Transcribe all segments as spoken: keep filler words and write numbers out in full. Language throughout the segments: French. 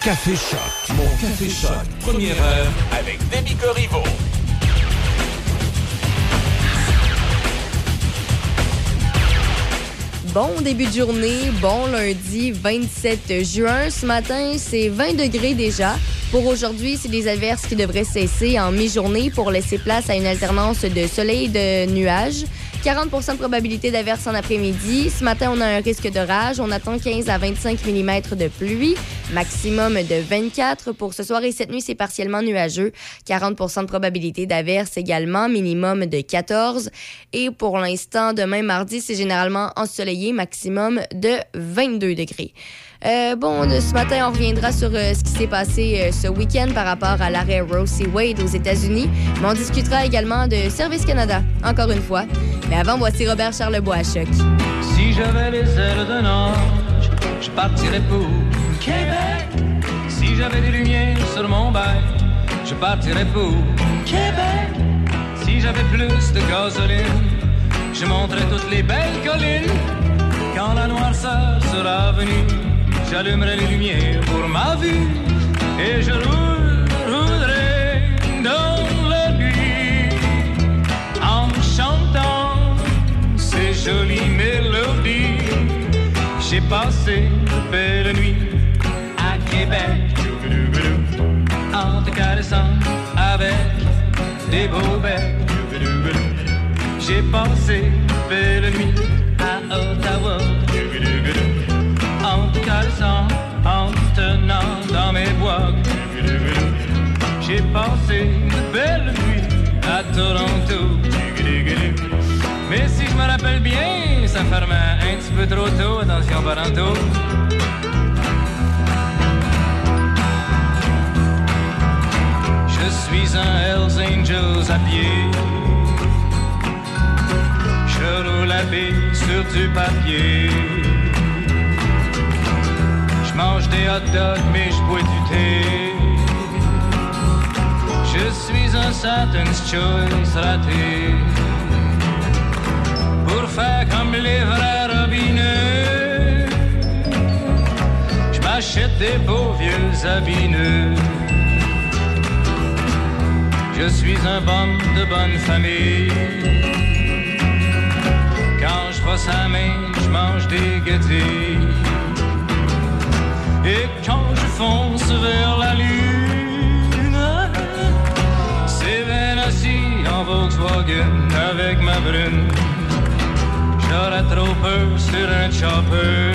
Café Choc. Mon Café Choc. Première heure avec Demi Corriveau. Bon début de journée, bon lundi vingt-sept juin. Ce matin, c'est vingt degrés déjà. Pour aujourd'hui, c'est des averses qui devraient cesser en mi-journée pour laisser place à une alternance de soleil et de nuages. quarante pour cent de probabilité d'averses en après-midi. Ce matin, on a un risque d'orage. On attend quinze à vingt-cinq millimètres de pluie, maximum de vingt-quatre. Pour ce soir et cette nuit, c'est partiellement nuageux. quarante pour cent de probabilité d'averses également, minimum de quatorze. Et pour l'instant, demain, mardi, c'est généralement ensoleillé, maximum de vingt-deux degrés. Euh, bon, ce matin, on reviendra sur euh, ce qui s'est passé euh, ce week-end par rapport à l'arrêt Roe v. Wade aux États-Unis. Mais on discutera également de Service Canada, encore une fois. Mais avant, voici Robert Charlebois à Choc. Si j'avais les ailes d'un ange, je partirais pour Québec. Si j'avais des lumières sur mon bail, je partirais pour Québec. Si j'avais plus de gasoline, je monterais toutes les belles collines. Quand la noirceur sera venue, j'allumerai les lumières pour ma vue et je roulerai dans la nuit en chantant ces jolies mélodies. J'ai passé de belles nuits à Québec en te caressant avec des beaux becs. J'ai passé de belles nuits à Ottawa en te caressant, en te tenant dans mes bois. J'ai passé de belles nuits à Toronto. Mais si je me rappelle bien, ça fermait un petit peu trop tôt. Attention parentaux. Je suis un Hells Angels à pied. Je roule à pied sur du papier. Je mange des hot dogs mais je bois du thé. Je suis un Satan's Choice raté. Pour faire comme les vrais robineux, je m'achète des beaux vieux habits neufs. Je suis un bum de bonne famille. Quand je brosse la main, je mange des guettis. Et quand je fonce vers la lune, c'est bien assis en Volkswagen avec ma brune. J'aurais trop peur sur un chopper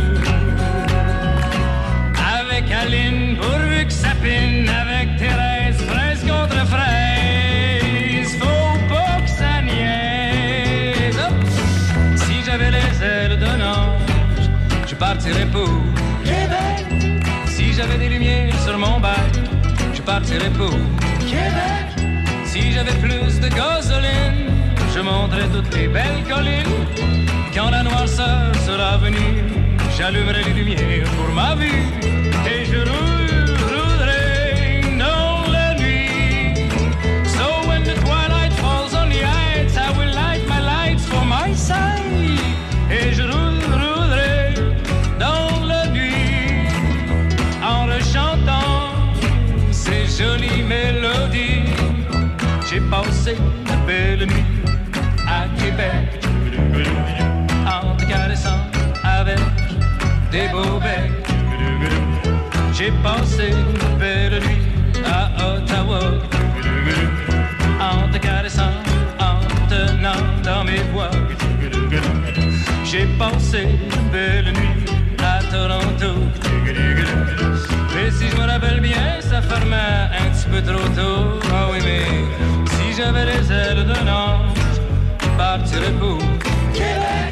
avec Aline pourvu que ça pine. Avec Thérèse, fraise contre fraise, faut pas que ça niaise. Si j'avais les ailes d'un ange, je partirais pour Québec. Si j'avais des lumières sur mon bac, je partirais pour Québec. Si j'avais plus de gasoline, je monterais toutes les belles collines. Quand la noirceur sera venue, j'allumerai les lumières pour ma vue et je roulerai dans la nuit. So when the twilight falls on the heights, I will light my lights for my side. Et je roulerai dans la nuit en rechantant ces jolies mélodies. J'ai passé de belles nuits à Québec en te caressant avec des beaux becs. J'ai passé de belles nuits à Ottawa en te caressant, en te tenant dans mes bois. J'ai passé de belles nuits à Toronto. Mais si je me rappelle bien, ça fermait un petit peu trop tôt. Ah oui, mais si j'avais les ailes d'un ange, je partirais pour Québec.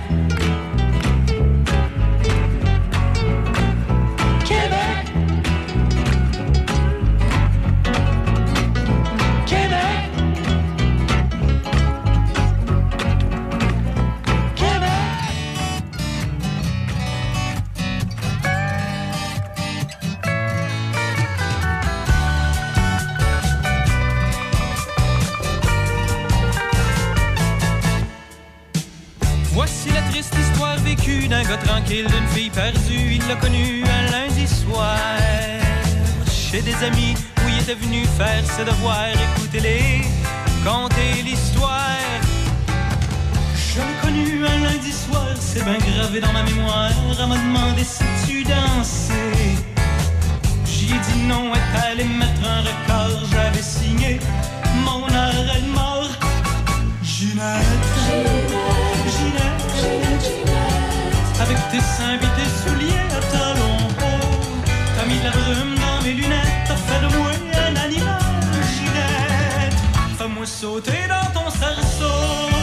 Québec. Québec. Voici la triste histoire vécue d'un gars tranquille, d'une fille perdue. Il l'a connue un lundi soir. chez des amis où il était venu faire ses devoirs. Écoutez-les, conter l'histoire. Je l'ai connu un lundi soir, c'est bien gravé dans ma mémoire. Elle m'a demandé si tu dansais. J'y ai dit non, elle est allée mettre un record. J'avais signé mon arrêt de mort. Ginette, Ginette, Ginette, Ginette, avec tes seins et tes souliers à talons hauts, t'as mis de la brume dans mes lunettes, t'as fait de moi un animal. Ginette, fais-moi sauter dans ton cerceau.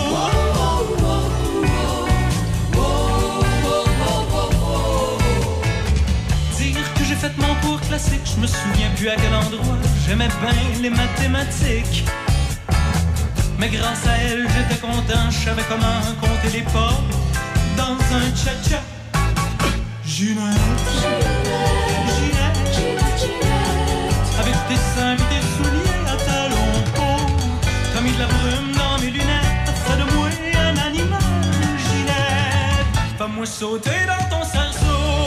Dire que j'ai fait mon cours classique, je me souviens plus à quel endroit. J'aimais bien les mathématiques, mais grâce à elle, j'étais content, je savais comment compter les pas dans un cha-cha. Ginette, Ginette, Ginette, Ginette, avec tes seins et tes souliers à talons hauts, t'as mis de la brume dans mes lunettes, t'as fait de moi un animal. Ginette, fais-moi sauter dans ton cerceau.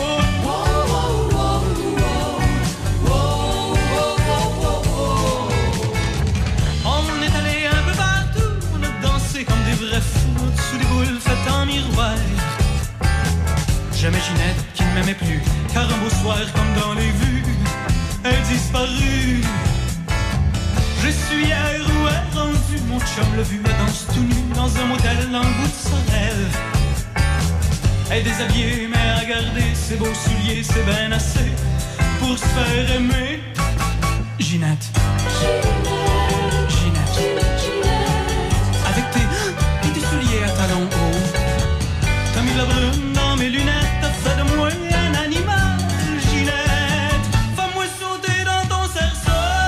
On est allé un peu partout, on a dansé comme des vrais fous au-dessus des boules faites en miroir. Jamais Ginette qui ne m'aimait plus, car un beau soir comme dans les vues, elle disparut. Je suis hier où elle rendue, mon chum l'a vu, elle danse tout nu dans un motel dans le bout de Sorel. Elle est déshabillée mais à garder ses beaux souliers, c'est bien assez pour se faire aimer. Ginette, Ginette, avec tes, tes souliers à talons hauts, t'as mis de la brume dans mes lunettes, t'as fait de moi un animal. Ginette, fais-moi sauter dans ton cerceau.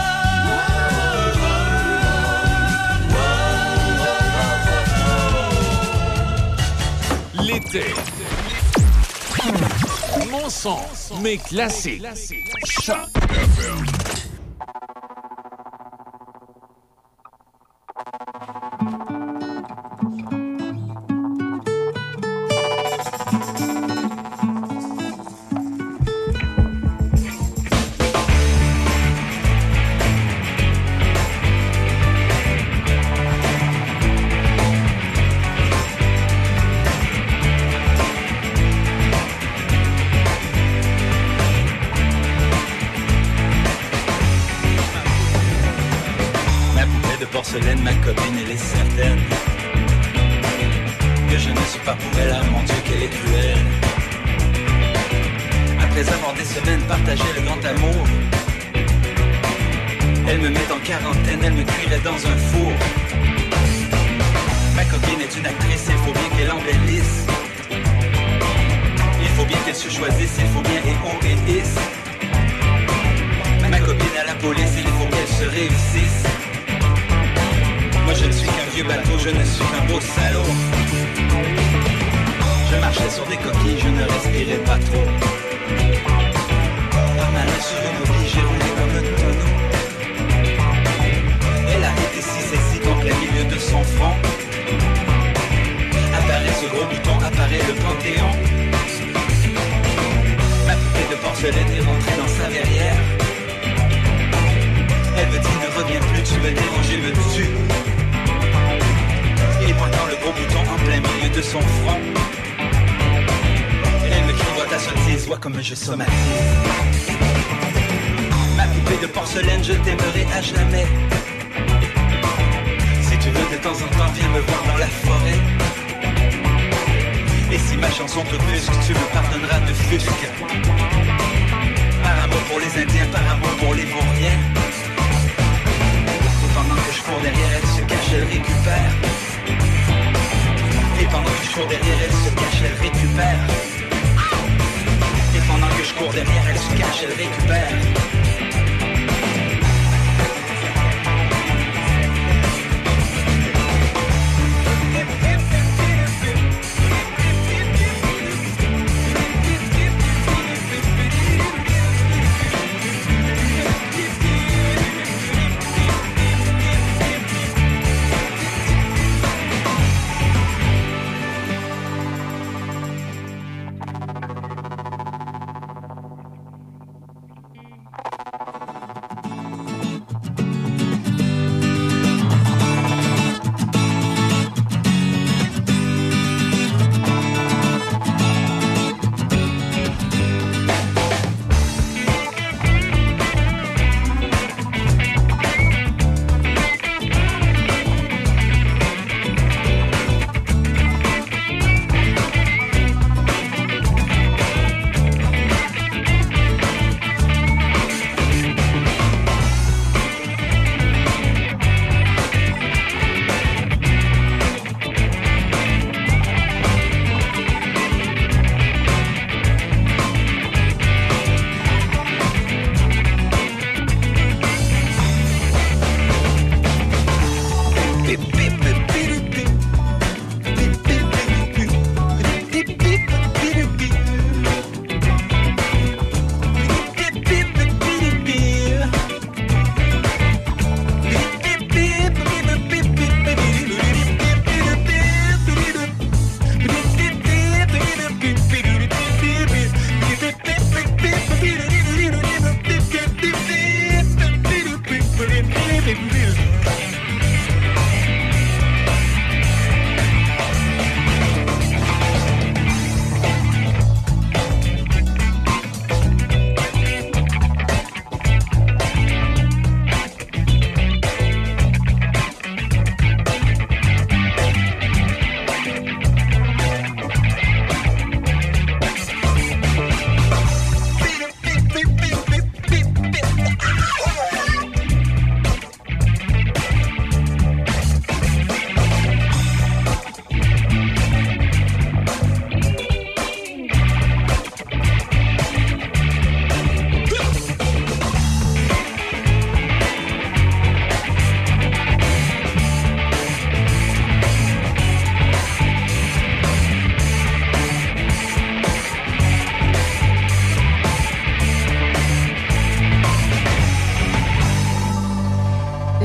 L'été. Mon son, mes classiques. Choc F M. Ma copine, elle est certaine que je ne suis pas pour elle. Ah mon Dieu, qu'elle est cruelle. Après avoir des semaines partagé le grand amour, elle me met en quarantaine, elle me cuirait dans un four. Ma copine est une actrice, il faut bien qu'elle embellisse. Il faut bien qu'elle se choisisse, il faut bien et on et is. Ma copine à la police, il faut qu'elle se réussisse. Moi je ne suis qu'un vieux bateau, je ne suis qu'un beau salaud. Je marchais sur des coquilles, je ne respirais pas trop. Par malin sur une oubli, j'ai roulé comme un tonneau. Elle a été si sexy qu'en plein milieu de son front apparaît ce gros bouton, apparaît le Panthéon. Ma poupée de porcelaine est rentrée dans sa verrière. Elle me dit ne reviens plus, tu me déranger, me tue. Et pointant le gros bouton en plein milieu de son front, elle me crie vois ta sottise, vois comme je somatise. Ma poupée de porcelaine, je t'aimerai à jamais. Si tu veux de temps en temps, viens me voir dans la forêt. Et si ma chanson te brusque, tu me pardonneras de fusque. Par amour pour les Indiens, par amour pour les Vauriens. Et pendant que je cours derrière, elle se cache, elle récupère. Et pendant que je cours derrière, elle se cache, elle récupère. Et pendant que je cours derrière, elle se cache, elle récupère.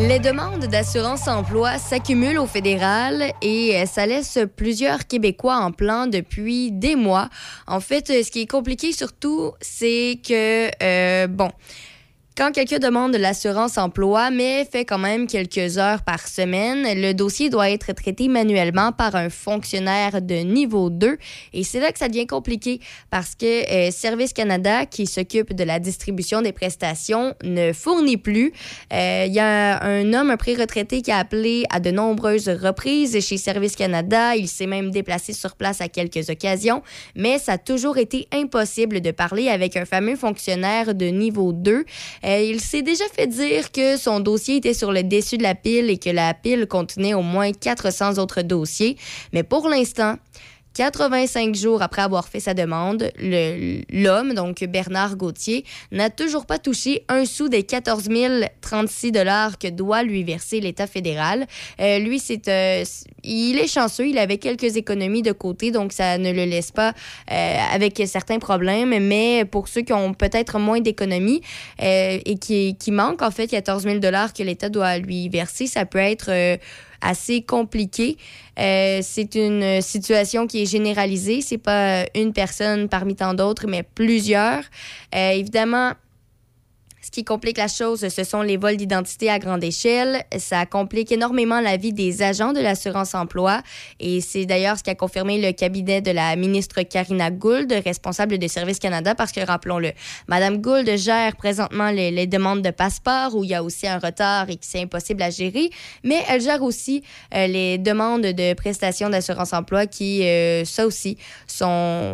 Les demandes d'assurance-emploi s'accumulent au fédéral et ça laisse plusieurs Québécois en plan depuis des mois. En fait, ce qui est compliqué surtout, c'est que, euh, bon... Quand quelqu'un demande de l'assurance-emploi, mais fait quand même quelques heures par semaine, le dossier doit être traité manuellement par un fonctionnaire de niveau deux. Et c'est là que ça devient compliqué parce que euh, Service Canada, qui s'occupe de la distribution des prestations, ne fournit plus. Il euh, y a un homme, un pré-retraité, qui a appelé à de nombreuses reprises chez Service Canada. Il s'est même déplacé sur place à quelques occasions, mais ça a toujours été impossible de parler avec un fameux fonctionnaire de niveau deux. Euh, il s'est déjà fait dire que son dossier était sur le dessus de la pile et que la pile contenait au moins quatre cents autres dossiers. Mais pour l'instant, quatre-vingt-cinq jours après avoir fait sa demande, le, l'homme, donc Bernard Gauthier, n'a toujours pas touché un sou des quatorze mille trente-six dollars que doit lui verser l'État fédéral. Euh, lui, c'est, euh, il est chanceux, il avait quelques économies de côté, donc ça ne le laisse pas euh, avec certains problèmes. Mais pour ceux qui ont peut-être moins d'économies euh, et qui, qui manquent, en fait, quatorze mille dollars que l'État doit lui verser, ça peut être... Euh, assez compliqué. Euh, c'est une situation qui est généralisée. C'est pas une personne parmi tant d'autres, mais plusieurs. Euh, évidemment, ce qui complique la chose, ce sont les vols d'identité à grande échelle. Ça complique énormément la vie des agents de l'assurance-emploi. Et c'est d'ailleurs ce qu'a confirmé le cabinet de la ministre Karina Gould, responsable de Service Canada, parce que, rappelons-le, Mme Gould gère présentement les, les demandes de passeport où il y a aussi un retard et que c'est impossible à gérer. Mais elle gère aussi euh, les demandes de prestations d'assurance-emploi qui, euh, ça aussi, sont...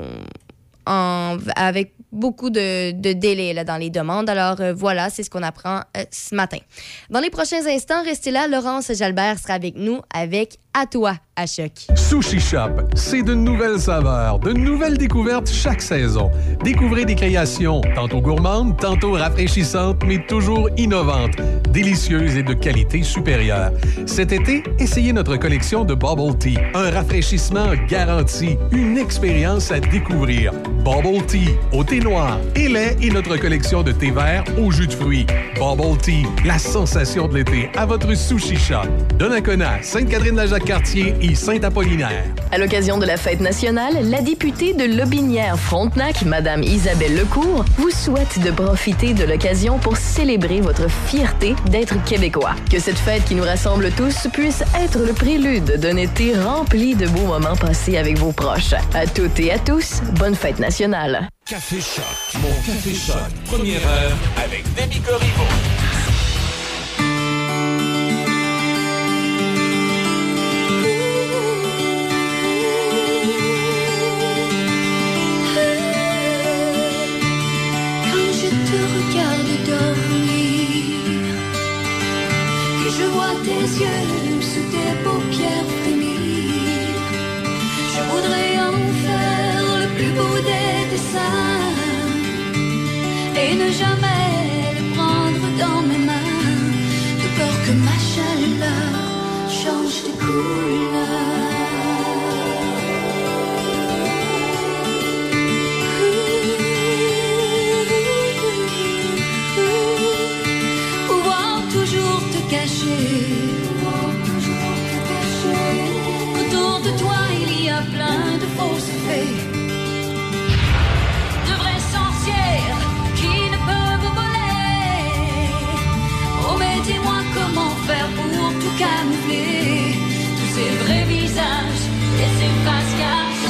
En, avec beaucoup de, de délais là, dans les demandes. Alors euh, voilà, c'est ce qu'on apprend euh, ce matin. Dans les prochains instants, restez là. Laurence Jalbert sera avec nous avec À toi, à Choc. Sushi Shop, c'est de nouvelles saveurs, de nouvelles découvertes chaque saison. Découvrez des créations tantôt gourmandes, tantôt rafraîchissantes, mais toujours innovantes, délicieuses et de qualité supérieure. Cet été, essayez notre collection de Bubble Tea. Un rafraîchissement garanti, une expérience à découvrir. Bubble Tea, au thé noir et lait et notre collection de thé vert au jus de fruits. Bubble Tea, la sensation de l'été à votre Sushi Shop. Donnacona, Sainte-Catherine-la-Jacques-Cartier et Saint-Apollinaire. À l'occasion de la fête nationale, la députée de Lobinière-Frontenac, Mme Isabelle Lecourt, vous souhaite de profiter de l'occasion pour célébrer votre fierté d'être Québécois. Que cette fête qui nous rassemble tous puisse être le prélude d'un été rempli de beaux moments passés avec vos proches. À toutes et à tous, bonne fête nationale. Café Choc, mon Café Choc, première heure avec Demi Corriveau. Quand je te regarde dormir, que je vois tes yeux sous tes paupières frémir, je voudrais en faire le plus beau des dessins et ne jamais le prendre dans mes mains, de peur que ma chaleur change de couleur. Pouvoir toujours te cacher, autour de toi il y a plein de fausses fées, de vraies sorcières qui ne peuvent voler. Oh mais dis-moi comment faire pour tout camoufler, tous ces vrais visages et ces faces cachées.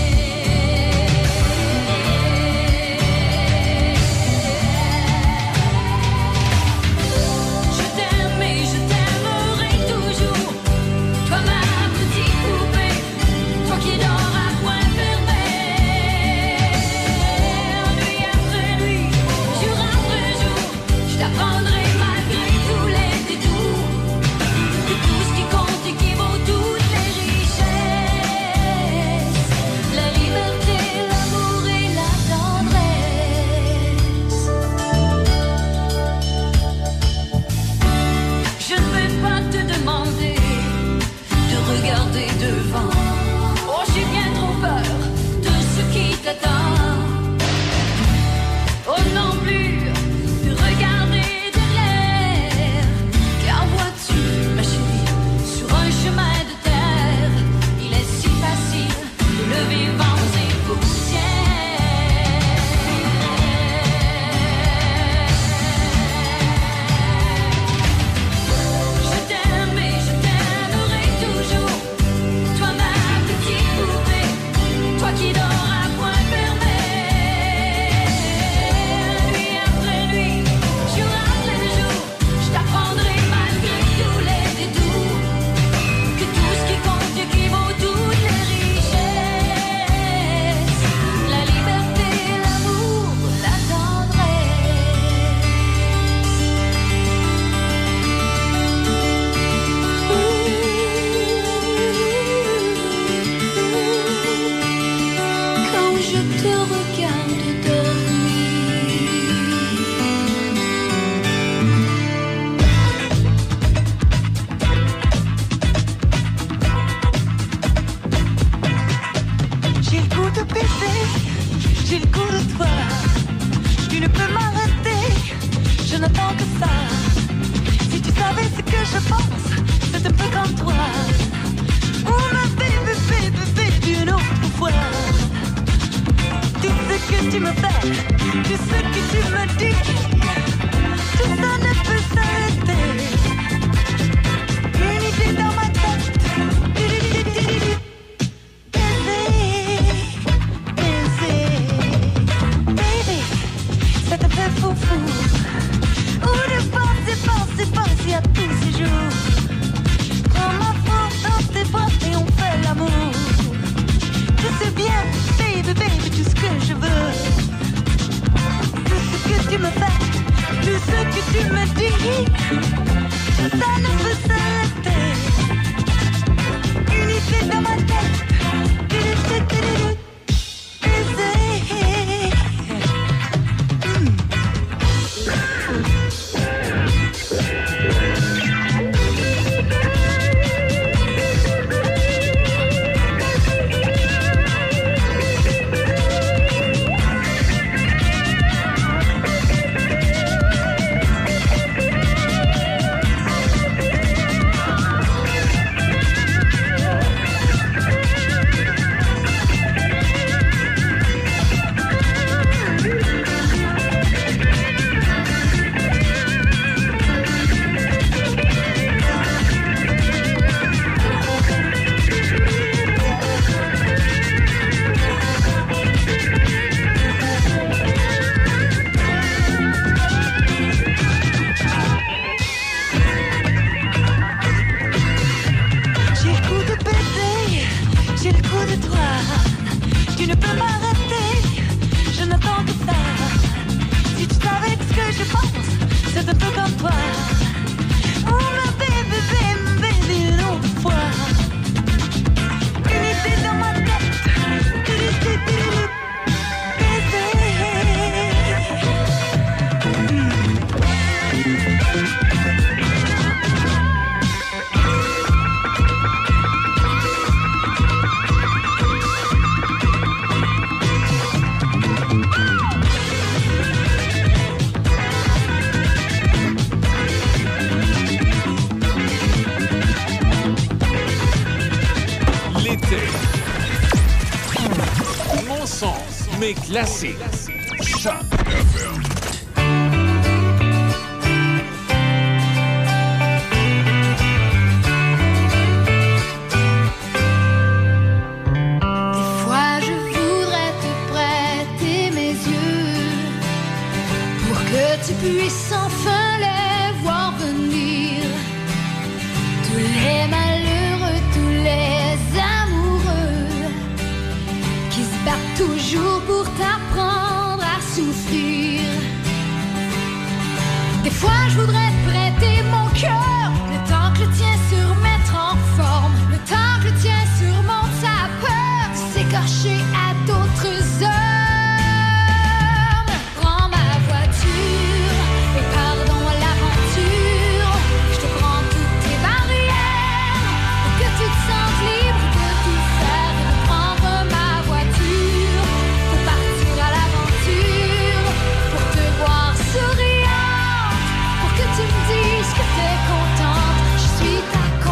Je t'aime et je t'aimerai toujours, toi ma petite poupée, toi qui dors à point fermé. n'attends que ça. Si tu savais ce que je pense, c'est un peu comme toi. Oh ma baby, baby, baby, une autre fois. Tout ce que tu me fais, tout ce que tu me dis, tout ça ne peut s'arrêter. Une idée dans ma tête. Ça te fait fou fou. Ou de penser, penser, penser à tous ces jours. Prends ma force dans tes bras et on fait l'amour. Tu sais bien, baby, baby, tout ce que je veux. Tout ce que tu me fais, tout ce que tu me dis, tout ça ne peut s'arrêter. Unité dans ma tête. Mais classique. Choc. Tu puisses enfin les voir venir. Tous les malheureux, tous les amoureux qui se battent toujours pour t'apprendre à souffrir. Des fois je voudrais te prêter mon cœur, le temps que le tien se remette en forme, le temps que le tien surmonte sa peur de s'écorcher à d'autres heures. Souriante, pour que tu me dises que t'es contente, je suis ta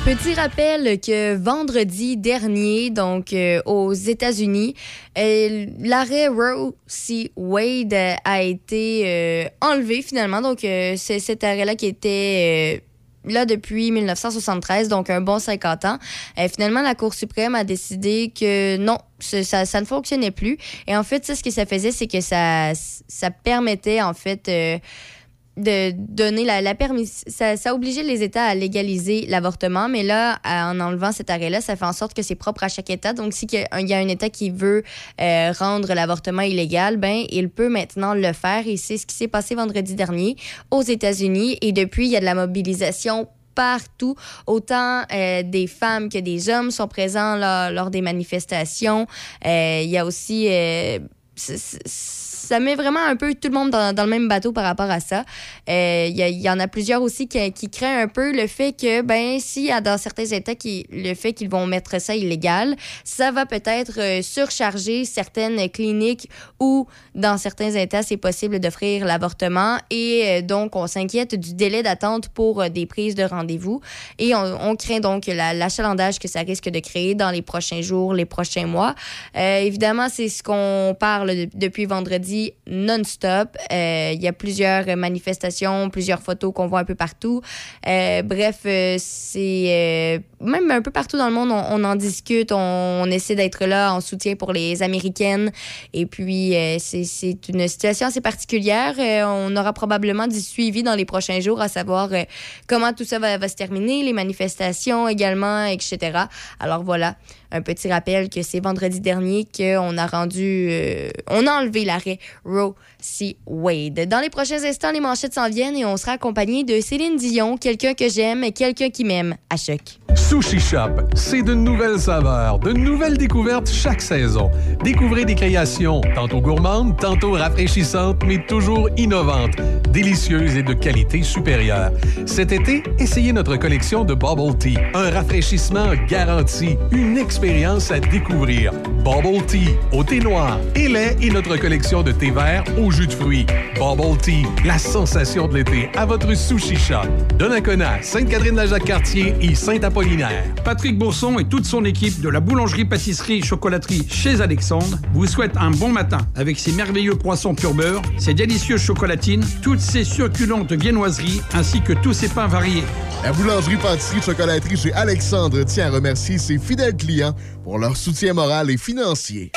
Petit rappel que vendredi dernier, donc euh, aux États-Unis, euh, l'arrêt Roe v. Wade euh, a été euh, enlevé finalement. Donc, euh, c'est cet arrêt-là qui était... Euh, là depuis dix-neuf cent soixante-treize, donc un bon cinquante ans. Euh, finalement, la Cour suprême a décidé que non, ça, ça ne fonctionnait plus. Et en fait, ça, ce que ça faisait, c'est que ça, ça permettait, en fait... Euh, de donner la, la permission. Ça, ça obligeait les États à légaliser l'avortement, mais là, en enlevant cet arrêt-là, ça fait en sorte que c'est propre à chaque État. Donc, s'il y a un État qui veut euh, rendre l'avortement illégal, ben, il peut maintenant le faire. Et c'est ce qui s'est passé vendredi dernier aux États-Unis. Et depuis, il y a de la mobilisation partout. Autant euh, des femmes que des hommes sont présents là, lors des manifestations. Euh, il y a aussi... Euh, c- c- Ça met vraiment un peu tout le monde dans, dans le même bateau par rapport à ça. Il euh, y, y en a plusieurs aussi qui, qui craignent un peu le fait que, ben, s'il y a dans certains États qui, le fait qu'ils vont mettre ça illégal, ça va peut-être euh, surcharger certaines cliniques où, dans certains États, c'est possible d'offrir l'avortement. Et euh, donc, on s'inquiète du délai d'attente pour euh, des prises de rendez-vous. Et on, on craint donc la, l'achalandage que ça risque de créer dans les prochains jours, les prochains mois. Euh, évidemment, c'est ce qu'on parle de, depuis vendredi non-stop. Euh, il y a plusieurs manifestations, plusieurs photos qu'on voit un peu partout. Euh, bref, euh, c'est... Euh, même un peu partout dans le monde, on, on en discute, on, on essaie d'être là en soutien pour les Américaines. Et puis, euh, c'est, c'est une situation assez particulière. Euh, on aura probablement du suivi dans les prochains jours, à savoir euh, comment tout ça va, va se terminer, les manifestations également, et cetera. Alors voilà, un petit rappel que c'est vendredi dernier qu'on a rendu... Euh, on a enlevé l'arrêt Roe v. Wade. Dans les prochains instants, les manchettes s'en viennent et on sera accompagné de Céline Dion, quelqu'un que j'aime et quelqu'un qui m'aime, à Choc. Sushi Shop, c'est de nouvelles saveurs, de nouvelles découvertes chaque saison. Découvrez des créations tantôt gourmandes, tantôt rafraîchissantes, mais toujours innovantes, délicieuses et de qualité supérieure. Cet été, essayez notre collection de Bubble Tea, un rafraîchissement garanti, une expérience à découvrir. Bubble Tea au thé noir et lait et notre collection de thé vert au jus de fruits. Bubble Tea, la sensation de l'été à votre Sushi Shop. Donnacona, Sainte-Catherine-la-Jacques-Cartier et Saint-Apollinaire. Patrick Bourson et toute son équipe de la boulangerie-pâtisserie-chocolaterie chez Alexandre vous souhaitent un bon matin avec ses merveilleux poissons pur beurre, ses délicieuses chocolatines, toutes ses succulentes viennoiseries ainsi que tous ses pains variés. La boulangerie-pâtisserie-chocolaterie chez Alexandre tient à remercier ses fidèles clients pour leur soutien moral et financier.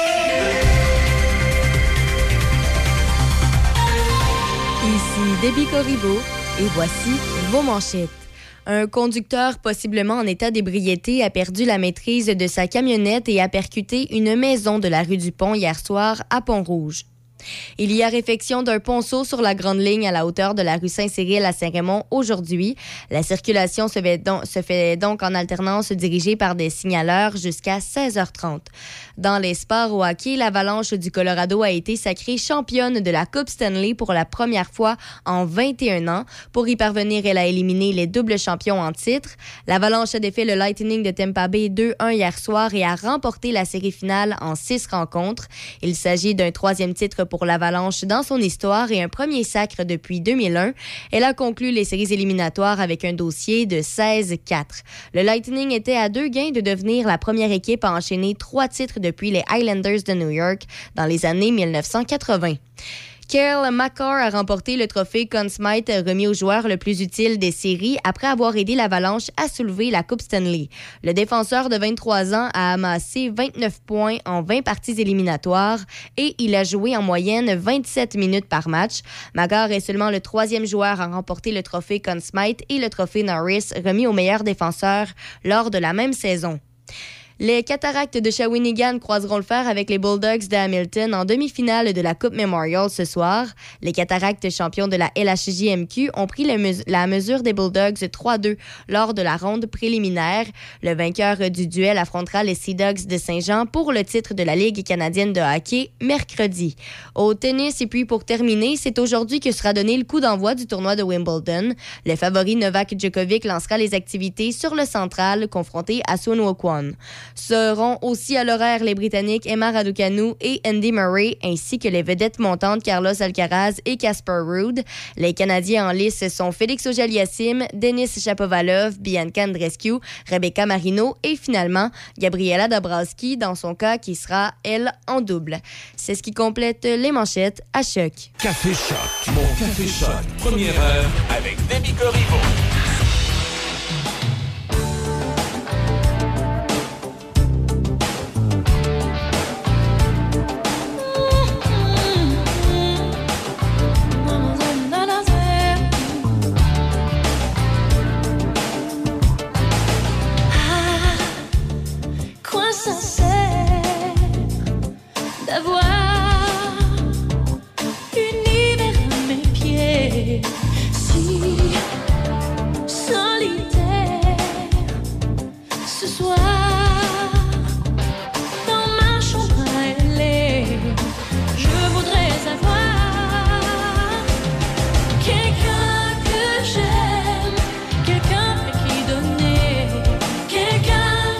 Ici Debbie Corriveau et voici vos manchettes. Un conducteur possiblement en état d'ébriété a perdu la maîtrise de sa camionnette et a percuté une maison de la rue du Pont hier soir à Pont-Rouge. Il y a réfection d'un ponceau sur la grande ligne à la hauteur de la rue Saint-Cyril à Saint-Raymond aujourd'hui. La circulation se fait, donc, se fait donc en alternance dirigée par des signaleurs jusqu'à seize heures trente. Dans les sports au hockey, l'Avalanche du Colorado a été sacrée championne de la Coupe Stanley pour la première fois en vingt et un ans. Pour y parvenir, elle a éliminé les doubles champions en titre. L'Avalanche a défait le Lightning de Tampa Bay deux un hier soir et a remporté la série finale en six rencontres. Il s'agit d'un troisième titre pour l'Avalanche dans son histoire et un premier sacre depuis deux mille un. Elle a conclu les séries éliminatoires avec un dossier de seize quatre. Le Lightning était à deux gains de devenir la première équipe à enchaîner trois titres depuis les Islanders de New York dans les années dix-neuf cent quatre-vingts. Cale Makar a remporté le trophée Conn Smythe remis au joueur le plus utile des séries après avoir aidé l'Avalanche à soulever la Coupe Stanley. Le défenseur de vingt-trois ans a amassé vingt-neuf points en vingt parties éliminatoires et il a joué en moyenne vingt-sept minutes par match. Makar est seulement le troisième joueur à remporter le trophée Conn Smythe et le trophée Norris remis au meilleur défenseur lors de la même saison. Les Cataractes de Shawinigan croiseront le fer avec les Bulldogs de Hamilton en demi-finale de la Coupe Memorial ce soir. Les Cataractes, champions de la L H J M Q, ont pris mes- la mesure des Bulldogs trois deux lors de la ronde préliminaire. Le vainqueur du duel affrontera les Sea Dogs de Saint-Jean pour le titre de la Ligue canadienne de hockey mercredi. Au tennis, et puis pour terminer, c'est aujourd'hui que sera donné le coup d'envoi du tournoi de Wimbledon. Le favori Novak Djokovic lancera les activités sur le central, confronté à Sun Wukong. Seront aussi à l'horaire les Britanniques Emma Raducanu et Andy Murray, ainsi que les vedettes montantes Carlos Alcaraz et Casper Ruud. Les Canadiens en lice sont Félix Auger-Aliassime, Denis Shapovalov, Bianca Andreescu, Rebecca Marino et finalement Gabriela Dabrowski, dans son cas qui sera, elle, en double. C'est ce qui complète les manchettes à Choc. Café Choc, mon Café Choc, première heure avec Demi Corriveau. Ça sert d'avoir l'univers à mes pieds, si solitaire ce soir dans ma chambre à L A. Je voudrais avoir quelqu'un que j'aime, quelqu'un à qui donner, quelqu'un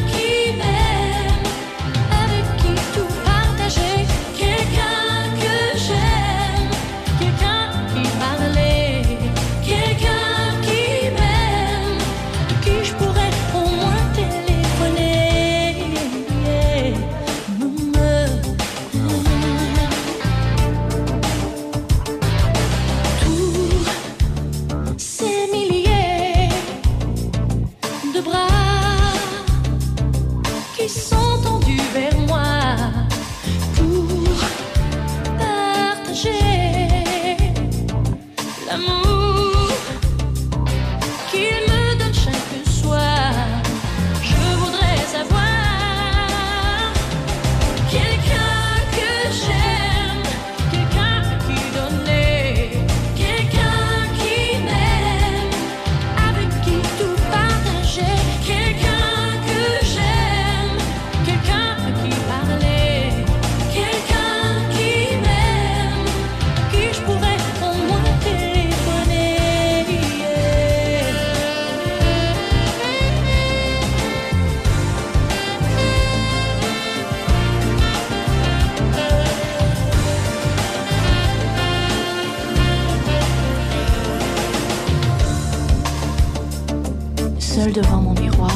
seule devant mon miroir,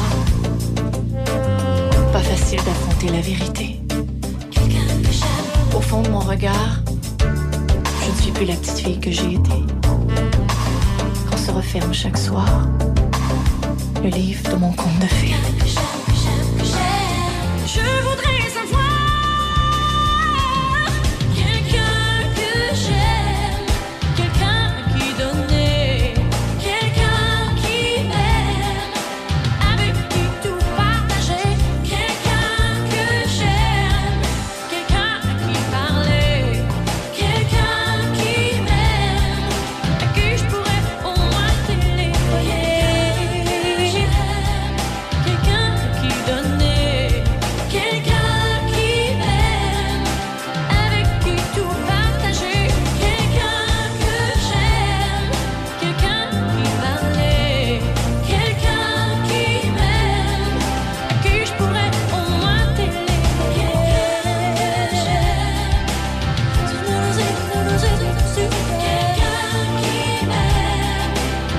pas facile d'affronter la vérité. Au fond de mon regard, je ne suis plus la petite fille que j'ai été. Quand se referme chaque soir le livre de mon conte de fées. Je voudrais savoir quelqu'un que j'aime, quelqu'un à qui donner, quelqu'un qui m'aime, avec qui tout partager, quelqu'un que j'aime, quelqu'un à qui parler, quelqu'un qui m'aime, à qui je pourrais au moins téléphoner. Quelqu'un à qui donner, quelqu'un qui m'aime, avec qui tout partager, quelqu'un que j'aime, quelqu'un qui parler, quelqu'un qui m'aime, à qui je pourrais au moins téléphoner. Quelqu'un que j'aime, quelqu'un qui m'aime.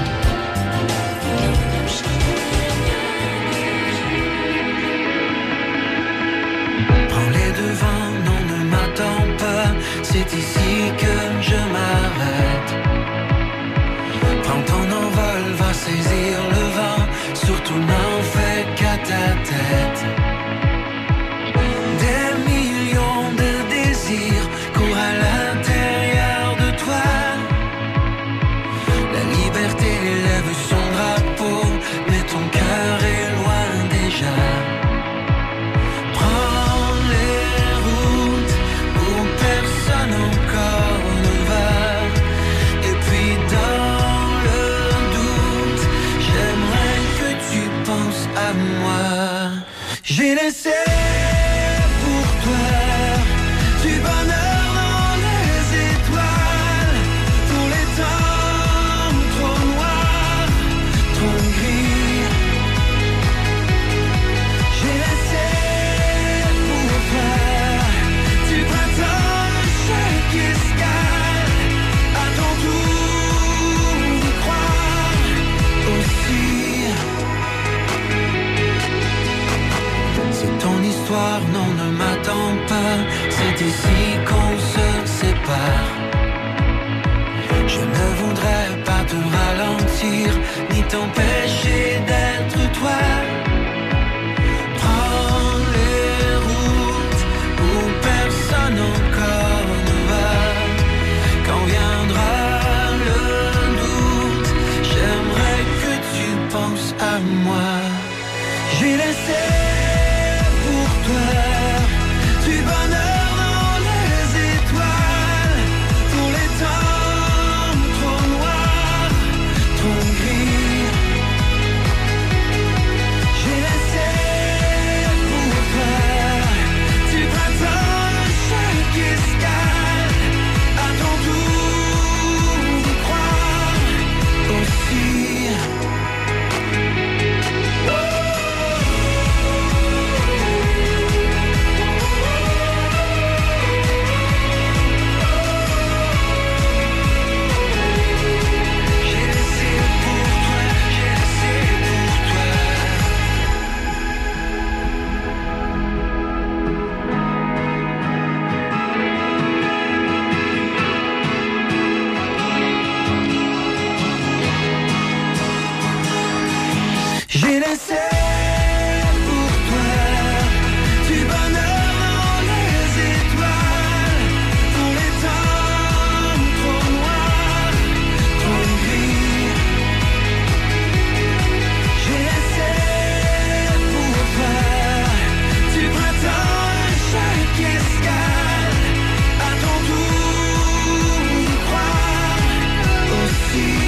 Prends les devants, non ne m'attends pas, c'est ici que je m'arrête. Prends ton envol, va saisir le vent, surtout n'en fais qu'à ta tête. Des millions de désirs courent à l'intérieur de toi. La liberté lève son drapeau, mais ton cœur est loin déjà. Prends les routes où personne encore ne va. Et puis dans le doute, j'aimerais que tu penses à moi. J'ai laissé pour toi du bonheur dans les étoiles, pour les temps trop noirs, trop gris. J'ai laissé mentir, ni t'empêcher d'être toi. Prends les routes où personne encore ne va. Quand viendra le doute, j'aimerais que tu penses à moi. J'ai laissé pour toi du bonheur dans les étoiles, pour les temps trop noirs, trop gris. J'ai laissé pour toi du printemps chaque escale, à ton tour d'y croire aussi. J'ai laissé pour toi du bonheur dans les étoiles, pour les temps trop noirs, trop gris. J'ai laissé pour toi du printemps chaque escale, à ton tour d'y croire aussi.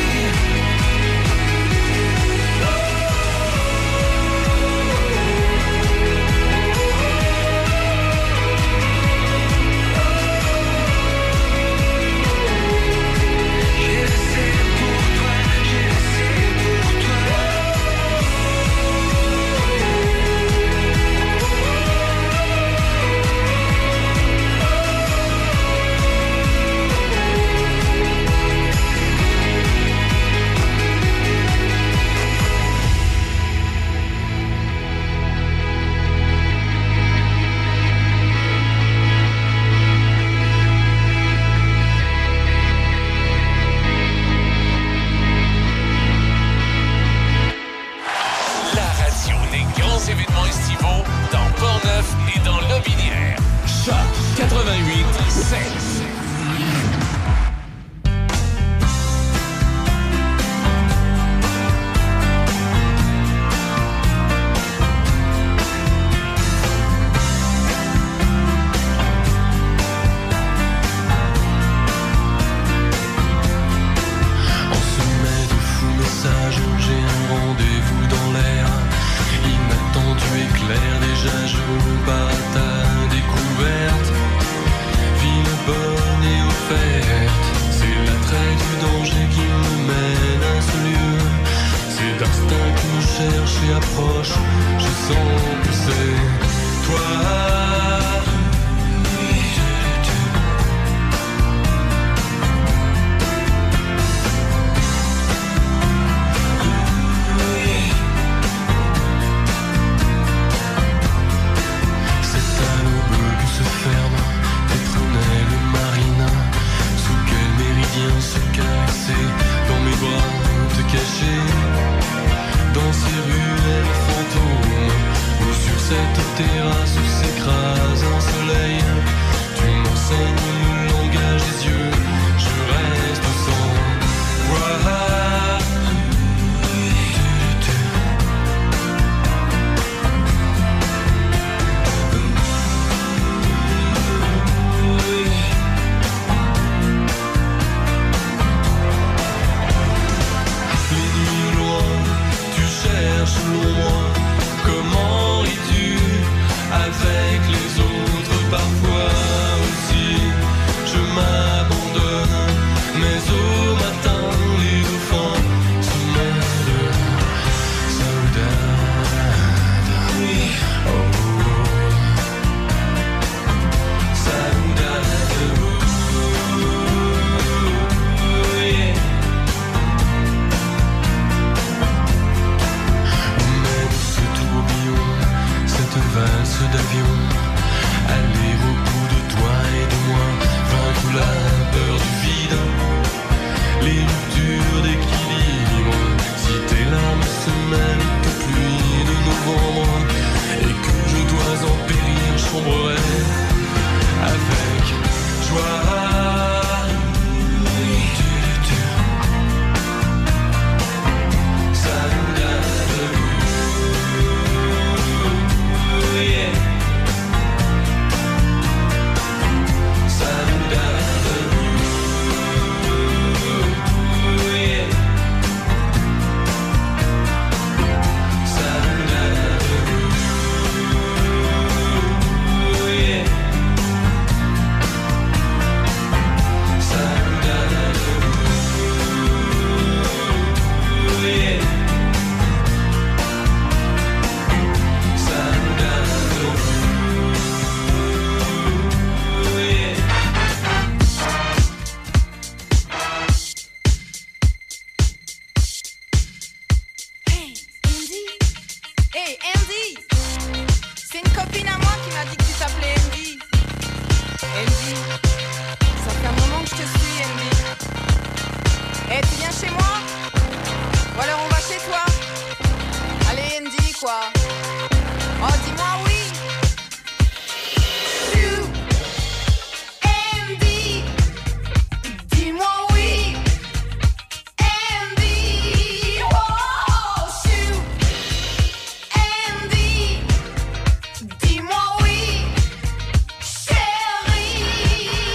Événements estivaux dans Portneuf et dans Lotbinière. Choc quatre-vingt-huit sept. Et approche, je sens que c'est toi. C'est à l'aube que se ferment tes prunelles marines. Sous quel méridien se caresser, dans mes bras te cacher, dans ces ruelles fantômes, ou sur cette terrasse où s'écrase un soleil. Tu m'enseignes le langage des yeux, je reste sans voix. Selon moi, comment es-tu avec les autres parfois aussi? Je m'abandonne, mais au matin les dauphins se mêlent. Saudade, oh, saudade, oh, yeah. Cette valse d'avion, aller au bout de toi et de moi, vaincre la peur du vide, les ruptures d'équilibre. énorme semaine de pluie de novembre et que je dois en périr, je sombrerai avec joie. Dis-moi oui, chérie.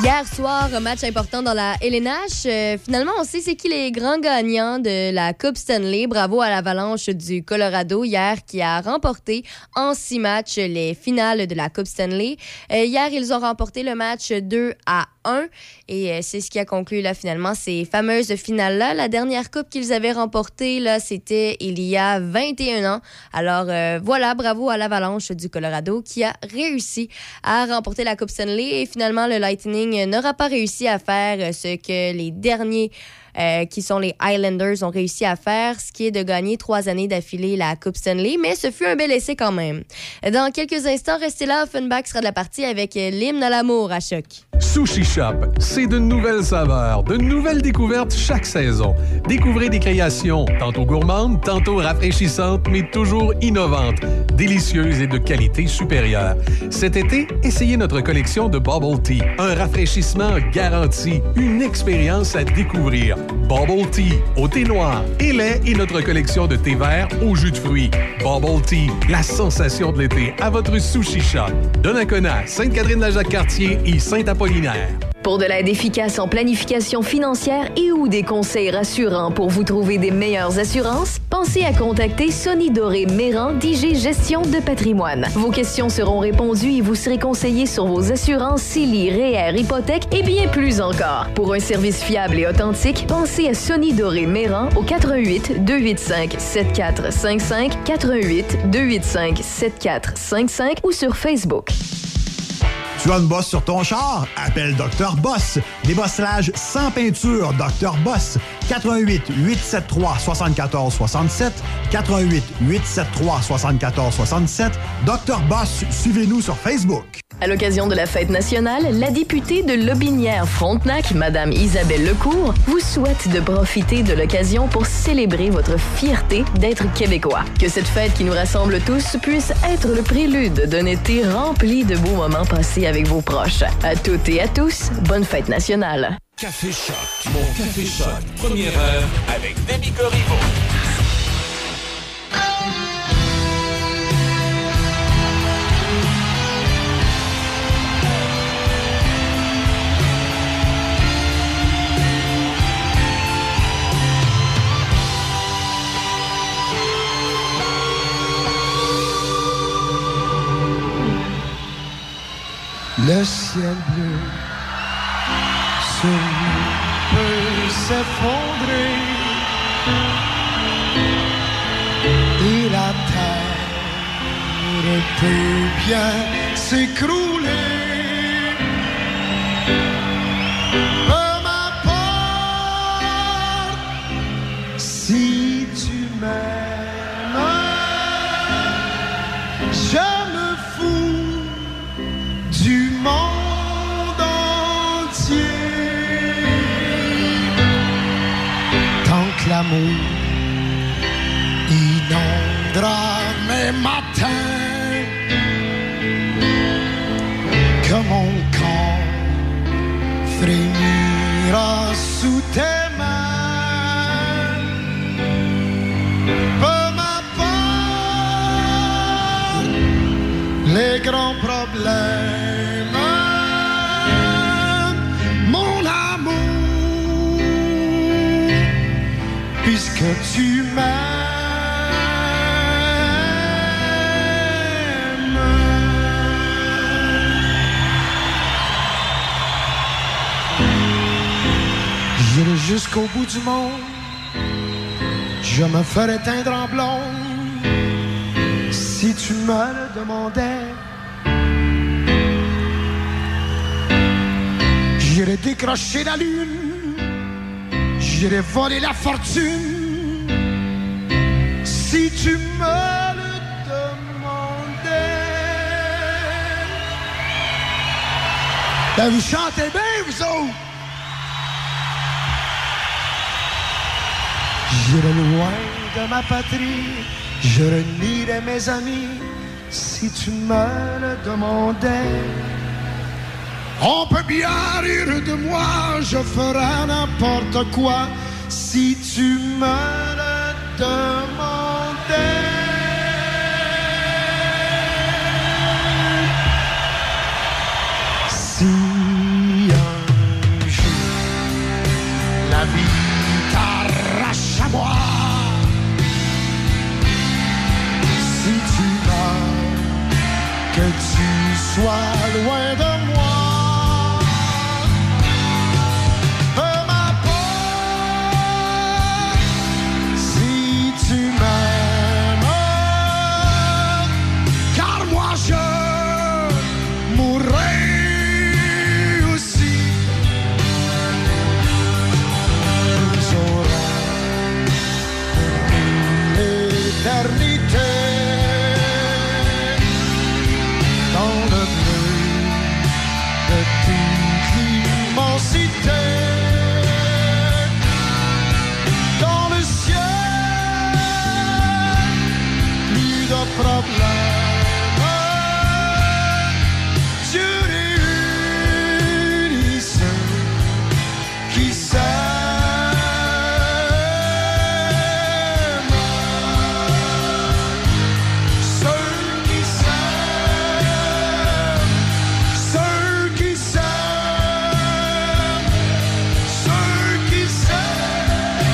Hier soir, match important dans la L N H. Euh, finalement, on sait c'est qui les grands gagnants de la Coupe Stanley. Bravo à l'Avalanche du Colorado hier qui a remporté en six matchs les finales de la Coupe Stanley. Euh, hier, ils ont remporté le match deux à un et euh, c'est ce qui a conclu là finalement ces fameuses finales-là. La dernière coupe qu'ils avaient remportée, là, c'était il y a vingt et un ans. Alors euh, voilà, bravo à l'Avalanche du Colorado qui a réussi à remporter la Coupe Stanley et finalement le Lightning n'aura pas réussi à faire ce que les derniers euh, qui sont les Islanders ont réussi à faire, ce qui est de gagner trois années d'affilée la Coupe Stanley, mais ce fut un bel essai quand même. Dans quelques instants, restez là, Offenbach sera de la partie avec l'hymne à l'amour à Choc. Sushi Shop, c'est de nouvelles saveurs, de nouvelles découvertes chaque saison. Découvrez des créations tantôt gourmandes, tantôt rafraîchissantes, mais toujours innovantes, délicieuses et de qualité supérieure. Cet été, essayez notre collection de Bubble Tea, un rafraîchissement garanti, une expérience à découvrir. Bubble Tea, au thé noir et lait et notre collection de thé vert au jus de fruits. Bubble Tea, la sensation de l'été à votre Sushi Shop. Donnacona, Sainte-Catherine-la-Jacques-Cartier et Saint-Apollinaire. Pour de l'aide efficace en planification financière et ou des conseils rassurants pour vous trouver des meilleures assurances, pensez à contacter Sonny Doré Méran d'I G Gestion de patrimoine. Vos questions seront répondues et vous serez conseillé sur vos assurances C E L I, R E E R, hypothèques et bien plus encore. Pour un service fiable et authentique, pensez à Sonny Doré Méran au quatre un huit, deux huit cinq, sept quatre cinq cinq, quatre un huit, deux huit cinq, sept quatre cinq cinq ou sur Facebook. Tu as une bosse sur ton char? Appelle docteur Boss. Débossage sans peinture, docteur Boss. quatre un huit, huit sept trois, sept quatre six sept. quatre un huit, huit sept trois, sept quatre six sept. docteur Boss, suivez-nous sur Facebook. À l'occasion de la fête nationale, la députée de Lobinière-Frontenac, Mme Isabelle Lecourt, vous souhaite de profiter de l'occasion pour célébrer votre fierté d'être québécois. Que cette fête qui nous rassemble tous puisse être le prélude d'un été rempli de beaux moments passés avec vos proches. À toutes et à tous, bonne fête nationale. Café Choc, mon Café Choc, première heure avec Demi Corriveau. Le ciel bleu sur nous peut s'effondrer et la terre peut bien s'écrouler. Peu m'importe si tu m'aimes, je me fous du monde entier. Tant que l'amour inondera mes matins, que mon corps frémira sous tes mains. Peu m'importe les grands problèmes, mon amour, puisque tu m'aimes. J'irai jusqu'au bout du monde, je me ferai teindre en blonde si tu me le demandais. J'irai décrocher la lune, j'irai voler la fortune si tu me le demandais. Ben vous chantez bien, vous autres! J'irai loin de ma patrie, je renierai mes amis si tu me le demandais. On peut bien rire de moi, je ferai n'importe quoi si tu me le demandais. Si un que tu sois loin de moi. Peu m'importe si tu m'aimes, car moi je mourrai aussi. Nous aurons l'éternité dans le bleu de toute l'immensité, dans le ciel, plus de problèmes. Dieu réunit ceux qui s'aiment, ceux qui s'aiment, ceux qui s'aiment, ceux qui s'aiment.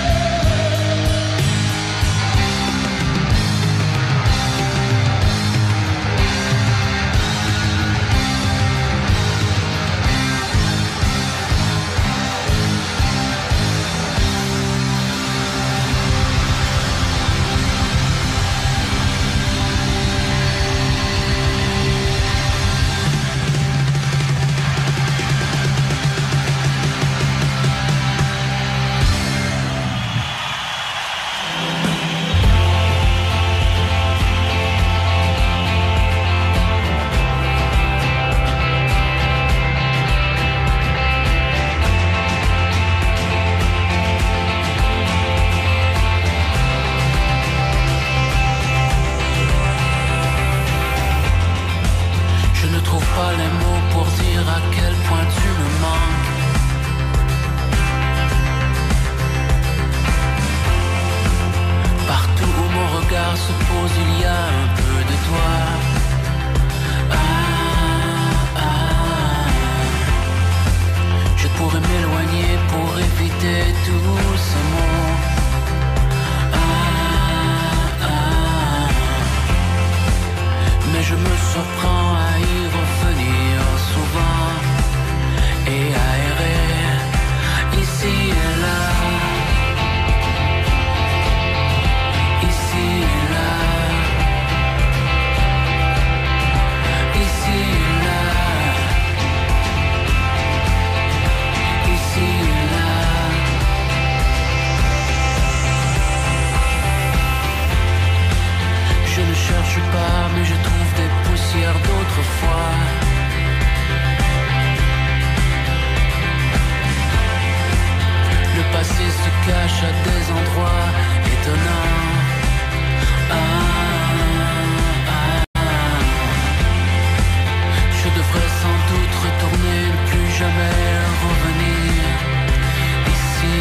Je ne trouve pas les mots pour dire à quel point tu me manques. Partout où mon regard se pose, il y a un peu de toi. Ah, ah. Je pourrais m'éloigner pour éviter tous ces mots. Ah, ah. Mais je me surprends à y revenir souvent et à errer ici et là, ici et là, ici et là, ici et là. Je ne cherche pas, mais je trouve des poussières d'autrefois. Le passé se cache à des endroits étonnants. Ah, ah, ah. Je devrais sans doute retourner, ne plus jamais revenir ici.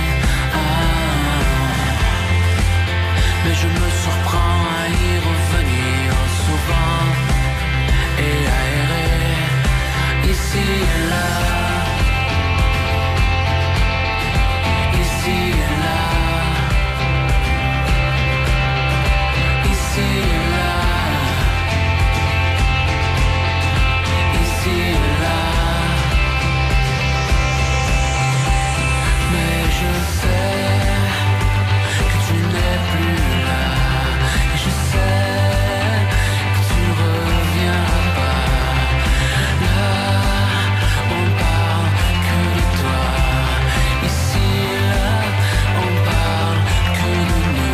Ah, mais je me surprends à y revenir souvent et à errer ici et là, ici et là, ici et là, ici et là. Mais je sais que tu n'es plus là, et je sais que tu reviendras pas. Là, on parle que de toi. Ici, là, on parle que de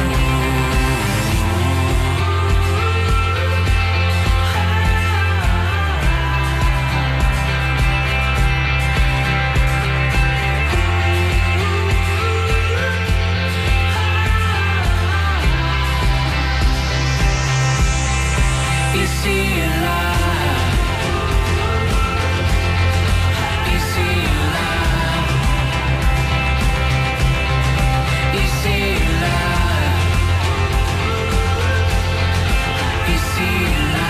ici et là, ici et là, ici et là, ici et là,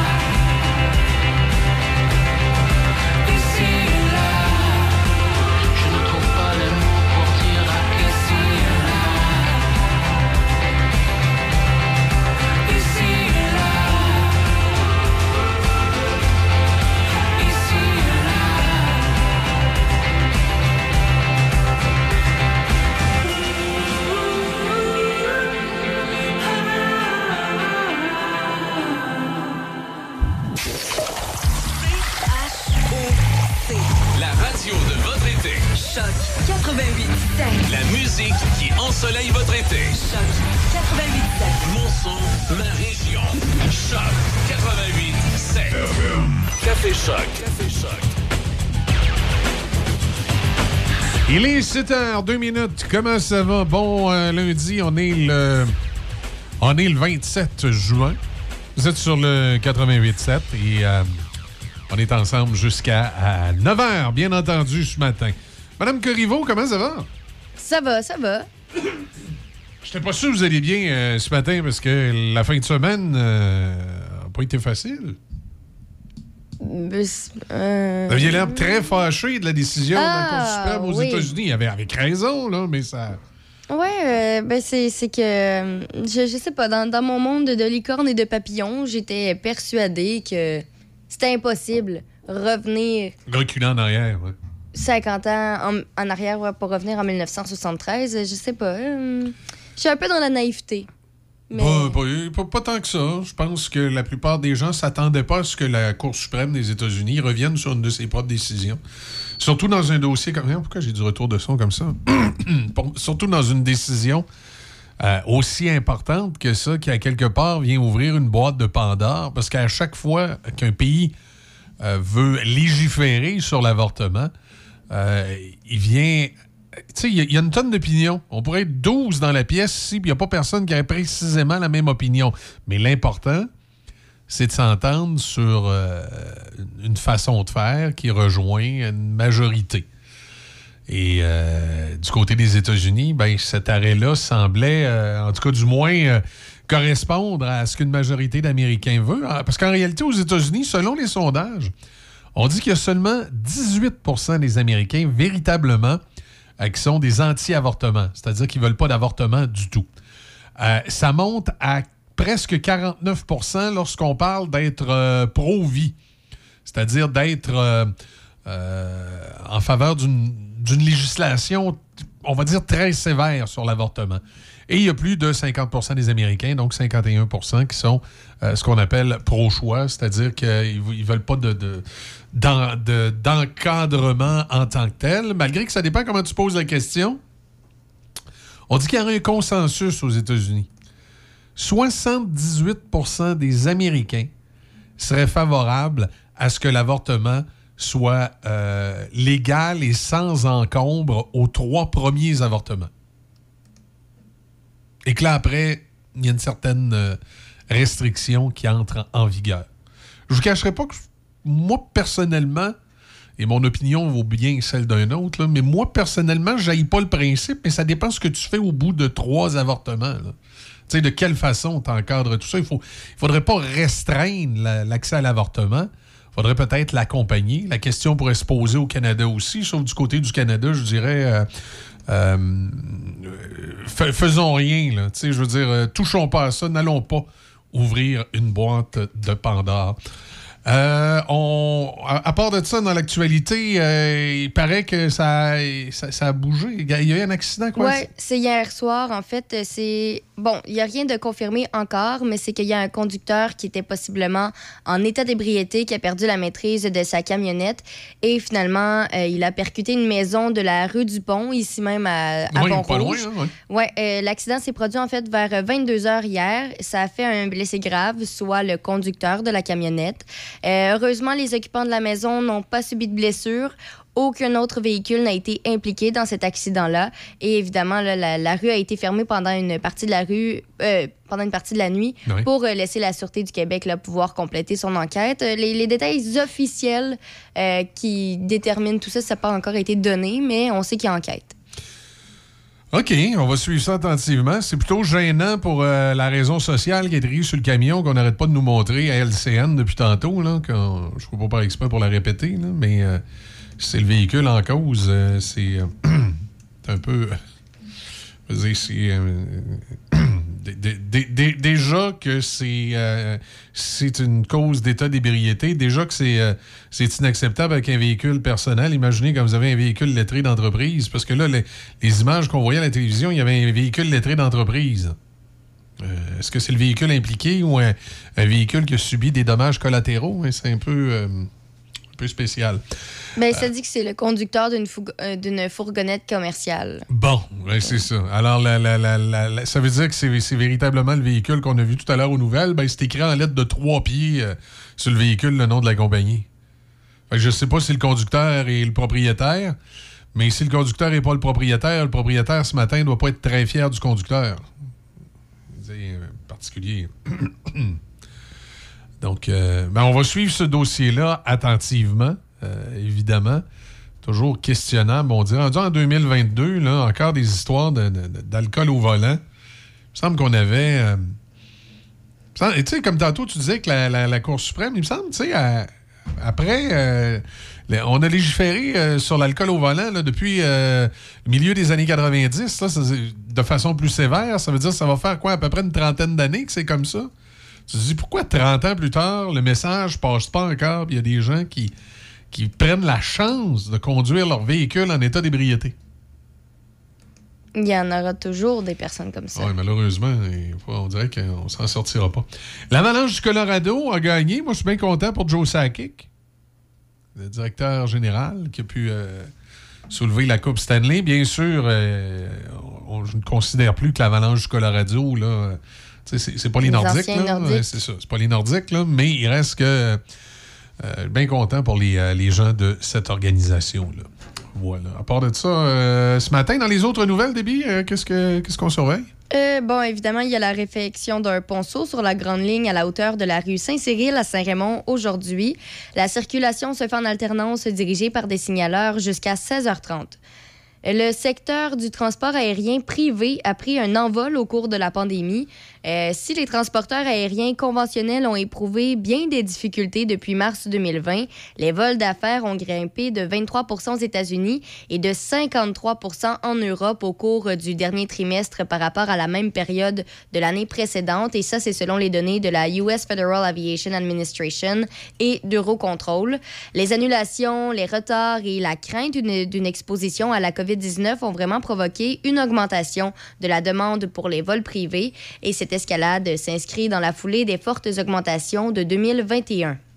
ici et là. Je ne trouve pas les mots pour dire ici et là, ici et là. Choc quatre-vingt-huit sept. La musique qui ensoleille votre été. Choc quatre-vingt-huit sept. Mon son, ma région. Choc quatre-vingt-huit sept. Café Choc. Café Choc. Il est sept heures deux minutes. Comment ça va? Bon euh, lundi, on est le on est le vingt-sept juin. Vous êtes sur le quatre-vingt-huit sept et euh, on est ensemble jusqu'à à neuf heures, bien entendu, ce matin. Madame Corriveau, comment ça va? Ça va, ça va. J'étais pas sûr que vous alliez bien euh, ce matin parce que la fin de semaine n'a euh, pas été facile. Euh... Vous aviez l'air très fâché de la décision Ah, de la Cour suprême aux oui. États-Unis. Avec, avec raison, là, mais ça... Ouais, euh, ben c'est, c'est que, euh, je, je sais pas, dans, dans mon monde de licorne et de papillons, j'étais persuadée que c'était impossible revenir Reculant en arrière, ouais. cinquante ans en, en arrière ouais, pour revenir en dix-neuf cent soixante-treize. Je sais pas. euh, je suis un peu dans la naïveté. Mais... Pas, pas, pas, pas tant que ça. Je pense que la plupart des gens s'attendaient pas à ce que la Cour suprême des États-Unis revienne sur une de ses propres décisions. Surtout dans un dossier comme... Pourquoi j'ai du retour de son comme ça? Surtout dans une décision euh, aussi importante que ça, qui, à quelque part, vient ouvrir une boîte de Pandore. Parce qu'à chaque fois qu'un pays euh, veut légiférer sur l'avortement, euh, il vient... Tu sais, il y, y a une tonne d'opinions. On pourrait être douze dans la pièce ici, puis il n'y a pas personne qui a précisément la même opinion. Mais l'important, c'est de s'entendre sur euh, une façon de faire qui rejoint une majorité. Et euh, du côté des États-Unis, ben, cet arrêt-là semblait, euh, en tout cas du moins, euh, correspondre à ce qu'une majorité d'Américains veut. Parce qu'en réalité, aux États-Unis, selon les sondages, on dit qu'il y a seulement dix-huit pour cent des Américains véritablement euh, qui sont des anti-avortements, c'est-à-dire qu'ils ne veulent pas d'avortement du tout. Euh, ça monte à presque quarante-neuf pour cent lorsqu'on parle d'être euh, pro-vie, c'est-à-dire d'être euh, euh, en faveur d'une, d'une législation, on va dire, très sévère sur l'avortement. Et il y a plus de cinquante pour cent des Américains, donc cinquante et un pour cent qui sont euh, ce qu'on appelle pro-choix, c'est-à-dire qu'ils ne veulent pas de, de, d'en, de, d'encadrement en tant que tel, malgré que ça dépend comment tu poses la question. On dit qu'il y aurait un consensus aux États-Unis. soixante-dix-huit pour cent des Américains seraient favorables à ce que l'avortement soit euh, légal et sans encombre aux trois premiers avortements. Et que là, après, il y a une certaine euh, restriction qui entre en, en vigueur. Je ne vous cacherai pas que moi, personnellement, et mon opinion vaut bien celle d'un autre, là, mais moi, personnellement, je n'haïs pas le principe, mais ça dépend de ce que tu fais au bout de trois avortements. Tu sais, de quelle façon tu encadres tout ça. Il ne faudrait pas restreindre la, l'accès à l'avortement. Il faudrait peut-être l'accompagner. La question pourrait se poser au Canada aussi, sauf du côté du Canada, je dirais... Euh, Euh, f- faisons rien, là. Tu sais, je veux dire, euh, touchons pas à ça, n'allons pas ouvrir une boîte de Pandore. Euh, on, à, à part de ça, dans l'actualité, euh, il paraît que ça, ça, ça a bougé. Il y a eu un accident, quoi? Oui, c'est hier soir. En fait, c'est... Bon, il n'y a rien de confirmé encore, mais c'est qu'il y a un conducteur qui était possiblement en état d'ébriété, qui a perdu la maîtrise de sa camionnette. Et finalement, euh, il a percuté une maison de la rue du Pont, ici même à, à oui, Pont-Rouge. pas loin, hein, ouais. Ouais, euh, l'accident s'est produit en fait vers vingt-deux heures hier. Ça a fait un blessé grave, soit le conducteur de la camionnette. Euh, heureusement, les occupants de la maison n'ont pas subi de blessures. Aucun autre véhicule n'a été impliqué dans cet accident-là. Et évidemment, là, la, la rue a été fermée pendant une partie de la rue, euh, pendant une partie de la nuit, oui. pour euh, laisser la Sûreté du Québec là, pouvoir compléter son enquête. Les, les détails officiels euh, qui déterminent tout ça, ça n'a pas encore été donné, mais on sait qu'il y a enquête. OK, on va suivre ça attentivement. C'est plutôt gênant pour euh, la raison sociale qui est écrite sur le camion qu'on n'arrête pas de nous montrer à L C N depuis tantôt. Là, quand, je ne peux pas par exprès pour la répéter, là, mais euh, c'est le véhicule en cause. Euh, c'est, euh, c'est un peu... Je veux dire, c'est... Euh, d- d- d- déjà que c'est, euh, c'est une cause d'état d'ébriété, déjà que c'est, euh, c'est inacceptable avec un véhicule personnel. Imaginez quand vous avez un véhicule lettré d'entreprise, parce que là, les, les images qu'on voyait à la télévision, il y avait un véhicule lettré d'entreprise. Euh, est-ce que c'est le véhicule impliqué ou un, un véhicule qui a subi des dommages collatéraux? C'est un peu... Euh, peu spécial. Ben, ça dit que c'est le conducteur d'une, fou- euh, d'une fourgonnette commerciale. Bon, ouais, c'est ça. Alors, la, la, la, la, la, ça veut dire que c'est, c'est véritablement le véhicule qu'on a vu tout à l'heure aux nouvelles. Ben, c'est écrit en lettres de trois pieds euh, sur le véhicule le nom de la compagnie. Fait que je sais pas si le conducteur est le propriétaire, mais si le conducteur n'est pas le propriétaire, le propriétaire, ce matin, ne doit pas être très fier du conducteur. C'est euh, particulier. Donc, euh, ben, on va suivre ce dossier-là attentivement, euh, évidemment. Toujours questionnable. On dirait, rendu en deux mille vingt-deux, là, encore des histoires de, de, de, d'alcool au volant. Il me semble qu'on avait... Euh, tu sais, comme tantôt, tu disais que la, la, la Cour suprême, il me semble, tu sais, à, après, euh, on a légiféré euh, sur l'alcool au volant là, depuis euh, le milieu des années quatre-vingt-dix, là, ça, de façon plus sévère. Ça veut dire que ça va faire quoi, à peu près une trentaine d'années que c'est comme ça? Tu te dis, pourquoi trente ans plus tard, le message passe pas encore, puis il y a des gens qui... qui prennent la chance de conduire leur véhicule en état d'ébriété. Il y en aura toujours des personnes comme ça. Oui, malheureusement, on dirait qu'on s'en sortira pas. L'Avalanche du Colorado a gagné. Moi, je suis bien content pour Joe Sakic, le directeur général, qui a pu euh, soulever la Coupe Stanley. Bien sûr, euh, on, je ne considère plus que l'Avalanche du Colorado, là, c'est, c'est pas les, les Nordiques. Là, Nordiques. C'est ça, c'est pas les Nordiques, là, mais il reste que... Euh, bien content pour les, euh, les gens de cette organisation-là. Voilà. À part de ça, euh, ce matin, dans les autres nouvelles, Déby, euh, qu'est-ce, que, qu'est-ce qu'on surveille? Euh, bon, évidemment, il y a la réfection d'un ponceau sur la grande ligne à la hauteur de la rue Saint-Cyril à Saint-Raymond aujourd'hui. La circulation se fait en alternance dirigée par des signaleurs jusqu'à seize heures trente. Le secteur du transport aérien privé a pris un envol au cours de la pandémie. Euh, si les transporteurs aériens conventionnels ont éprouvé bien des difficultés depuis mars deux mille vingt, les vols d'affaires ont grimpé de vingt-trois pour cent aux États-Unis et de cinquante-trois pour cent en Europe au cours du dernier trimestre par rapport à la même période de l'année précédente. Et ça, c'est selon les données de la U S Federal Aviation Administration et d'Eurocontrol. Les annulations, les retards et la crainte d'une, d'une exposition à la covid dix-neuf ont vraiment provoqué une augmentation de la demande pour les vols privés. Et cette escalade s'inscrit dans la foulée des fortes augmentations de deux mille vingt et un.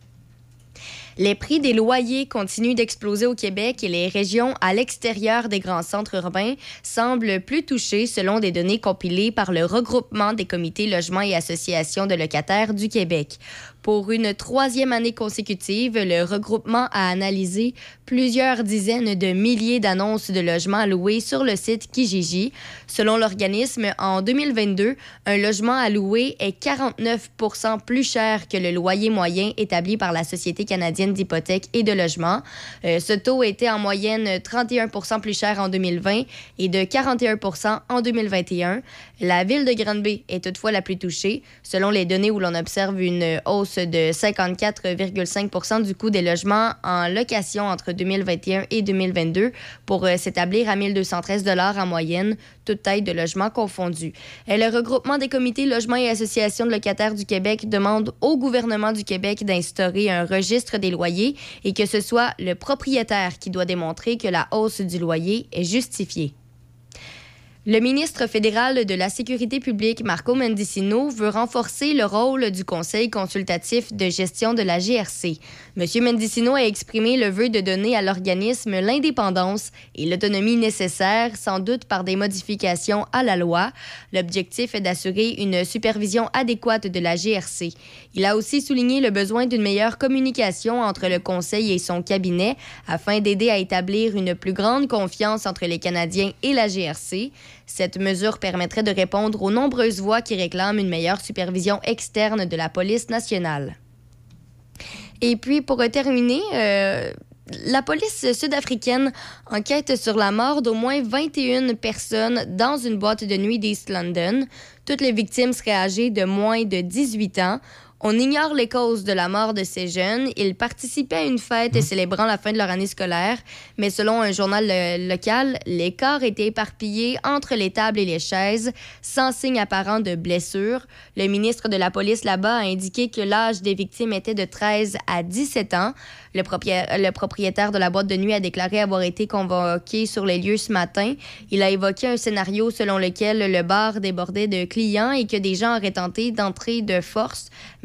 Les prix des loyers continuent d'exploser au Québec et les régions à l'extérieur des grands centres urbains semblent plus touchées selon des données compilées par le regroupement des comités logements et associations de locataires du Québec. Pour une troisième année consécutive, le regroupement a analysé plusieurs dizaines de milliers d'annonces de logements loués sur le site Kijiji. Selon l'organisme, en deux mille vingt-deux, un logement à louer est quarante-neuf pour cent plus cher que le loyer moyen établi par la Société canadienne d'hypothèques et de logement. Euh, ce taux était en moyenne trente et un pour cent plus cher en deux mille vingt et de quarante et un pour cent en deux mille vingt et un. La ville de Granby est toutefois la plus touchée, selon les données où l'on observe une hausse de cinquante-quatre virgule cinq pour cent du coût des logements en location entre deux mille vingt et un et deux mille vingt-deux pour euh, s'établir à mille deux cent treize dollars en moyenne, toute taille de logement confondue. Et le regroupement des comités logements et associations de locataires du Québec demande au gouvernement du Québec d'instaurer un registre des loyers et que ce soit le propriétaire qui doit démontrer que la hausse du loyer est justifiée. Le ministre fédéral de la Sécurité publique, Marco Mendicino, veut renforcer le rôle du Conseil consultatif de gestion de la G R C. M. Mendicino a exprimé le vœu de donner à l'organisme l'indépendance et l'autonomie nécessaires, sans doute par des modifications à la loi. L'objectif est d'assurer une supervision adéquate de la G R C. Il a aussi souligné le besoin d'une meilleure communication entre le Conseil et son cabinet afin d'aider à établir une plus grande confiance entre les Canadiens et la G R C. Cette mesure permettrait de répondre aux nombreuses voix qui réclament une meilleure supervision externe de la police nationale. Et puis, pour terminer, euh, la police sud-africaine enquête sur la mort d'au moins vingt et une personnes dans une boîte de nuit d'East London. Toutes les victimes seraient âgées de moins de dix-huit ans. On ignore les causes de la mort de ces jeunes. Ils participaient à une fête célébrant la fin de leur année scolaire, mais selon un journal lo- local, les corps étaient éparpillés entre les tables et les chaises, sans signe apparent de blessure. Le ministre de la police là-bas a indiqué que l'âge des victimes était de treize à dix-sept ans. Le, propri- le propriétaire de la boîte de nuit a déclaré avoir été convoqué sur les lieux ce matin. Il a évoqué un scénario selon lequel le bar débordait de clients et que des gens auraient tenté d'entrer de force, mais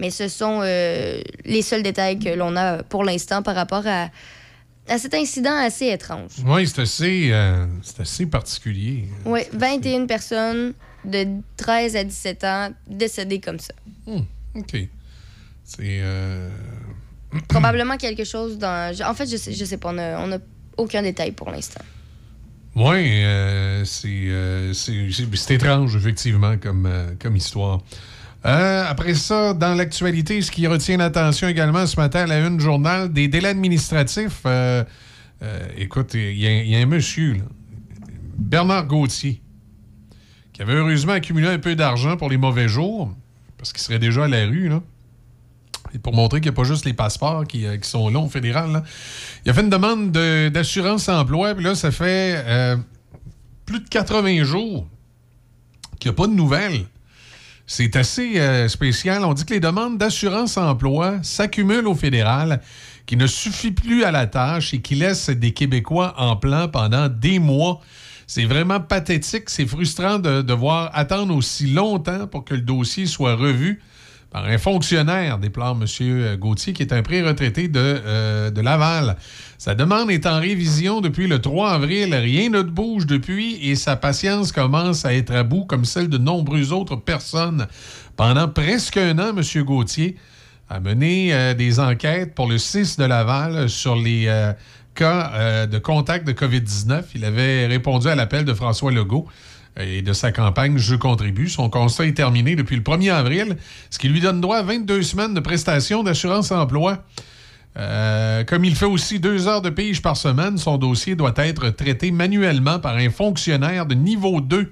Mais ce sont euh, les seuls détails que l'on a pour l'instant par rapport à, à cet incident assez étrange. Oui, c'est assez, euh, c'est assez particulier. Oui, vingt et une personnes de treize à dix-sept ans décédées comme ça. Hmm, OK. C'est... Euh... Probablement quelque chose dans... En fait, je sais, je sais pas, on a, on a aucun détail pour l'instant. Oui, euh, c'est, euh, c'est, c'est, c'est étrange, effectivement, comme, euh, comme histoire. Euh, après ça, dans l'actualité, ce qui retient l'attention également ce matin à la une journal, des délais administratifs. Euh, euh, écoute, il y, y a un monsieur, là, Bernard Gauthier, qui avait heureusement accumulé un peu d'argent pour les mauvais jours, parce qu'il serait déjà à la rue, là. Et pour montrer qu'il n'y a pas juste les passeports qui, euh, qui sont longs au fédéral, là. Il a fait une demande de, d'assurance-emploi, puis là, ça fait euh, plus de quatre-vingts jours qu'il n'y a pas de nouvelles. C'est assez euh, spécial. On dit que les demandes d'assurance-emploi s'accumulent au fédéral, qui ne suffit plus à la tâche et qui laisse des Québécois en plan pendant des mois. C'est vraiment pathétique. C'est frustrant de devoir attendre aussi longtemps pour que le dossier soit revu par un fonctionnaire, déplore M. Gauthier, qui est un pré-retraité de, euh, de Laval. Sa demande est en révision depuis le trois avril. Rien ne bouge depuis et sa patience commence à être à bout, comme celle de nombreuses autres personnes. Pendant presque un an, M. Gauthier a mené euh, des enquêtes pour le C I S de Laval sur les euh, cas euh, de contact de covid dix-neuf. Il avait répondu à l'appel de François Legault et de sa campagne « Je contribue ». Son constat est terminé depuis le premier avril, ce qui lui donne droit à vingt-deux semaines de prestations d'assurance-emploi. Euh, comme il fait aussi deux heures de pige par semaine, son dossier doit être traité manuellement par un fonctionnaire de niveau deux.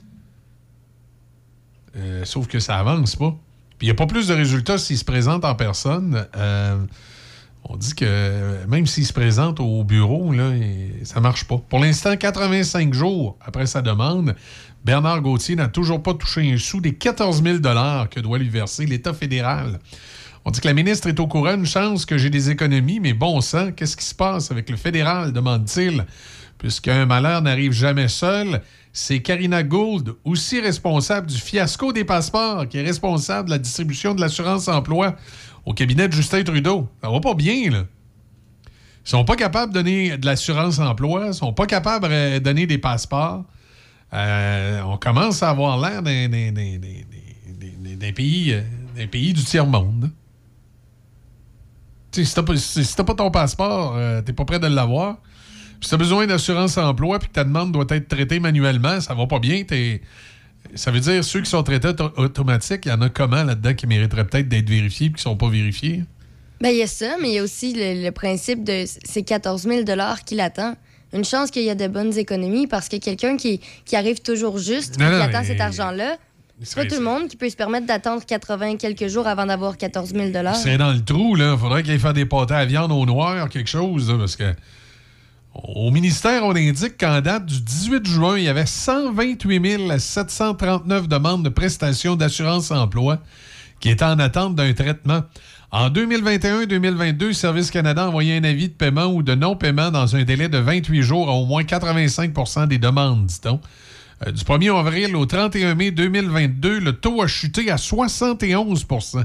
Euh, sauf que ça avance pas. Puis il n'y a pas plus de résultats s'il se présente en personne. Euh, on dit que même s'il se présente au bureau, là, ça marche pas. Pour l'instant, quatre-vingt-cinq jours après sa demande, Bernard Gauthier n'a toujours pas touché un sou des quatorze mille dollars que doit lui verser l'État fédéral. On dit que la ministre est au courant, une chance que j'ai des économies, mais bon sang, qu'est-ce qui se passe avec le fédéral, demande-t-il? Puisqu'un malheur n'arrive jamais seul, c'est Karina Gould, aussi responsable du fiasco des passeports, qui est responsable de la distribution de l'assurance-emploi au cabinet de Justin Trudeau. Ça va pas bien, là. Ils sont pas capables de donner de l'assurance-emploi, ils sont pas capables de donner des passeports. Euh, on commence à avoir l'air d'un, d'un, d'un, d'un, d'un, pays, d'un pays du tiers-monde. Tu sais, si t'as pas, si t'as pas ton passeport, euh, t'es pas prêt de l'avoir. Puis si t'as besoin d'assurance-emploi puis que ta demande doit être traitée manuellement, ça va pas bien, t'es... Ça veut dire ceux qui sont traités auto- automatiques, il y en a comment là-dedans qui mériteraient peut-être d'être vérifiés et qui ne sont pas vérifiés? Bien, il y a ça, mais il y a aussi le, le principe de ces quatorze mille dollars qui l'attend. Une chance qu'il y a de bonnes économies parce que quelqu'un qui, qui arrive toujours juste et qui attend cet argent-là, c'est pas tout le monde qui peut se permettre d'attendre quatre-vingts quelques jours avant d'avoir quatorze mille dollars. C'est dans le trou, là. Il faudrait qu'il aille faire des pâtés à viande au noir, quelque chose, là, parce que au ministère, on indique qu'en date du dix-huit juin, il y avait cent vingt-huit mille sept cent trente-neuf demandes de prestations d'assurance-emploi qui étaient en attente d'un traitement. En deux mille vingt et un deux mille vingt-deux, Service Canada a envoyé un avis de paiement ou de non-paiement dans un délai de vingt-huit jours à au moins quatre-vingt-cinq pour cent des demandes, dit-on. Euh, du premier avril au trente et un mai deux mille vingt-deux, le taux a chuté à soixante et onze pour cent.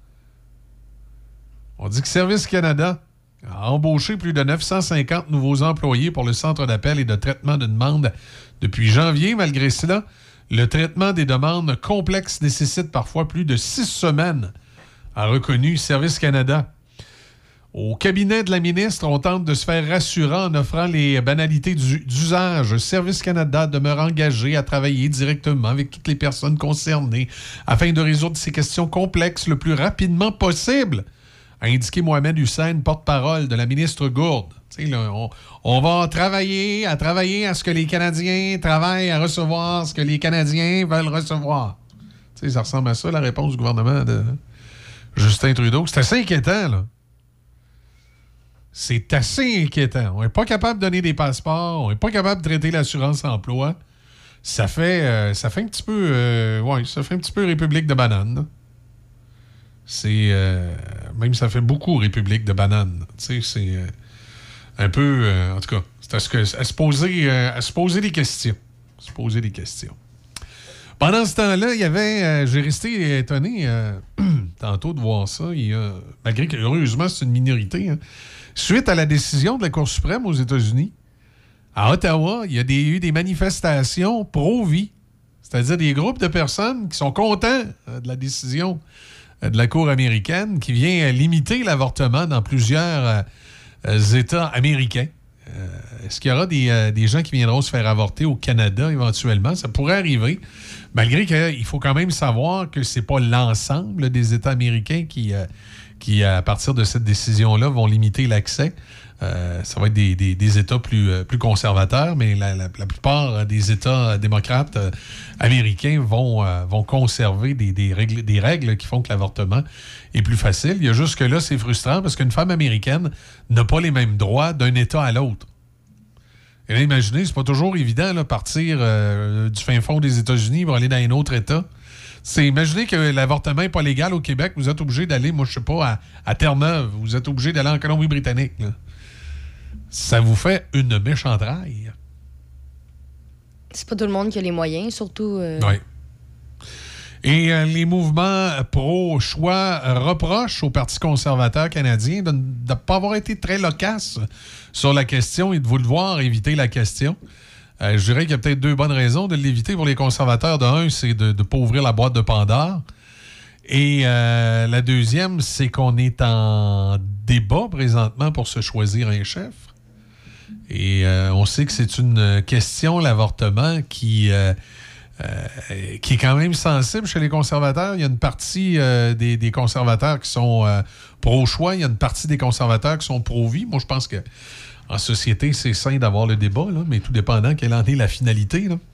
On dit que Service Canada a embauché plus de neuf cent cinquante nouveaux employés pour le centre d'appel et de traitement de demandes depuis janvier. Malgré cela, le traitement des demandes complexes nécessite parfois plus de six semaines, a reconnu Service Canada. Au cabinet de la ministre, on tente de se faire rassurant en offrant les banalités du, d'usage. Service Canada demeure engagé à travailler directement avec toutes les personnes concernées afin de résoudre ces questions complexes le plus rapidement possible, a indiqué Mohamed Hussein, porte-parole de la ministre Gourde. Là, on, on va travailler à travailler à ce que les Canadiens travaillent à recevoir ce que les Canadiens veulent recevoir. T'sais, ça ressemble à ça, la réponse du gouvernement de Justin Trudeau. C'est assez inquiétant, là. C'est assez inquiétant. On n'est pas capable de donner des passeports, on n'est pas capable de traiter l'assurance-emploi. Ça fait, euh, ça fait un petit peu... Euh, ouais, ça fait un petit peu République de banane, là. C'est... Euh, même ça fait beaucoup République de banane. Tu sais, c'est euh, un peu... Euh, en tout cas, c'est à, ce que, à, se poser, euh, à se poser des questions. Se poser des questions. Pendant ce temps-là, il y avait... Euh, j'ai resté étonné euh, tantôt de voir ça. Il y a, malgré que, heureusement, c'est une minorité. Hein, suite à la décision de la Cour suprême aux États-Unis, à Ottawa, il y a des, eu des manifestations pro-vie. C'est-à-dire des groupes de personnes qui sont contents euh, de la décision euh, de la Cour américaine qui vient euh, limiter l'avortement dans plusieurs euh, euh, États américains. Euh, est-ce qu'il y aura des, euh, des gens qui viendront se faire avorter au Canada éventuellement? Ça pourrait arriver, malgré qu'il faut quand même savoir que c'est pas l'ensemble des États américains qui, euh, qui à partir de cette décision-là, vont limiter l'accès. Euh, ça va être des, des, des États plus, euh, plus conservateurs, mais la, la, la plupart des États démocrates euh, américains vont, euh, vont conserver des, des, règles, des règles qui font que l'avortement est plus facile. Il y a juste que là, c'est frustrant parce qu'une femme américaine n'a pas les mêmes droits d'un État à l'autre. Et là, imaginez, c'est pas toujours évident là, partir euh, du fin fond des États-Unis pour aller dans un autre État. C'est, imaginez que l'avortement n'est pas légal au Québec, vous êtes obligé d'aller, moi je sais pas, à, à Terre-Neuve, vous êtes obligé d'aller en Colombie-Britannique. Là. Ça vous fait une méchante raille. C'est pas tout le monde qui a les moyens, surtout... Euh... Oui. Et euh, les mouvements pro-choix reprochent au Parti conservateur canadien de ne pas avoir été très loquace sur la question et de vouloir éviter la question. Euh, je dirais qu'il y a peut-être deux bonnes raisons de l'éviter pour les conservateurs. De un, c'est de ne pas ouvrir la boîte de Pandore. Et euh, la deuxième, c'est qu'on est en débat présentement pour se choisir un chef. Et euh, on sait que c'est une question, l'avortement, qui, euh, euh, qui est quand même sensible chez les conservateurs. Il y a une partie euh, des, des conservateurs qui sont euh, pro-choix. Il y a une partie des conservateurs qui sont pro-vie. Moi, je pense que en société, c'est sain d'avoir le débat, là, mais tout dépendant quelle en est la finalité. Là.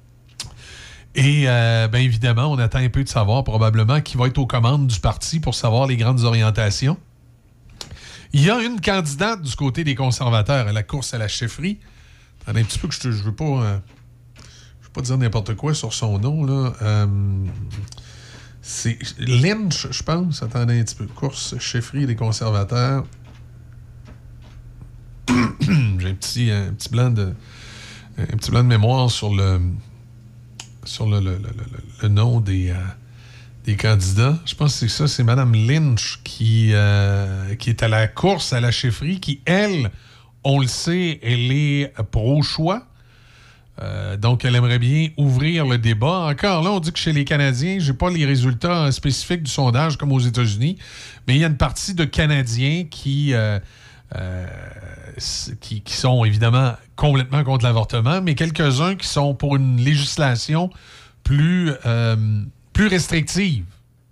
Et euh, bien évidemment, on attend un peu de savoir probablement qui va être aux commandes du parti pour savoir les grandes orientations. Il y a une candidate du côté des conservateurs à la course à la chefferie. Attendez un petit peu que je ne veux pas euh, je veux pas dire n'importe quoi sur son nom. Là. Euh, c'est Lynch, je pense. Attendez un petit peu. Course chefferie des conservateurs. J'ai un petit, un petit blanc de un petit blanc de mémoire sur le sur le, le, le, le, le nom des, euh, des candidats. Je pense que c'est ça, c'est Mme Lynch qui, euh, qui est à la course à la chefferie, qui, elle, on le sait, elle est pro-choix. Euh, donc, elle aimerait bien ouvrir le débat. Encore là, on dit que chez les Canadiens, j'ai pas les résultats spécifiques du sondage comme aux États-Unis, mais il y a une partie de Canadiens qui... Euh, Euh, qui, qui sont évidemment complètement contre l'avortement, mais quelques-uns qui sont pour une législation plus, euh, plus restrictive.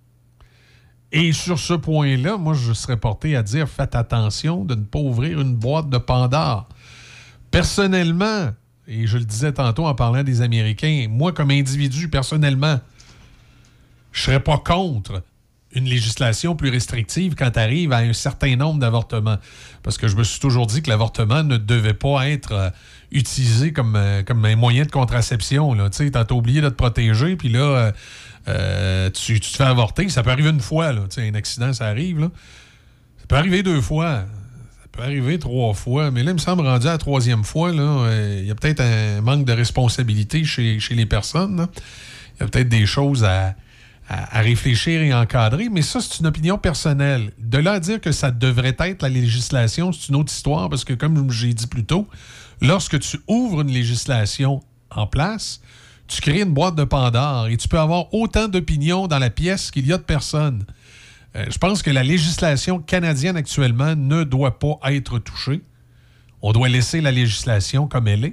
Et sur ce point-là, moi, je serais porté à dire faites attention de ne pas ouvrir une boîte de Pandore. Personnellement, et je le disais tantôt en parlant des Américains, moi, comme individu, personnellement, je serais pas contre une législation plus restrictive quand tu arrives à un certain nombre d'avortements. Parce que je me suis toujours dit que l'avortement ne devait pas être euh, utilisé comme, euh, comme un moyen de contraception. Tu sais, t'as oublié de te protéger, puis là, euh, euh, tu, tu te fais avorter. Ça peut arriver une fois. Là, un accident, ça arrive. Là. Ça peut arriver deux fois. Ça peut arriver trois fois. Mais là, il me semble, rendu à la troisième fois, il euh, y a peut-être un manque de responsabilité chez, chez les personnes. Il y a peut-être des choses à... à réfléchir et encadrer, mais ça, c'est une opinion personnelle. De là à dire que ça devrait être la législation, c'est une autre histoire, parce que, comme j'ai dit plus tôt, lorsque tu ouvres une législation en place, tu crées une boîte de Pandore et tu peux avoir autant d'opinions dans la pièce qu'il y a de personnes. Euh, je pense que la législation canadienne actuellement ne doit pas être touchée. On doit laisser la législation comme elle est.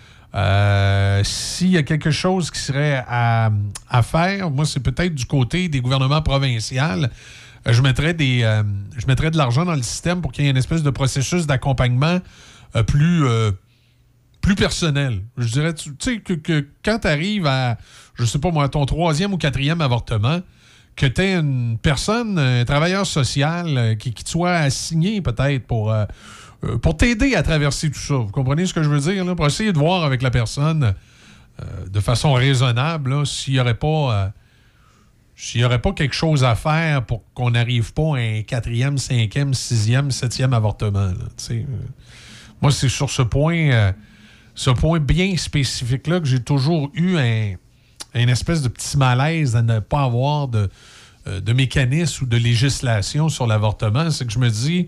Euh, s'il y a quelque chose qui serait à, à faire, moi, c'est peut-être du côté des gouvernements provinciaux. Euh, je mettrais des, euh, je mettrais de l'argent dans le système pour qu'il y ait une espèce de processus d'accompagnement euh, plus, euh, plus personnel. Je dirais, tu sais, que, que quand tu arrives à, je sais pas moi, ton troisième ou quatrième avortement, que tu aies une personne, un travailleur social euh, qui, qui te soit assigné peut-être pour... Euh, Euh, pour t'aider à traverser tout ça. Vous comprenez ce que je veux dire? Là? Pour essayer de voir avec la personne euh, de façon raisonnable là, s'il n'y aurait pas euh, s'il y aurait pas quelque chose à faire pour qu'on n'arrive pas à un quatrième, cinquième, sixième, septième avortement. Là, euh, moi, c'est sur ce point, euh, ce point bien spécifique-là que j'ai toujours eu un, une espèce de petit malaise à ne pas avoir de, euh, de mécanisme ou de législation sur l'avortement. C'est que je me dis,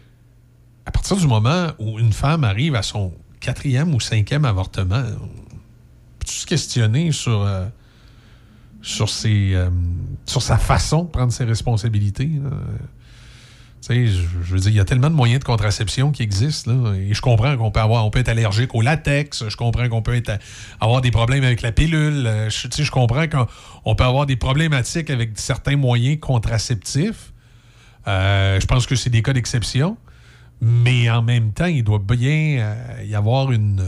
à partir du moment où une femme arrive à son quatrième ou cinquième avortement, peux-tu se questionner sur, euh, sur, ses, euh, sur sa façon de prendre ses responsabilités? Là? Tu sais, je, je veux dire, il y a tellement de moyens de contraception qui existent, là, et je comprends qu'on peut avoir, on peut être allergique au latex, je comprends qu'on peut être, avoir des problèmes avec la pilule, je, tu sais, je comprends qu'on peut avoir des problématiques avec certains moyens contraceptifs. Euh, je pense que c'est des cas d'exception, mais en même temps, il doit bien euh, y avoir une,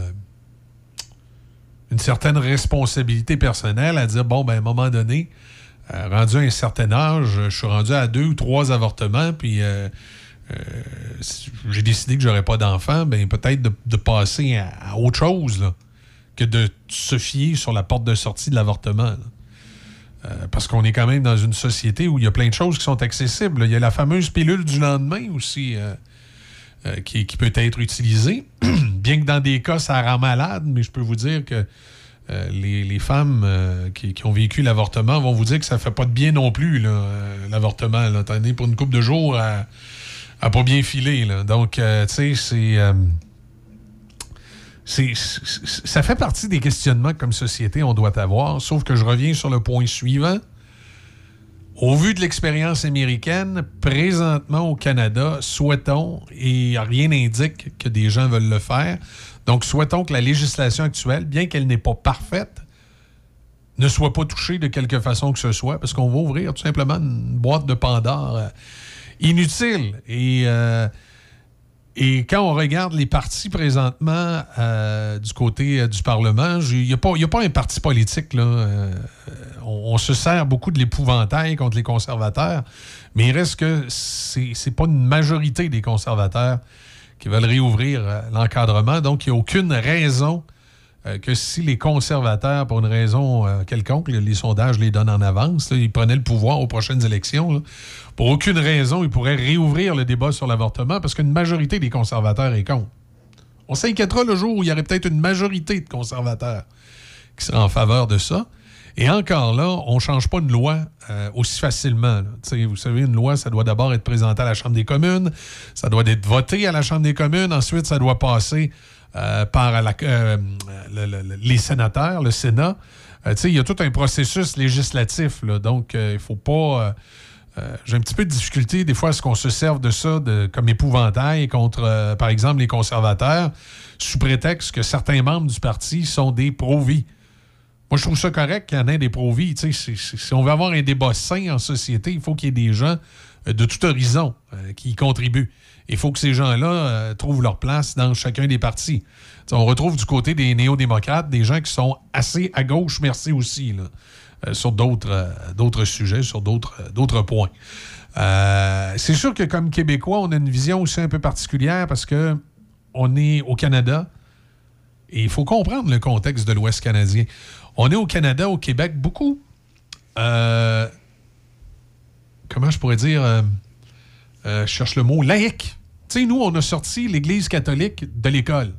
une certaine responsabilité personnelle à dire, bon, ben, à un moment donné, Euh, rendu à un certain âge, je suis rendu à deux ou trois avortements, puis euh, euh, j'ai décidé que j'aurais pas d'enfant, ben peut-être de, de passer à, à autre chose là, que de se fier sur la porte de sortie de l'avortement. Euh, parce qu'on est quand même dans une société où il y a plein de choses qui sont accessibles. Là. Il y a la fameuse pilule du lendemain aussi euh, euh, qui, qui peut être utilisée. Bien que dans des cas, ça rend malade, mais je peux vous dire que Euh, les, les femmes euh, qui, qui ont vécu l'avortement vont vous dire que ça fait pas de bien non plus, là, euh, l'avortement. Là. T'en es pour une couple de jours à, à pas bien filer. Là. Donc, euh, tu sais, c'est, euh, c'est, c'est... Ça fait partie des questionnements que, comme société, on doit avoir. Sauf que je reviens sur le point suivant. Au vu de l'expérience américaine, présentement au Canada, souhaitons, et rien n'indique que des gens veulent le faire, donc souhaitons que la législation actuelle, bien qu'elle n'est pas parfaite, ne soit pas touchée de quelque façon que ce soit, parce qu'on va ouvrir tout simplement une boîte de Pandore euh, inutile. Et, euh, et quand on regarde les partis présentement euh, du côté euh, du Parlement, il n'y a, a pas un parti politique, là. Euh, on, on se sert beaucoup de l'épouvantail contre les conservateurs, mais il reste que c'est, c'est pas une majorité des conservateurs qui veulent réouvrir euh, l'encadrement. Donc, il n'y a aucune raison euh, que si les conservateurs, pour une raison euh, quelconque, les, les sondages les donnent en avance, là, ils prenaient le pouvoir aux prochaines élections, là, pour aucune raison, ils pourraient réouvrir le débat sur l'avortement parce qu'une majorité des conservateurs est contre. On s'inquiétera le jour où il y aurait peut-être une majorité de conservateurs qui seraient en faveur de ça. Et encore là, on ne change pas une loi euh, aussi facilement. Là. Vous savez, une loi, ça doit d'abord être présenté à la Chambre des communes, ça doit être voté à la Chambre des communes, ensuite ça doit passer euh, par la, euh, le, le, les sénateurs, le Sénat. Euh, il y a tout un processus législatif, là, donc il euh, ne faut pas... Euh, euh, j'ai un petit peu de difficulté des fois à ce qu'on se serve de ça de, comme épouvantail contre, euh, par exemple, les conservateurs, sous prétexte que certains membres du parti sont des pro-vie. Moi, je trouve ça correct qu'il y en ait des pro-vie. Si, si, si on veut avoir un débat sain en société, il faut qu'il y ait des gens euh, de tout horizon euh, qui y contribuent. Il faut que ces gens-là euh, trouvent leur place dans chacun des partis. T'sais, on retrouve du côté des néo-démocrates des gens qui sont assez à gauche, merci aussi, là, euh, sur d'autres, euh, d'autres sujets, sur d'autres, euh, d'autres points. Euh, c'est sûr que comme Québécois, on a une vision aussi un peu particulière parce que on est au Canada et il faut comprendre le contexte de l'Ouest canadien. On est au Canada, au Québec, beaucoup. Euh, comment je pourrais dire? Euh, euh, je cherche le mot laïque. Tu sais, nous, on a sorti l'Église catholique de l'école.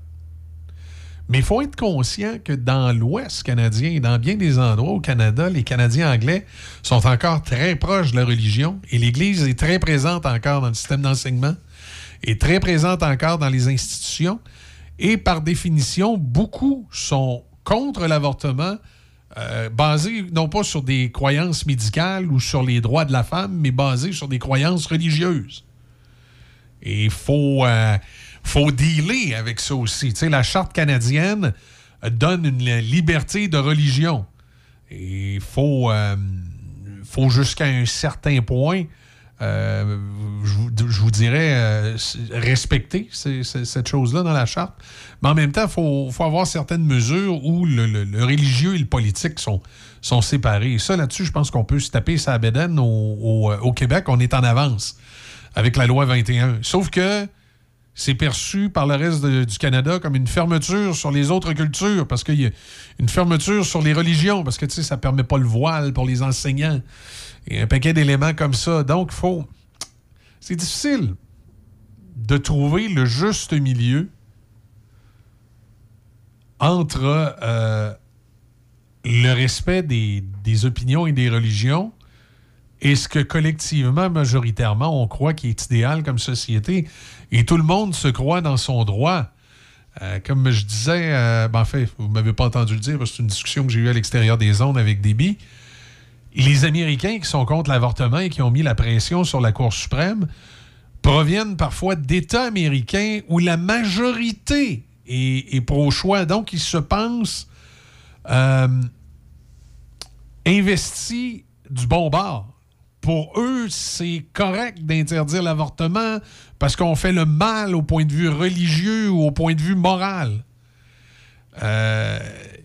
Mais il faut être conscient que dans l'Ouest canadien et dans bien des endroits au Canada, les Canadiens anglais sont encore très proches de la religion et l'Église est très présente encore dans le système d'enseignement, est très présente encore dans les institutions et par définition, beaucoup sont contre l'avortement, euh, basé non pas sur des croyances médicales ou sur les droits de la femme, mais basé sur des croyances religieuses. Et il faut, euh, faut dealer avec ça aussi. Tu sais, la Charte canadienne donne une liberté de religion. Et il faut, euh, faut jusqu'à un certain point, euh, je, je vous dirais, euh, respecter c'est, c'est, cette chose-là dans la Charte. Mais en même temps, il faut, faut avoir certaines mesures où le, le, le religieux et le politique sont, sont séparés. Et ça, là-dessus, je pense qu'on peut se taper sa bédaine au, au, au Québec. On est en avance avec la loi vingt et un. Sauf que c'est perçu par le reste de, du Canada comme une fermeture sur les autres cultures, parce qu'il y a une fermeture sur les religions, parce que, tu sais, ça ne permet pas le voile pour les enseignants. Et un paquet d'éléments comme ça. Donc, il faut... C'est difficile de trouver le juste milieu entre euh, le respect des, des opinions et des religions est ce que collectivement, majoritairement, on croit qui est idéal comme société. Et tout le monde se croit dans son droit. Euh, comme je disais, euh, ben en fait, vous ne m'avez pas entendu le dire, parce que c'est une discussion que j'ai eue à l'extérieur des zones avec Déby. Les Américains qui sont contre l'avortement et qui ont mis la pression sur la Cour suprême proviennent parfois d'États américains où la majorité est, est pro-choix. Donc, ils se pensent euh, investis du bon bord. Pour eux, c'est correct d'interdire l'avortement parce qu'on fait le mal au point de vue religieux ou au point de vue moral. Euh,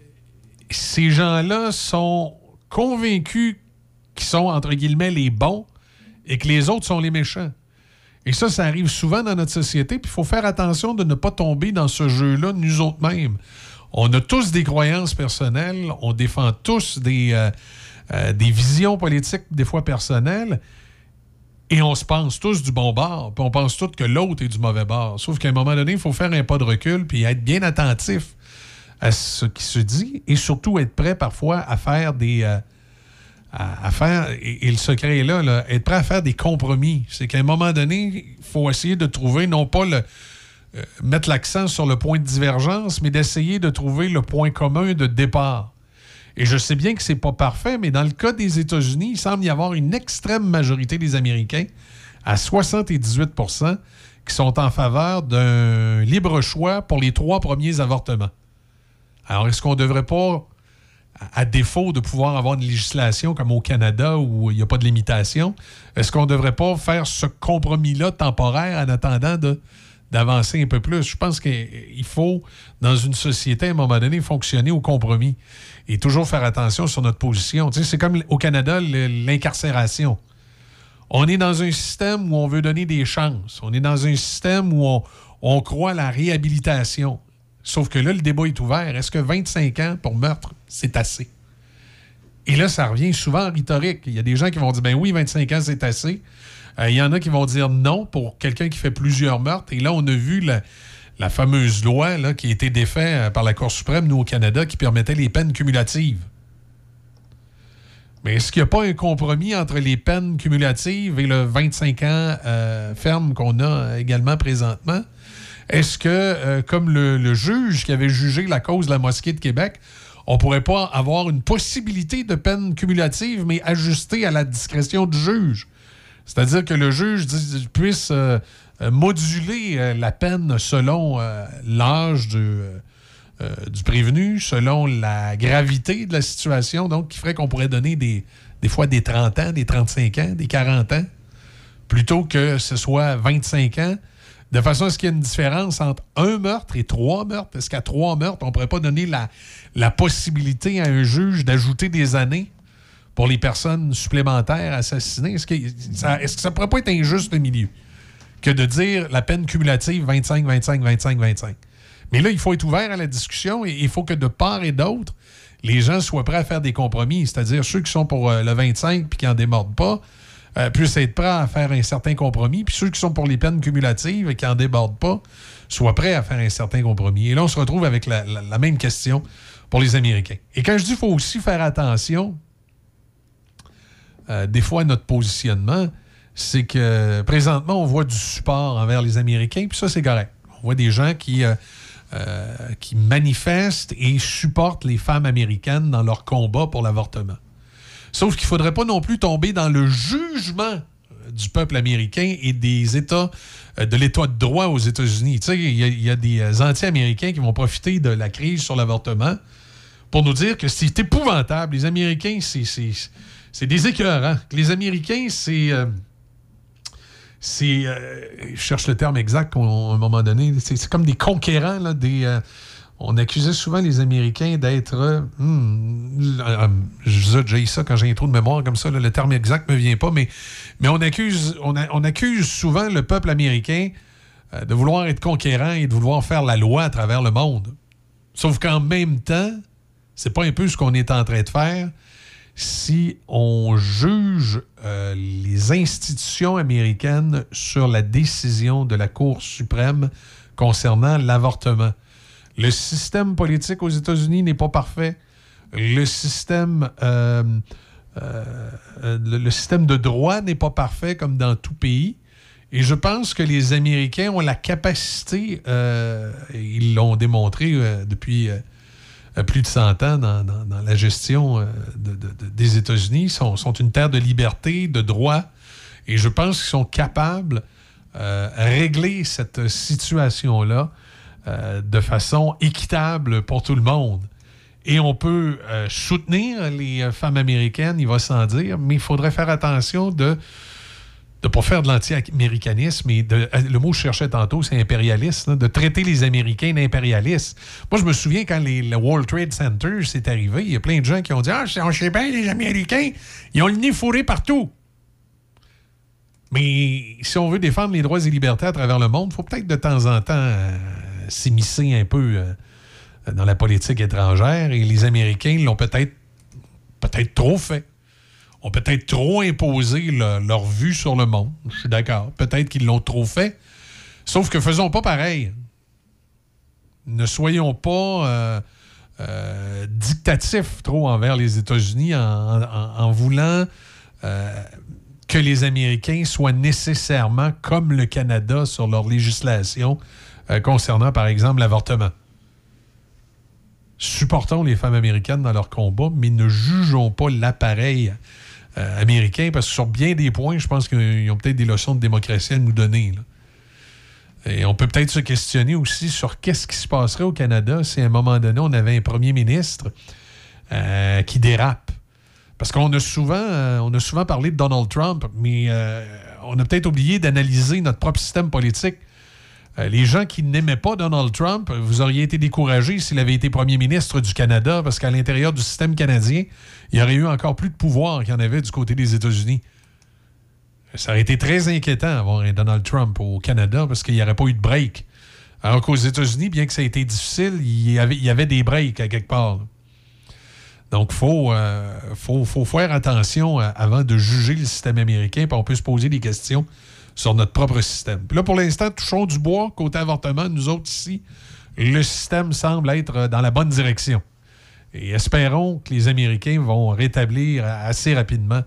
ces gens-là sont convaincus qu'ils sont, entre guillemets, les bons et que les autres sont les méchants. Et ça, ça arrive souvent dans notre société, puis il faut faire attention de ne pas tomber dans ce jeu-là, nous autres mêmes. On a tous des croyances personnelles, on défend tous des... Euh, Euh, des visions politiques, des fois personnelles, et on se pense tous du bon bord, puis on pense tous que l'autre est du mauvais bord. Sauf qu'à un moment donné, il faut faire un pas de recul, puis être bien attentif à ce qui se dit, et surtout être prêt parfois à faire des... Euh, à, à faire, et, et le secret est là, là, être prêt à faire des compromis. C'est qu'à un moment donné, il faut essayer de trouver, non pas le... Euh, mettre l'accent sur le point de divergence, mais d'essayer de trouver le point commun de départ. Et je sais bien que c'est pas parfait, mais dans le cas des États-Unis, il semble y avoir une extrême majorité des Américains, à soixante-dix-huit pour cent, qui sont en faveur d'un libre choix pour les trois premiers avortements. Alors, est-ce qu'on ne devrait pas, à défaut de pouvoir avoir une législation comme au Canada où il n'y a pas de limitation, est-ce qu'on ne devrait pas faire ce compromis-là temporaire en attendant de... d'avancer un peu plus? Je pense qu'il faut, dans une société, à un moment donné, fonctionner au compromis et toujours faire attention sur notre position. Tu sais, c'est comme au Canada, l'incarcération. On est dans un système où on veut donner des chances. On est dans un système où on, on croit à la réhabilitation. Sauf que là, le débat est ouvert. Est-ce que vingt-cinq ans pour meurtre, c'est assez? Et là, ça revient souvent en rhétorique. Il y a des gens qui vont dire, ben oui, vingt-cinq ans, c'est assez. Il euh, y en a qui vont dire non pour quelqu'un qui fait plusieurs meurtres. Et là, on a vu la, la fameuse loi là, qui a été défaite par la Cour suprême, nous, au Canada, qui permettait les peines cumulatives. Mais est-ce qu'il n'y a pas un compromis entre les peines cumulatives et le vingt-cinq ans euh, ferme qu'on a également présentement? Est-ce que, euh, comme le, le juge qui avait jugé la cause de la mosquée de Québec, on ne pourrait pas avoir une possibilité de peine cumulative, mais ajustée à la discrétion du juge? C'est-à-dire que le juge dit, puisse euh, moduler euh, la peine selon euh, l'âge du, euh, du prévenu, selon la gravité de la situation, donc qui ferait qu'on pourrait donner des, des fois des trente ans, des trente-cinq ans, des quarante ans, plutôt que ce soit vingt-cinq ans, de façon à ce qu'il y ait une différence entre un meurtre et trois meurtres. Est-ce qu'à trois meurtres, on ne pourrait pas donner la, la possibilité à un juge d'ajouter des années pour les personnes supplémentaires assassinées? Est-ce que ça, est-ce que ça pourrait pas être un juste milieu que de dire la peine cumulative vingt-cinq, vingt-cinq, vingt-cinq, vingt-cinq? Mais là, il faut être ouvert à la discussion et il faut que de part et d'autre, les gens soient prêts à faire des compromis. C'est-à-dire ceux qui sont pour euh, le vingt-cinq puis qui n'en démordent pas euh, puissent être prêts à faire un certain compromis. Puis ceux qui sont pour les peines cumulatives et qui n'en débordent pas soient prêts à faire un certain compromis. Et là, on se retrouve avec la, la, la même question pour les Américains. Et quand je dis qu'il faut aussi faire attention... Euh, des fois, notre positionnement, c'est que présentement, on voit du support envers les Américains, puis ça, c'est correct. On voit des gens qui, euh, euh, qui manifestent et supportent les femmes américaines dans leur combat pour l'avortement. Sauf qu'il ne faudrait pas non plus tomber dans le jugement du peuple américain et des États, euh, de l'État de droit aux États-Unis. Tu sais, il y, y a des anti-américains qui vont profiter de la crise sur l'avortement pour nous dire que c'est épouvantable. Les Américains, c'est... c'est C'est des écœurants. Les Américains, c'est... Euh, c'est... Euh, je cherche le terme exact à un moment donné. C'est, c'est comme des conquérants. Là, des, euh, on accusait souvent les Américains d'être... Euh, hmm, euh, j'ai ça quand j'ai un trou de mémoire comme ça. Là, le terme exact ne me vient pas. Mais, mais on, accuse, on, a, on accuse souvent le peuple américain euh, de vouloir être conquérant et de vouloir faire la loi à travers le monde. Sauf qu'en même temps, c'est pas un peu ce qu'on est en train de faire si on juge euh, les institutions américaines sur la décision de la Cour suprême concernant l'avortement. Le système politique aux États-Unis n'est pas parfait. le système, euh, euh, le, le système de droit n'est pas parfait comme dans tout pays. Et je pense que les Américains ont la capacité, euh, ils l'ont démontré euh, depuis euh, plus de cent ans dans, dans, dans la gestion euh, de, de, de, des États-Unis, ils sont, sont une terre de liberté, de droit. Et je pense qu'ils sont capables euh, de régler cette situation-là euh, de façon équitable pour tout le monde. Et on peut euh, soutenir les femmes américaines, il va sans dire, mais il faudrait faire attention de ne pas faire de l'anti-américanisme. Et de, le mot que je cherchais tantôt, c'est impérialiste, là, de traiter les Américains d'impérialistes. Moi, je me souviens quand les, le World Trade Center s'est arrivé, il y a plein de gens qui ont dit « Ah, on sait bien, les Américains, ils ont le nez fourré partout. » Mais si on veut défendre les droits et libertés à travers le monde, il faut peut-être de temps en temps euh, s'immiscer un peu euh, dans la politique étrangère. Et les Américains l'ont peut-être peut-être trop fait. Ont peut-être trop imposé le, leur vue sur le monde. Je suis d'accord. Peut-être qu'ils l'ont trop fait. Sauf que faisons pas pareil. Ne soyons pas euh, euh, dictatifs trop envers les États-Unis en, en, en voulant... Euh, que les Américains soient nécessairement comme le Canada sur leur législation euh, concernant, par exemple, l'avortement. Supportons les femmes américaines dans leur combat, mais ne jugeons pas l'appareil euh, américain, parce que sur bien des points, je pense qu'ils ont peut-être des leçons de démocratie à nous donner, là. Et on peut peut-être se questionner aussi sur qu'est-ce qui se passerait au Canada si à un moment donné, on avait un premier ministre euh, qui dérape. Parce qu'on a souvent, euh, on a souvent parlé de Donald Trump, mais euh, on a peut-être oublié d'analyser notre propre système politique. Euh, les gens qui n'aimaient pas Donald Trump, vous auriez été découragés s'il avait été premier ministre du Canada, parce qu'à l'intérieur du système canadien, il y aurait eu encore plus de pouvoir qu'il y en avait du côté des États-Unis. Ça aurait été très inquiétant d'avoir un Donald Trump au Canada, parce qu'il n'y aurait pas eu de break. Alors qu'aux États-Unis, bien que ça ait été difficile, il y avait, il y avait des breaks à quelque part, là. Donc, il faut, euh, faut, faut faire attention à, avant de juger le système américain, puis on peut se poser des questions sur notre propre système. Puis là, pour l'instant, touchons du bois, côté avortement, nous autres ici, le système semble être dans la bonne direction. Et espérons que les Américains vont rétablir assez rapidement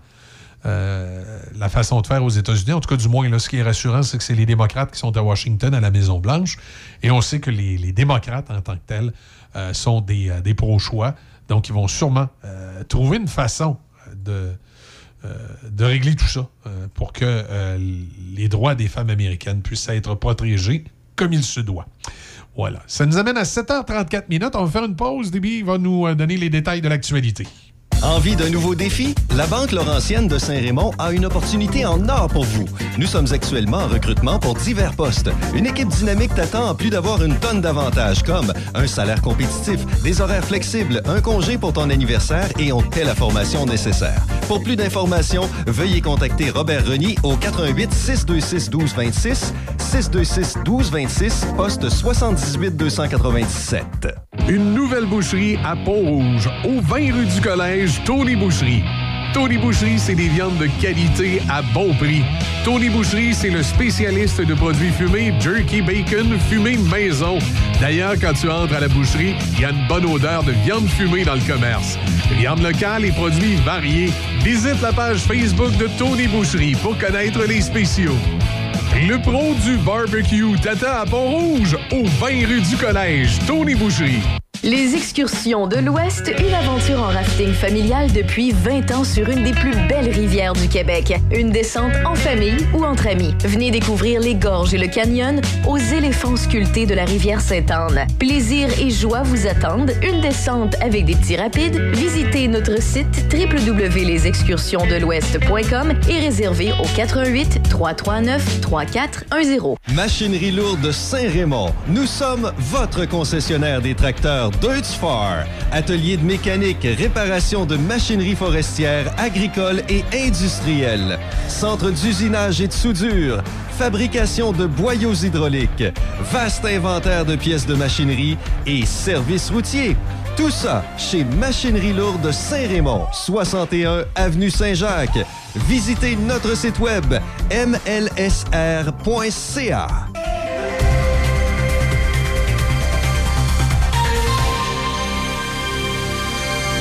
euh, la façon de faire aux États-Unis. En tout cas, du moins, là, ce qui est rassurant, c'est que c'est les démocrates qui sont à Washington, à la Maison-Blanche. Et on sait que les, les démocrates, en tant que tels, euh, sont des, euh, des pro-choix. Donc, ils vont sûrement euh, trouver une façon de, euh, de régler tout ça euh, pour que euh, les droits des femmes américaines puissent être protégés comme il se doit. Voilà. Ça nous amène à sept heures trente-quatre minutes. On va faire une pause. Déby va nous donner les détails de l'actualité. Envie d'un nouveau défi? La Banque Laurentienne de Saint-Raymond a une opportunité en or pour vous. Nous sommes actuellement en recrutement pour divers postes. Une équipe dynamique t'attend en plus d'avoir une tonne d'avantages comme un salaire compétitif, des horaires flexibles, un congé pour ton anniversaire et on te paie la formation nécessaire. Pour plus d'informations, veuillez contacter Robert Reny au quatre un huit, six deux six, un deux deux six, six deux six, un deux deux six, poste soixante-dix-huit deux cent quatre-vingt-dix-sept. Une nouvelle boucherie à Pont-Rouge, au vingt rue du Collège, Tony Boucherie. Tony Boucherie, c'est des viandes de qualité à bon prix. Tony Boucherie, c'est le spécialiste de produits fumés, jerky, bacon, fumé maison. D'ailleurs, quand tu entres à la boucherie, il y a une bonne odeur de viande fumée dans le commerce. Viande locale et produits variés. Visite la page Facebook de Tony Boucherie pour connaître les spéciaux. Le pro du barbecue t'attend à Pont-Rouge, au vingt rue du Collège, Tony Boucherie. Les excursions de l'Ouest, une aventure en rafting familial depuis vingt ans sur une des plus belles rivières du Québec. Une descente en famille ou entre amis. Venez découvrir les gorges et le canyon aux éléphants sculptés de la rivière Sainte-Anne. Plaisir et joie vous attendent. Une descente avec des petits rapides. Visitez notre site w w w point les excursions de l'ouest point com et réservez au quatre un huit, trois trois neuf, trois quatre un zéro. Machinerie lourde Saint-Raymond. Nous sommes votre concessionnaire des tracteurs Deutz-Fahr. Atelier de mécanique, réparation de machinerie forestière, agricole et industrielle. Centre d'usinage et de soudure. Fabrication de boyaux hydrauliques. Vaste inventaire de pièces de machinerie et services routiers. Tout ça chez Machinerie lourde Saint-Raymond, soixante et un avenue Saint-Jacques. Visitez notre site web m l s r point c a.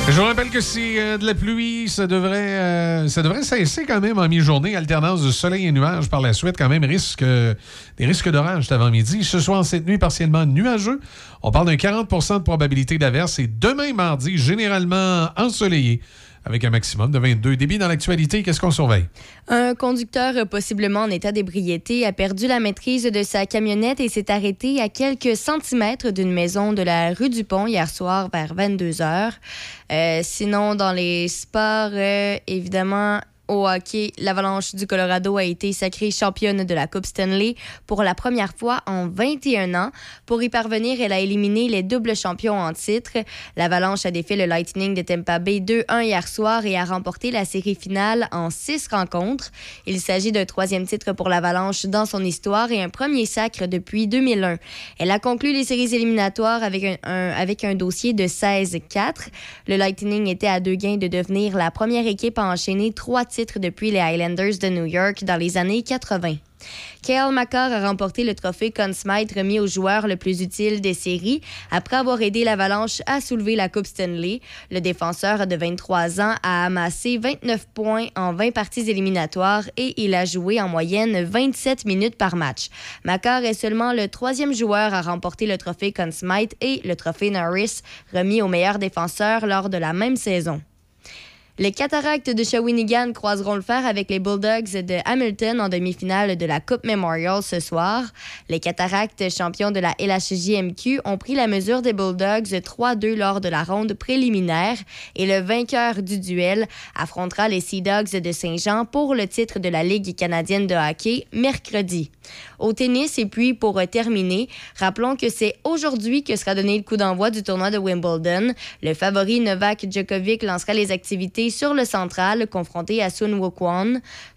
Je vous rappelle que c'est euh, de la pluie, ça devrait, euh, ça devrait cesser quand même en mi-journée. Alternance de soleil et nuages par la suite, quand même risque, euh, des risques d'orage cet avant-midi. Ce soir, cette nuit, partiellement nuageux. On parle d'un quarante pour cent de probabilité d'averse. Et demain, mardi, généralement ensoleillé, avec un maximum de vingt-deux. Débit dans l'actualité, qu'est-ce qu'on surveille? Un conducteur possiblement en état d'ébriété a perdu la maîtrise de sa camionnette et s'est arrêté à quelques centimètres d'une maison de la rue du Pont hier soir vers vingt-deux heures. Euh, sinon, dans les sports, euh, évidemment, au hockey, l'Avalanche du Colorado a été sacrée championne de la Coupe Stanley pour la première fois en vingt et un ans. Pour y parvenir, elle a éliminé les doubles champions en titre. L'Avalanche a défait le Lightning de Tampa Bay deux un hier soir et a remporté la série finale en six rencontres. Il s'agit d'un troisième titre pour l'Avalanche dans son histoire et un premier sacre depuis deux mille un. Elle a conclu les séries éliminatoires avec un, un, avec un dossier de seize quatre. Le Lightning était à deux gains de devenir la première équipe à enchaîner trois titres depuis les Highlanders de New York dans les années quatre-vingt. Cale Makar a remporté le trophée Conn Smythe remis au joueur le plus utile des séries après avoir aidé l'Avalanche à soulever la Coupe Stanley. Le défenseur de vingt-trois ans a amassé vingt-neuf points en vingt parties éliminatoires et il a joué en moyenne vingt-sept minutes par match. Makar est seulement le troisième joueur à remporter le trophée Conn Smythe et le trophée Norris remis au meilleur défenseur lors de la même saison. Les Cataractes de Shawinigan croiseront le fer avec les Bulldogs de Hamilton en demi-finale de la Coupe Memorial ce soir. Les Cataractes, champions de la L H J M Q, ont pris la mesure des Bulldogs trois deux lors de la ronde préliminaire et le vainqueur du duel affrontera les Sea Dogs de Saint-Jean pour le titre de la Ligue canadienne de hockey mercredi. Au tennis, et puis pour terminer, rappelons que c'est aujourd'hui que sera donné le coup d'envoi du tournoi de Wimbledon. Le favori Novak Djokovic lancera les activités sur le central, confronté à Sun Wukong.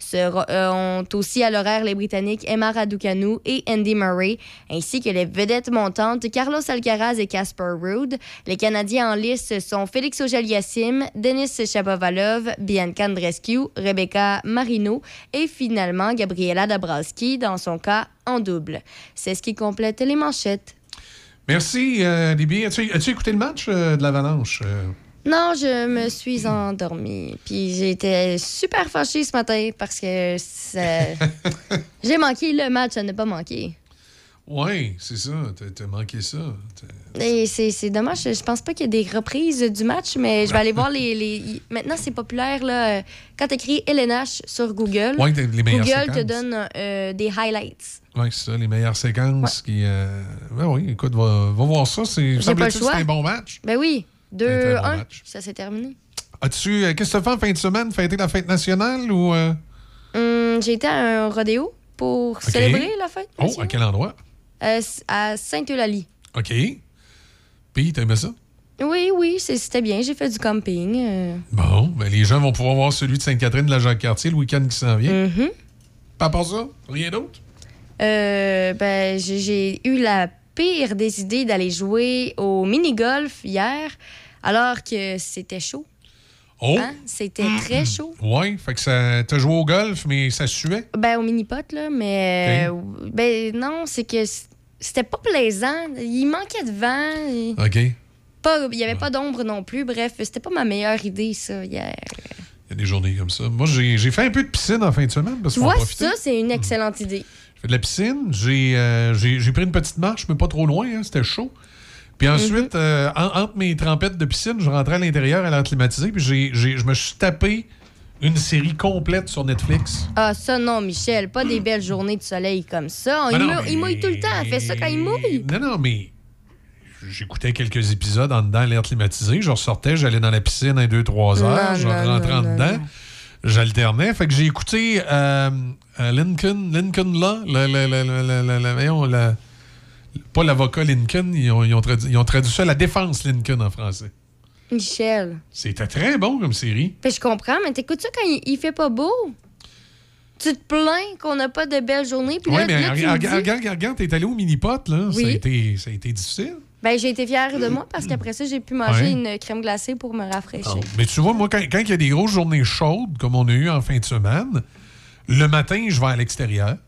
Seront aussi à l'horaire les Britanniques Emma Raducanu et Andy Murray, ainsi que les vedettes montantes Carlos Alcaraz et Casper Ruud. Les Canadiens en lice sont Félix Auger-Aliassime, Denis Shapovalov, Bianca Andreescu, Rebecca Marino et finalement Gabriela Dabrowski dans son cas en double. C'est ce qui complète les manchettes. Merci, euh, Libby. As-tu, as-tu écouté le match euh, de l'Avalanche? Euh... Non, je me suis endormie. Puis j'ai été super fâchée ce matin parce que ça... j'ai manqué le match à ne pas manquer. Oui, c'est ça. T'as, t'as manqué ça. T'as... Et c'est, c'est dommage. Je pense pas qu'il y ait des reprises du match, mais je vais aller voir les... les... Maintenant, c'est populaire, là. Quand t'écris L N H sur Google, ouais, les meilleures Google séquences. te donne euh, des highlights. Oui, c'est ça, les meilleures séquences. Ouais. Qui, euh... ben oui, écoute, va, va voir ça. C'est... J'ai pas le choix. C'est un bon match. Ben oui. deux un, bon ça s'est terminé. As-tu, euh, qu'est-ce que tu fais en fin de semaine? Fêter la fête nationale ou... Euh... Hum, j'ai été à un rodéo pour okay. célébrer la fête nationale. Oh, à quel endroit? Euh, à Sainte-Eulalie. OK. Puis, t'aimais ça? Oui, oui, c'est, c'était bien. J'ai fait du camping. Euh... Bon, ben les gens vont pouvoir voir celui de Sainte-Catherine de la Jacques-Cartier le week-end qui s'en vient. Mm-hmm. Pas pour ça? Rien d'autre? Euh, ben, j'ai, j'ai eu la pire des idées d'aller jouer au mini-golf hier, alors que c'était chaud. Oh! Hein? C'était mmh. très chaud. Oui, fait que ça, t'as joué au golf, mais ça suait? Ben, au mini-pot, là, mais... Okay. Euh, ben, non, c'est que c'était pas plaisant. Il manquait de vent. Et... OK. Pas, il y avait ouais. pas d'ombre non plus. Bref, c'était pas ma meilleure idée, ça, hier. Il y a des journées comme ça. Moi, j'ai, j'ai fait un peu de piscine en fin de semaine. Parce tu vois, ça, c'est une excellente mmh. idée. J'ai fait de la piscine. J'ai, euh, j'ai, j'ai pris une petite marche, mais pas trop loin. Hein, c'était chaud. Puis ensuite, mm-hmm. euh, en, entre mes trempettes de piscine, je rentrais à l'intérieur à l'air climatisé, puis j'ai, j'ai, je me suis tapé une série complète sur Netflix. Ah, ça non, Michel. Pas des belles journées de soleil comme ça. Il, non, mou- mais... il mouille tout le temps. Elle fait ça quand il mouille. Non, non, mais j'écoutais quelques épisodes en dedans à l'air climatisé. Je ressortais, j'allais dans la piscine un, deux, trois heures. Non, je rentrais en dedans. Non. J'alternais. Fait que j'ai écouté euh, euh, Lincoln, Lincoln Law, le, le, le, le, le, le, voyons, le pas l'avocat Lincoln, ils ont, ils, ont traduit, ils ont traduit ça, la défense Lincoln en français. Michel. C'était très bon comme série. Ben, je comprends, mais t'écoutes ça quand il, il fait pas beau. Tu te plains qu'on n'a pas de belles journées. Oui, mais là, regarde, dis... regarde, regarde, t'es allé au mini-pot, là. Oui. Ça, a été, ça a été difficile. Ben, j'ai été fière de moi parce qu'après ça, j'ai pu manger ouais. une crème glacée pour me rafraîchir. Oh. Mais tu vois, moi, quand, quand il y a des grosses journées chaudes, comme on a eu en fin de semaine, le matin, je vais à l'extérieur.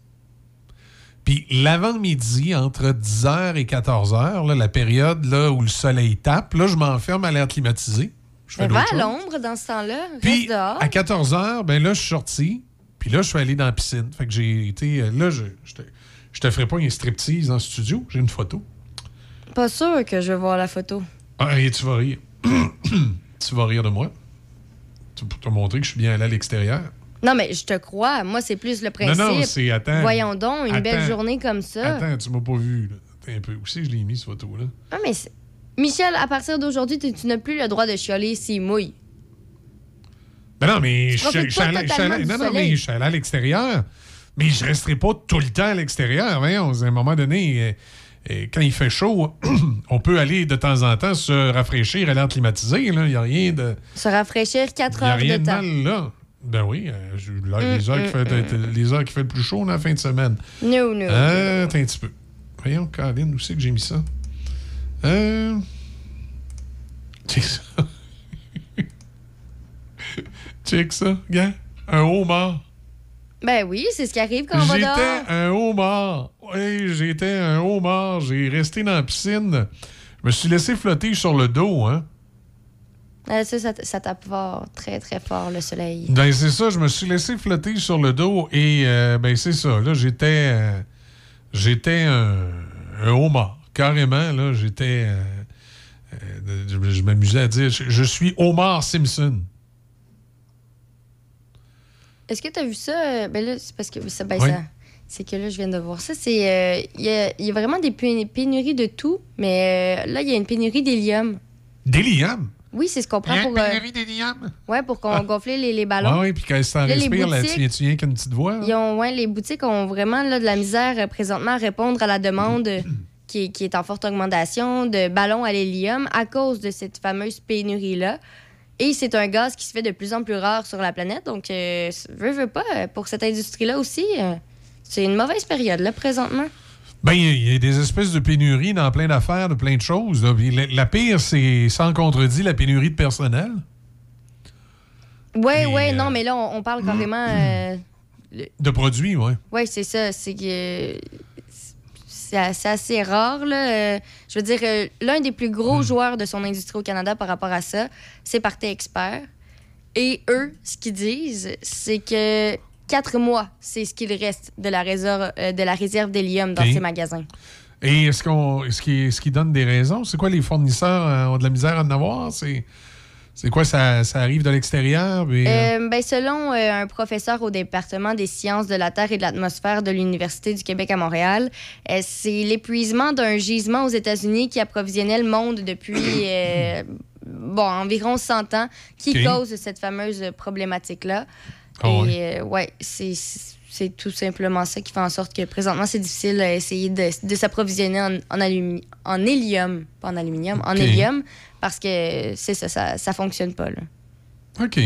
Puis l'avant-midi, entre dix heures et quatorze heures, là, la période là, où le soleil tape, là, je m'enferme à l'air climatisé. Je fais Ben, va d'autres à choses. l'ombre dans ce temps-là. Puis, Reste dehors. à quatorze heures, ben là, je suis sorti. Puis là, je suis allé dans la piscine. Fait que j'ai été... euh, Là, je, je, te, je te ferai pas un striptease dans le studio. J'ai une photo. Pas sûr que je vais voir la photo. Ah, et tu vas rire. Tu vas rire de moi. C'est pour te montrer que je suis bien allé à l'extérieur. Non, mais je te crois. Moi, c'est plus le principe. Non, non, c'est... Attends. Voyons donc, une Attends. belle journée comme ça. Attends, tu m'as pas vu, là. Attends un peu. Où c'est que je l'ai mis, cette photo-là? Ah, mais c'est- Michel, à partir d'aujourd'hui, tu, tu n'as plus le droit de chialer s'il mouille. Ben non, mais Tu je profites je suis pas allé- je suis allé- totalement du non, non, soleil. mais je suis allé à l'extérieur. Mais je resterai pas tout le temps à l'extérieur. Voyons, à un moment donné, euh, euh, quand il fait chaud, on peut aller de temps en temps se rafraîchir à l'air climatisé. Il n'y a rien de... Se rafraîchir quatre Il n'y a heures rien de de temps. mal là. Ben oui, euh, je- là, Mm, les, heures qui mm, fait, mm. les heures qui fait le plus chaud dans la fin de semaine. No, no. Euh, attends un petit peu. Voyons, Caroline, où c'est que j'ai mis ça? Euh... Check ça. Check ça, gars. Un homard. Ben oui, c'est ce qui arrive quand on va dehors. J'étais un homard. Oui, j'étais un homard. J'ai resté dans la piscine. Je me suis laissé flotter sur le dos, hein. Euh, ça, ça, ça tape fort, très, très fort, le soleil. Ben, c'est ça. Je me suis laissé flotter sur le dos et, euh, ben, c'est ça. Là, j'étais... euh, j'étais un, un homard. Carrément, là, j'étais... euh, euh, je je m'amusais à dire, je, je suis Homer Simpson. Est-ce que tu as vu ça? euh, Ben là, c'est parce que ça, ben Oui. ça- c'est que là, je viens de voir ça. C'est euh, il y, a, il y a vraiment des pén- pénuries de tout, mais euh, là, il y a une pénurie d'hélium. D'hélium? Oui, c'est ce qu'on prend Il y a pour. une euh, pénurie d'hélium? ouais, pour qu'on gonfler les, les ballons. Oui, oui, puis quand ça Là, les respire, là, boutiques- tu viens, tu viens qu'une petite voix. là? Ils ont, ouais, les boutiques ont vraiment là, de la misère euh, présentement à répondre à la demande euh, qui, est- qui est en forte augmentation de ballons à l'hélium à cause de cette fameuse pénurie-là. Et c'est un gaz qui se fait de plus en plus rare sur la planète. Donc, euh, veux, veux pas, euh, pour cette industrie-là aussi, euh, c'est une mauvaise période, là, présentement. Ben, il y a des espèces de pénuries dans plein d'affaires, de plein de choses. là. Puis la, la pire, c'est, sans contredit, la pénurie de personnel. Oui, Et, oui, euh, non, mais là, on, on parle carrément. euh, le- De produits, oui. Oui, c'est ça. C'est que c'est a- c'est assez rare. Là. Euh, je veux dire, euh, l'un des plus gros joueurs de son industrie au Canada par rapport à ça, c'est Parté Expert. Et eux, ce qu'ils disent, c'est que quatre mois, c'est ce qu'il reste de la réserve, euh, de la réserve d'hélium dans OK. ces magasins. Et est-ce qu'on est-ce qu'ils est-ce qu'ils donnent des raisons? C'est quoi, les fournisseurs euh, ont de la misère à en avoir? C'est, c'est quoi, ça, ça arrive de l'extérieur? puis, euh, Euh, ben, selon euh, un professeur au département des sciences de la Terre et de l'atmosphère de l'Université du Québec à Montréal, euh, c'est l'épuisement d'un gisement aux États-Unis qui approvisionnait le monde depuis euh, bon, environ cent ans qui OK. cause cette fameuse problématique-là. Ah et ouais. euh, ouais, c'est, c'est tout simplement ça qui fait en sorte que présentement, c'est difficile d'essayer de, de s'approvisionner en, en, alumi- en hélium, pas en aluminium, en OK. hélium, parce que c'est ça, ça, ça fonctionne pas, là. OK.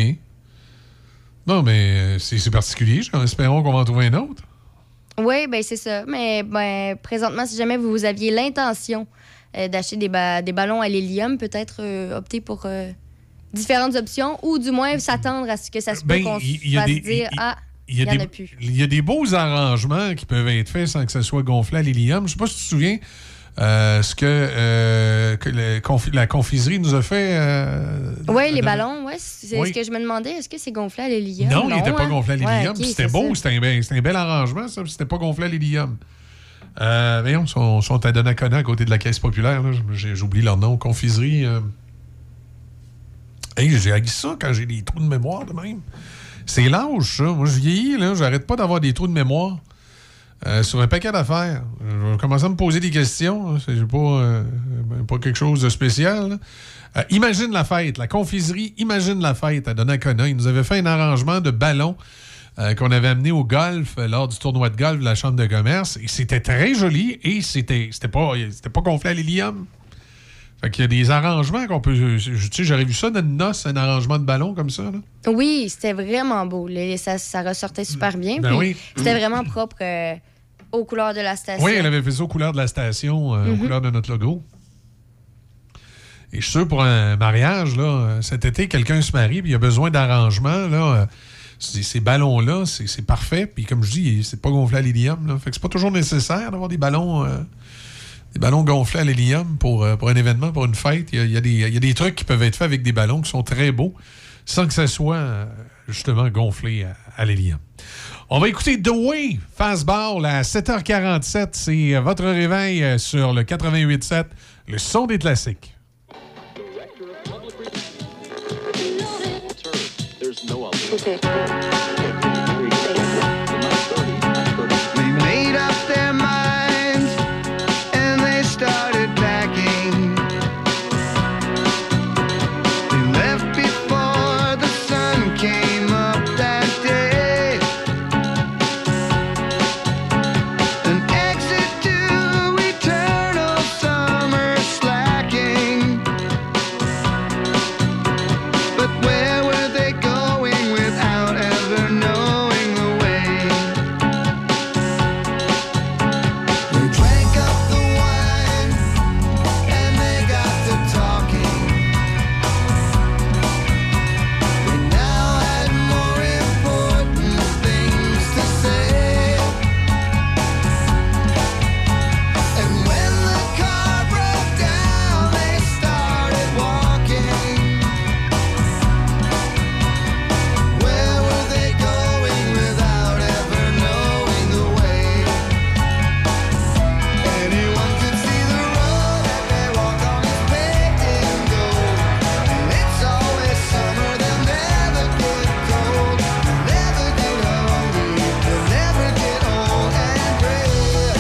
Non, mais euh, c'est, c'est particulier. Espérons qu'on va en trouver un autre. Oui, ben c'est ça. Mais ben, présentement, si jamais vous aviez l'intention euh, d'acheter des, ba- des ballons à l'hélium, peut-être euh, opter pour euh, différentes options ou du moins s'attendre à ce que ça se peut Ben, qu'on il se y a fasse des- dire il- Ah, Il y, il a n'y en des, a plus. il y a des beaux arrangements qui peuvent être faits sans que ça soit gonflé à l'hélium. Je sais pas si tu te souviens euh, ce que, euh, que le confi- la confiserie nous a fait. euh, Oui, les de- ballons, ouais, c'est Oui. ce que je me demandais. Est-ce que c'est gonflé à l'hélium? Non, il n'était pas hein? gonflé à l'hélium. Ouais, puis ok, c'était c'est beau, ça. c'était un, bel- c'était un bel arrangement, ça. Puis c'était pas gonflé à l'hélium. Euh, voyons, ils sont, sont à Donnacona, à côté de la Caisse populaire. Là. J'ai- J'oublie leur nom. Confiserie. Euh... Hey, j'ai haï ça quand j'ai des trous de mémoire de même. C'est l'âge, ça. Moi, je vieillis, là. J'arrête pas d'avoir des trous de mémoire euh, sur un paquet d'affaires. Je vais commencer à me poser des questions. hein. C'est pas, euh, pas quelque chose de spécial. là. Euh, imagine la fête. La confiserie Imagine la fête à Donnacona. Ils nous avaient fait un arrangement de ballons euh, qu'on avait amené au golf euh, lors du tournoi de golf de la Chambre de commerce. Et c'était très joli et c'était, c'était pas, c'était pas gonflé à l'hélium. Fait qu'il y a des arrangements qu'on peut... Tu sais, j'aurais vu ça dans une noce, un arrangement de ballon comme ça. Là. Oui, c'était vraiment beau. Les- ça, ça ressortait super bien. Ben puis oui. C'était vraiment propre euh, aux couleurs de la station. Oui, elle avait fait ça aux couleurs de la station, euh, aux Mhm. couleurs de notre logo. Et je suis sûr, pour un mariage, là, euh, cet été, quelqu'un se marie, puis il a besoin d'arrangement, là. euh, ces, ces ballons-là, c'est, c'est parfait. Puis comme je dis, c'est pas gonflé à l'hélium, là. Fait que c'est pas toujours nécessaire d'avoir des ballons... euh, des ballons gonflés à l'hélium pour, euh, pour un événement, pour une fête. Il y a, il y a des, il y a des trucs qui peuvent être faits avec des ballons qui sont très beaux, sans que ça soit euh, justement gonflé à, à l'hélium. On va écouter The Way, Fastball à sept heures quarante-sept. C'est votre réveil sur le quatre-vingt-huit sept, le son des classiques. They made up their minds and they started packing. They left before the sun came up that day. An exit to eternal summer slacking. But where were they going without ever knowing the way? They drank up the wine and they got to talking. They now had more important things to say. And when the car broke down, they started walking. Where were they going without ever knowing the way? Anyone could see the road that they walk on is paved in gold. And it's always summer, they'll never get cold. They'll never get hungry, they'll never get old and gray.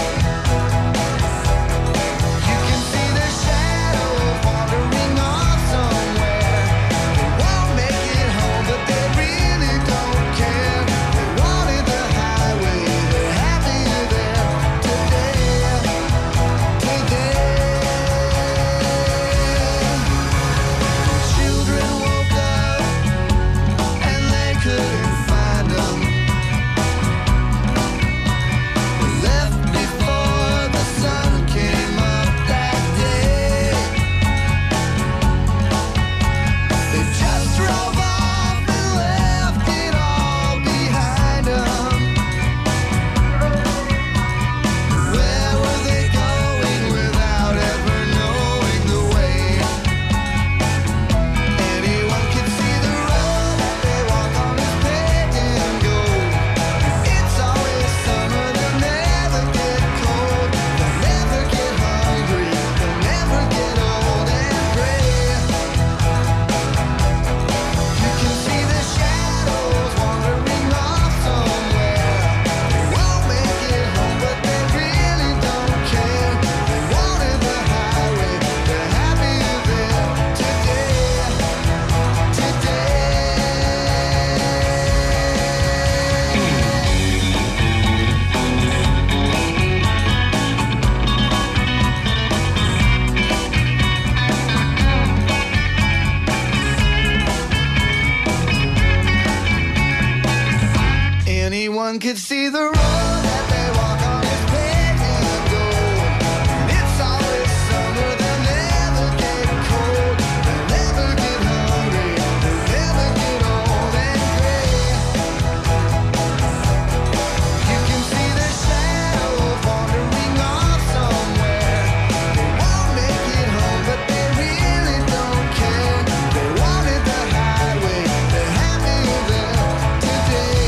You can see their shadows wandering off somewhere. They won't make it home, but they really don't care. They wanted the highway, they're happier there today. Today. Children woke up and they couldn't find them. They left before the sun came up that day. They just drove off and left it all behind them. Where were they going without ever knowing the way? Anyone can see the road that they walk on is paved in gold. It's always summer, they'll never get cold. They'll never get hungry, they'll never get old and gray. You can see the shadows wandering off somewhere. They won't make it home, but they really don't care. They wanted the highway, they're happier there today. Today. Anyone could see the road that they walk on is paved in gold. And it's always summer, they'll never get cold. They'll never get hungry, they'll never get old and gray. You can see their shadows wandering off somewhere. They won't make it home, but they really don't care. They wanted the highway, they're happier there today.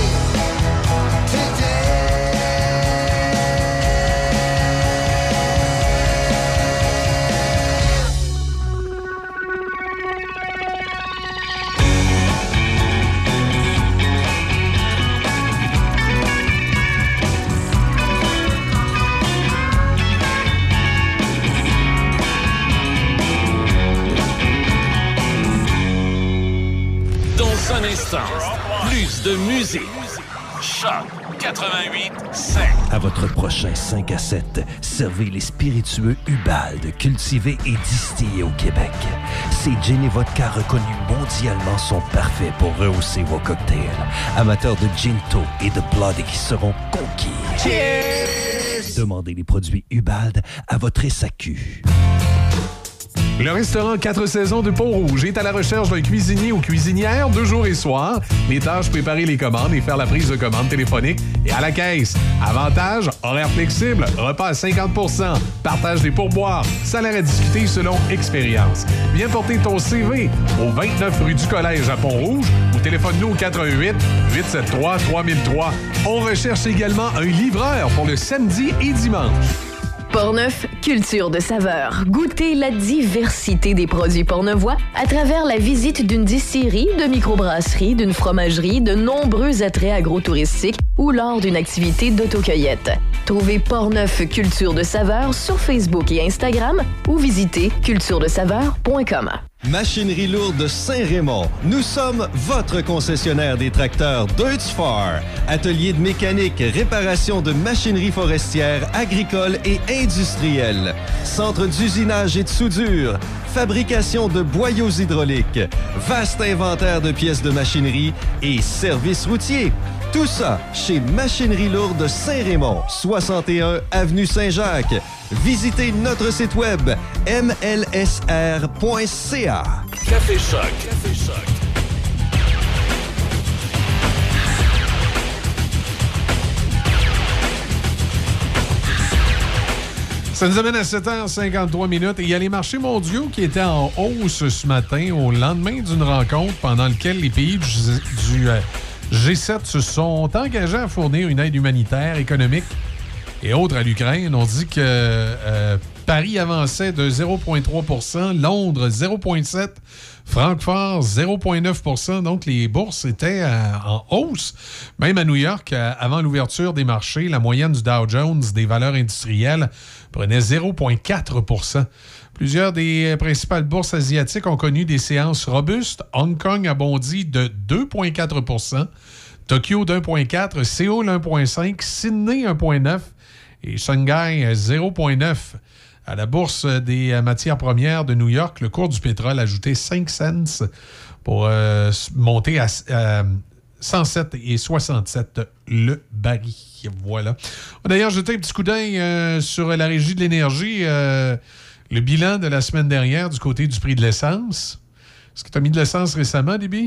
Dans un instant, plus de musique. Choc quatre-vingt-huit sept. À votre prochain cinq à sept, servez les spiritueux Ubald, cultivés et distillés au Québec. Ces gin et vodka reconnus mondialement sont parfaits pour rehausser vos cocktails. Amateurs de Ginto et de Bloody seront conquis. Cheers! Demandez les produits Ubald à votre S A Q. Le restaurant Quatre Saisons de Pont-Rouge est à la recherche d'un cuisinier ou cuisinière deux jours et soir. Les tâches, préparer les commandes et faire la prise de commande téléphonique et à la caisse. Avantage, horaire flexible, repas à cinquante pour cent, partage des pourboires, salaire à discuter selon expérience. Viens porter ton C V au vingt-neuf rue du Collège à Pont-Rouge ou téléphone-nous au quatre un huit, huit sept trois, trois mille trois. On recherche également un livreur pour le samedi et dimanche. Portneuf, culture de saveur. Goûtez la diversité des produits portneuvois à travers la visite d'une distillerie, de microbrasserie, d'une fromagerie, de nombreux attraits agrotouristiques ou lors d'une activité d'autocueillette. Trouvez Portneuf Culture de saveur sur Facebook et Instagram ou visitez culture de saveur point com. Machinerie lourde Saint-Raymond. Nous sommes votre concessionnaire des tracteurs Deutz-Fahr. Atelier de mécanique, réparation de machinerie forestière, agricole et industrielle. Centre d'usinage et de soudure. Fabrication de boyaux hydrauliques. Vaste inventaire de pièces de machinerie et services routiers. Tout ça chez Machinerie lourde Saint-Raymond, soixante et un avenue Saint-Jacques. Visitez notre site web m l s r point c a. Café Choc. Café Choc. Ça nous amène à sept heures cinquante-trois minutes et il y a les marchés mondiaux qui étaient en hausse ce matin au lendemain d'une rencontre pendant laquelle les pays du, du euh, G sept se sont engagés à fournir une aide humanitaire, économique et autres à l'Ukraine. On dit que euh, Paris avançait de zéro virgule trois pour cent, Londres zéro virgule sept pour cent, Francfort zéro virgule neuf pour cent. Donc, les bourses étaient euh, en hausse. Même à New York, euh, avant l'ouverture des marchés, la moyenne du Dow Jones des valeurs industrielles prenait zéro virgule quatre pour cent. Plusieurs des principales bourses asiatiques ont connu des séances robustes. Hong Kong a bondi de deux virgule quatre pour cent, Tokyo d'un virgule quatre pour cent, Séoul un virgule cinq pour cent, Sydney un virgule neuf pour cent et Shanghai zéro virgule neuf pour cent. À la bourse des matières premières de New York, le cours du pétrole a ajouté cinq cents pour euh, monter à euh, cent sept virgule soixante-sept le baril. Voilà. On a d'ailleurs jeté un petit coup d'œil euh, sur la Régie de l'énergie. Euh, le bilan de la semaine dernière du côté du prix de l'essence. Est-ce que tu as mis de l'essence récemment, Déby?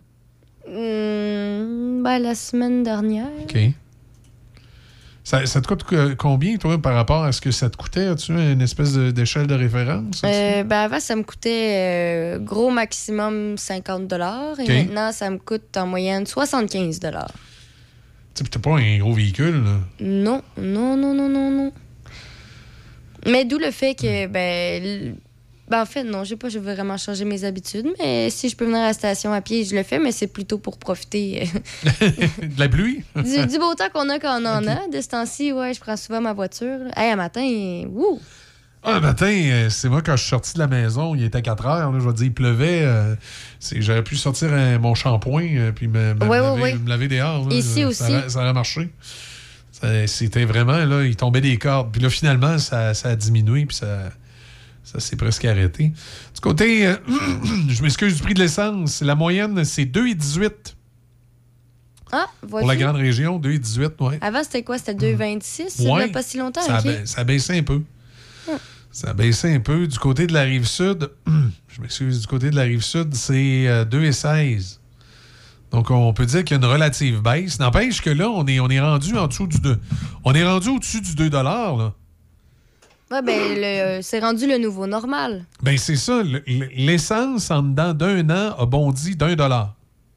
Mmh, ben, la semaine dernière. OK. Ça, ça te coûte combien, toi, par rapport à ce que ça te coûtait? As-tu une espèce de, d'échelle de référence? Euh, ben avant, ça me coûtait euh, gros maximum cinquante dollars et okay. Maintenant, ça me coûte en moyenne soixante-quinze dollars. Tu sais, t'as pas un gros véhicule, là? Non, non, non, non, non, non. Mais d'où le fait que, ben... Ben en fait, non, j'ai pas je veux vraiment changer mes habitudes, mais si je peux venir à la station à pied, je le fais, mais c'est plutôt pour profiter de la pluie? du, du beau temps qu'on a quand on en okay. a. De ce temps-ci, ouais, je prends souvent ma voiture. Hey, un matin, wouh! Ah, un matin, c'est moi, quand je suis sorti de la maison, il était quatre heures, là, je vais te dire, il pleuvait. Euh, c'est, j'aurais pu sortir euh, mon shampoing euh, puis me, me, ouais, me, laver, ouais. me laver dehors. Là, Ici ça, aussi. Ça, ça aurait marché. Ça, c'était vraiment, là, il tombait des cordes. Puis là, finalement, ça, ça a diminué, puis ça... Ça s'est presque arrêté. Du côté, euh, je m'excuse du prix de l'essence, la moyenne, c'est deux virgule dix-huit. Ah, vois-tu? Pour la grande région, deux virgule dix-huit, oui. Avant, c'était quoi? C'était deux virgule vingt-six? Ouais. Ça fait pas si longtemps, ça, OK? a, ça a baissé un peu. Hum. Ça a baissé un peu. Du côté de la Rive-Sud, je m'excuse, du côté de la Rive-Sud, c'est euh, deux virgule seize. Donc, on peut dire qu'il y a une relative baisse. N'empêche que là, on est, on est rendu en dessous du deux. On est rendu au-dessus du deux dollars, là. Ouais, ben, le, c'est rendu le nouveau normal. Ben, c'est ça. Le, l'essence, en dedans d'un an, a bondi d'un dollar.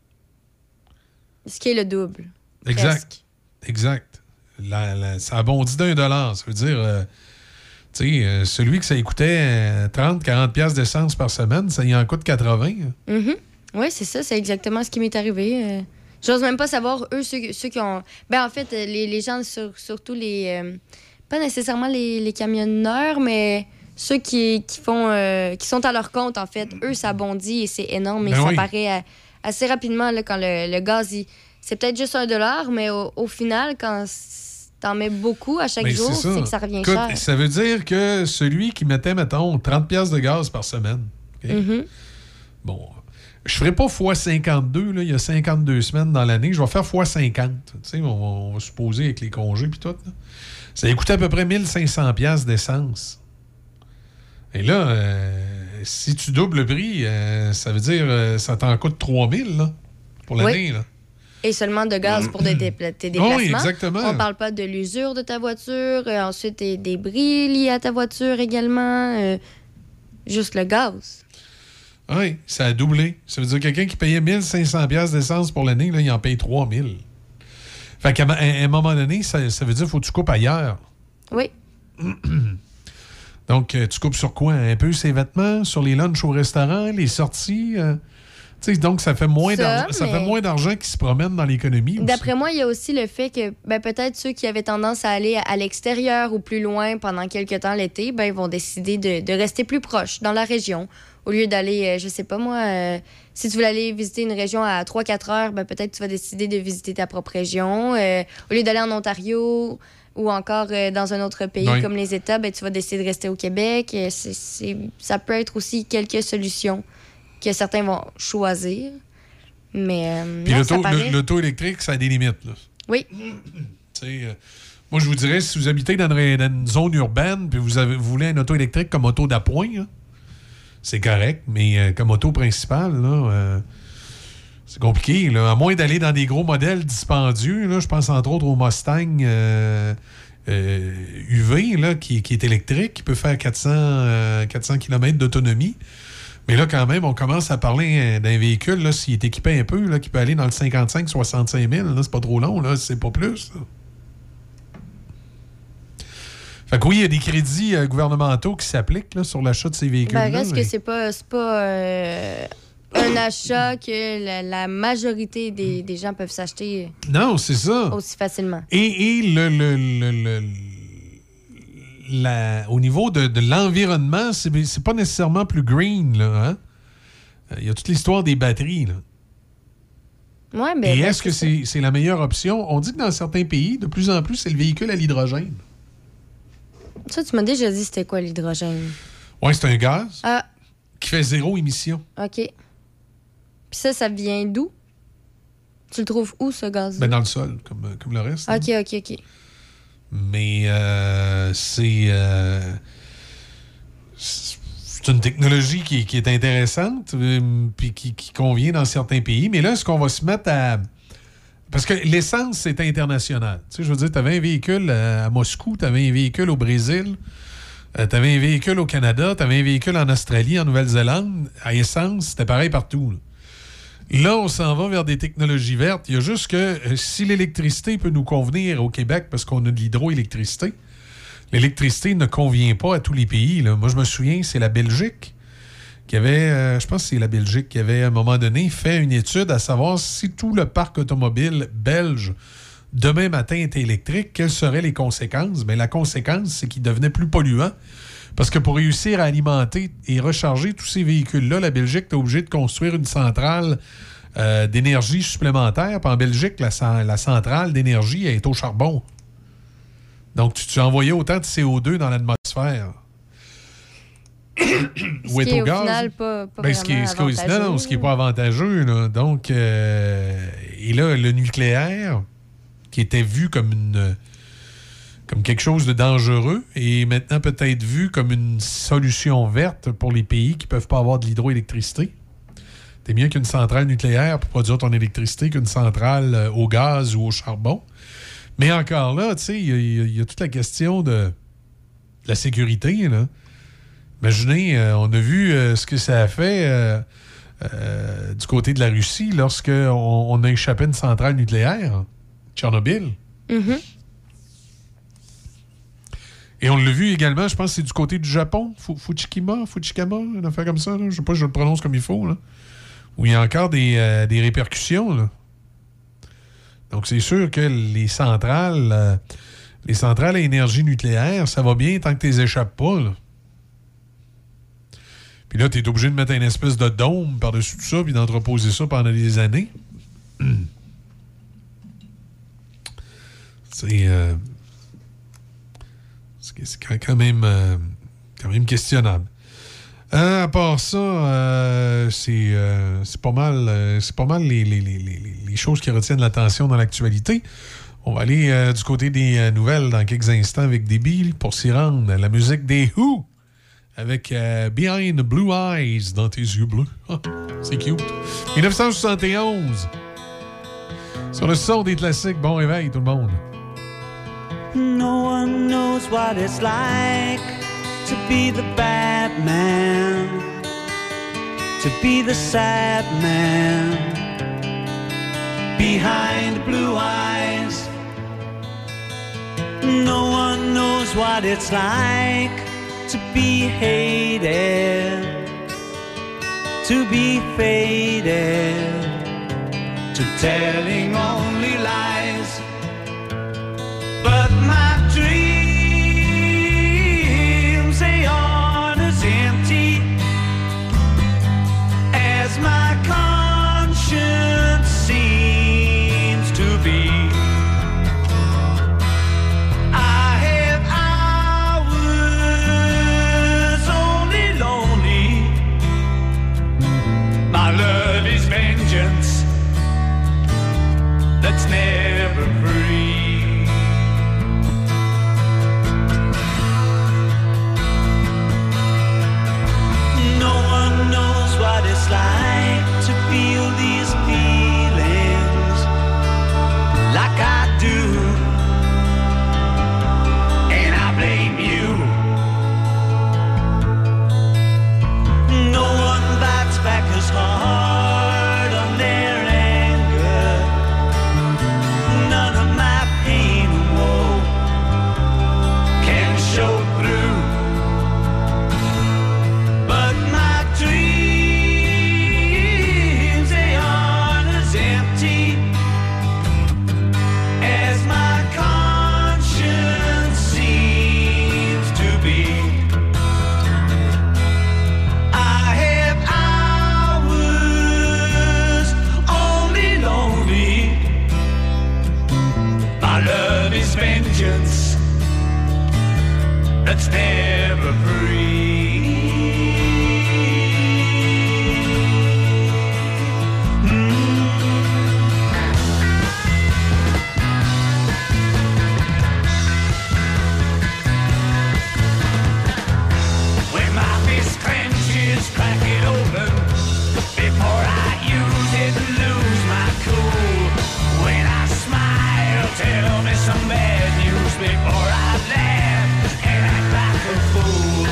Ce qui est le double. Exact. Presque. Exact. La, la, ça a bondi d'un dollar. Ça veut dire, euh, tu sais, euh, celui que ça coûtait euh, trente à quarante piastres d'essence par semaine, ça y en coûte quatre-vingts. Mm-hmm. Oui, c'est ça. C'est exactement ce qui m'est arrivé. Euh, j'ose même pas savoir, eux, ceux, ceux qui ont... Ben, en fait, les, les gens, sur, surtout les... Euh, pas nécessairement les, les camionneurs, mais ceux qui, qui font euh, qui sont à leur compte, en fait. Eux, ça bondit et c'est énorme. Et ben ça oui. paraît à, assez rapidement là, quand le, le gaz, il, c'est peut-être juste un dollar, mais au, au final, quand t'en mets beaucoup à chaque ben, jour, c'est, c'est que ça revient Écoute, cher. Ça veut dire que celui qui mettait, mettons, trente piastres de gaz par semaine, okay? mm-hmm. bon, je ferai pas fois cinquante-deux, là, il y a cinquante-deux semaines dans l'année, je vais faire fois cinquante. Tu sais, on, on va supposer avec les congés puis tout, là. Ça a coûté à peu près mille cinq cents piastres d'essence. Et là, euh, si tu doubles le prix, euh, ça veut dire euh, ça t'en coûte trois mille là, pour l'année. Oui. Là. Et seulement de gaz pour de dépla- tes déplacements. Oui, exactement. On parle pas de l'usure de ta voiture. Euh, ensuite, des débris liés à ta voiture également. Euh, juste le gaz. Oui, ça a doublé. Ça veut dire que quelqu'un qui payait mille cinq cents dollars d'essence pour l'année, là, il en paye trois mille. Fait qu'à à un moment donné, ça, ça veut dire qu'il faut que tu coupes ailleurs. Oui. Donc, euh, tu coupes sur quoi? Un peu ses vêtements, sur les lunchs au restaurant, les sorties? Euh, tu sais, donc, ça fait moins Ça, d'argent ça mais- fait moins d'argent qui se promène dans l'économie. aussi. D'après moi, il y a aussi le fait que ben, peut-être ceux qui avaient tendance à aller à, à l'extérieur ou plus loin pendant quelques temps l'été, ben, ils vont décider de, de rester plus proches dans la région. Au lieu d'aller, euh, je sais pas moi, euh, si tu voulais aller visiter une région à trois quatre heures, ben, peut-être tu vas décider de visiter ta propre région. Euh, au lieu d'aller en Ontario ou encore euh, dans un autre pays Oui. comme les États, ben, tu vas décider de rester au Québec. Euh, c'est- c'est- ça peut être aussi quelques solutions que certains vont choisir. Mais euh, Puis non, l'auto, ça paraît. le- l'auto électrique, ça a des limites. Là. Oui. Tu sais, euh, moi, je vous dirais, si vous habitez dans une, dans une zone urbaine puis vous, avez, vous voulez un auto électrique comme auto d'appoint, là, c'est correct, mais euh, comme auto principale, là, euh, c'est compliqué. Là. À moins d'aller dans des gros modèles dispendieux, là, je pense entre autres au Mustang euh, euh, U V là, qui, qui est électrique, qui peut faire quatre cents, euh, quatre cents kilomètres d'autonomie. Mais là, quand même, on commence à parler euh, d'un véhicule, là, s'il est équipé un peu, là, qui peut aller dans le cinquante-cinq à soixante-cinq mille. Là, c'est pas trop long, là, c'est pas plus. Là. Fait que oui, il y a des crédits euh, gouvernementaux qui s'appliquent là, sur l'achat de ces véhicules-là. Ben, reste mais- que c'est pas, c'est pas euh, un achat que la, la majorité des, des gens peuvent s'acheter Non, c'est ça. aussi facilement. Et, et le, le- le- le- la- au niveau de, de l'environnement, c'est, c'est pas nécessairement plus green. Là, hein? Euh, Il y a toute l'histoire des batteries. Là. Ouais, ben, Et ben, est-ce que ça. c'est, c'est la meilleure option? On dit que dans certains pays, de plus en plus, c'est le véhicule à l'hydrogène. Ça, tu m'as déjà dit c'était quoi l'hydrogène? Oui, c'est un gaz Ah, qui fait zéro émission. OK. Puis ça, ça vient d'où? Tu le trouves où, ce gaz? Ben, dans le sol, comme, comme le reste. OK, OK, OK. Mais euh, c'est, euh, c'est une technologie qui, qui est intéressante euh, puis qui, qui convient dans certains pays. Mais là, est-ce qu'on va se mettre à... Parce que l'essence, c'est international. Tu sais, je veux dire, tu avais un véhicule à Moscou, tu avais un véhicule au Brésil, euh, tu avais un véhicule au Canada, tu avais un véhicule en Australie, en Nouvelle-Zélande. À essence, c'était pareil partout. Là. Là, on s'en va vers des technologies vertes. Il y a juste que euh, si l'électricité peut nous convenir au Québec parce qu'on a de l'hydroélectricité, l'électricité ne convient pas à tous les pays. Là. Moi, je me souviens, c'est la Belgique qui avait, euh, je pense que c'est la Belgique qui avait, à un moment donné, fait une étude à savoir si tout le parc automobile belge, demain matin, était électrique, quelles seraient les conséquences? Bien, la conséquence, c'est qu'il devenait plus polluant. Parce que pour réussir à alimenter et recharger tous ces véhicules-là, la Belgique est obligée de construire une centrale euh, d'énergie supplémentaire. Puis en Belgique, la, cen- la centrale d'énergie elle est au charbon. Donc, tu, tu envoyais autant de C O deux dans l'atmosphère. Ou Ce est qui est au au gaz. final pas, pas Ben, ce qui est, vraiment ce qui est- non, non, avantageux. ce qui n'est pas avantageux. Là. Donc, euh, et là, le nucléaire, qui était vu comme une comme quelque chose de dangereux, est maintenant peut-être vu comme une solution verte pour les pays qui ne peuvent pas avoir de l'hydroélectricité. C'est mieux qu'une centrale nucléaire pour produire ton électricité qu'une centrale euh, au gaz ou au charbon. Mais encore là, tu sais, il y, a- il y a- il y a toute la question de, de la sécurité, là. Imaginez, euh, on a vu euh, ce que ça a fait euh, euh, du côté de la Russie lorsqu'on on a échappé une centrale nucléaire, Tchernobyl. Mhm. Et on l'a vu également, je pense que c'est du côté du Japon, Fu- Fukushima, Fukushima, une affaire comme ça, là. Je sais pas si je le prononce comme il faut, là. Où il y a encore des, euh, des répercussions, là. Donc c'est sûr que les centrales, euh, les centrales à énergie nucléaire, ça va bien tant que tu les échappes pas, là. Puis là, tu es obligé de mettre une espèce de dôme par-dessus tout ça, puis d'entreposer ça pendant des années. C'est... euh, c'est c'est quand quand même, euh, quand même questionnable. Euh, à part ça, euh, c'est euh, c'est pas mal, euh, c'est pas mal les, les, les, les, les choses qui retiennent l'attention dans l'actualité. On va aller euh, du côté des euh, nouvelles dans quelques instants avec des billes pour s'y rendre. La musique des Who avec euh, Behind the Blue Eyes, dans tes yeux bleus. Ah, c'est cute. dix-neuf cent soixante et onze. Sur le son des classiques, bon réveil tout le monde. No one knows what it's like to be the bad man, to be the sad man behind blue eyes. No one knows what it's like to be hated, to be faded, to telling only lies. But my dreams, they aren't as empty as my conscience seems to be. I have hours only lonely. My love is vengeance that's never free. What it's like to feel these feelings like I do, and I blame you. No one bites back as hard on their anger. None of my pain and woe can show through. But my dreams, that's never free. Mm. When my fist clenches, crack it open before I use it and lose my cool. When I smile, tell me some bad news before I laugh and act like a fool.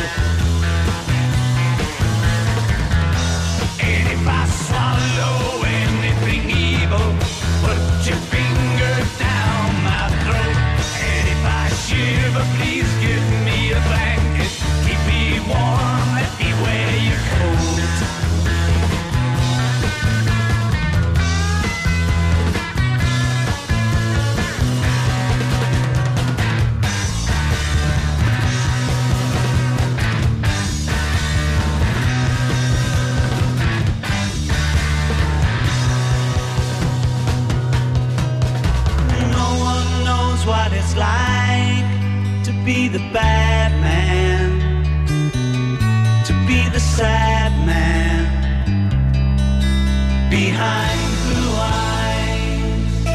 And if I swallow anything evil, put your finger down my throat. And if I shiver, please give me a blanket. Keep me warm, let me wear your coat. What it's like to be the bad man, to be the sad man behind blue eyes.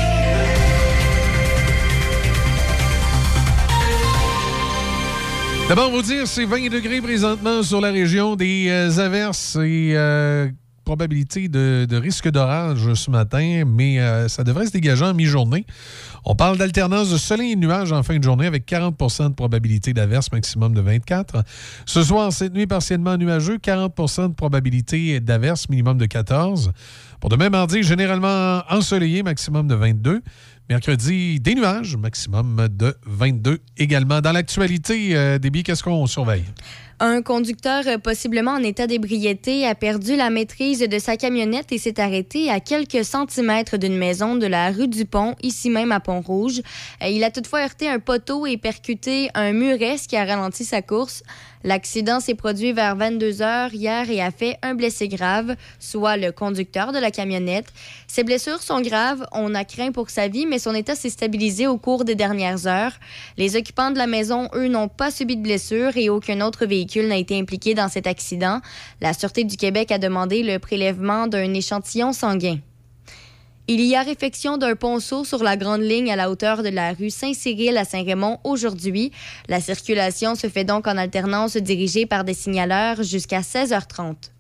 D'abord, vous dire, c'est vingt degrés présentement sur la région, des euh, averses et euh, probabilité de, de risque d'orage ce matin, mais euh, ça devrait se dégager en mi-journée. On parle d'alternance de soleil et de nuages en fin de journée avec quarante pour cent de probabilité d'averse, maximum de vingt-quatre. Ce soir, cette nuit, partiellement nuageux, quarante pour cent de probabilité d'averse, minimum de quatorze. Pour demain, mardi, généralement ensoleillé, maximum de vingt-deux. Mercredi, des nuages, maximum de vingt-deux également. Dans l'actualité, euh, Déby, qu'est-ce qu'on surveille? Un conducteur possiblement en état d'ébriété a perdu la maîtrise de sa camionnette et s'est arrêté à quelques centimètres d'une maison de la rue du Pont, ici même à Pont-Rouge. Il a toutefois heurté un poteau et percuté un muret, ce qui a ralenti sa course. L'accident s'est produit vers vingt-deux heures hier et a fait un blessé grave, soit le conducteur de la camionnette. Ses blessures sont graves, on a craint pour sa vie, mais son état s'est stabilisé au cours des dernières heures. Les occupants de la maison, eux, n'ont pas subi de blessures et aucun autre véhicule n'a été impliqué dans cet accident. La Sûreté du Québec a demandé le prélèvement d'un échantillon sanguin. Il y a réfection d'un ponceau sur la grande ligne à la hauteur de la rue Saint-Cyril à Saint-Raymond aujourd'hui. La circulation se fait donc en alternance dirigée par des signaleurs jusqu'à seize heures trente.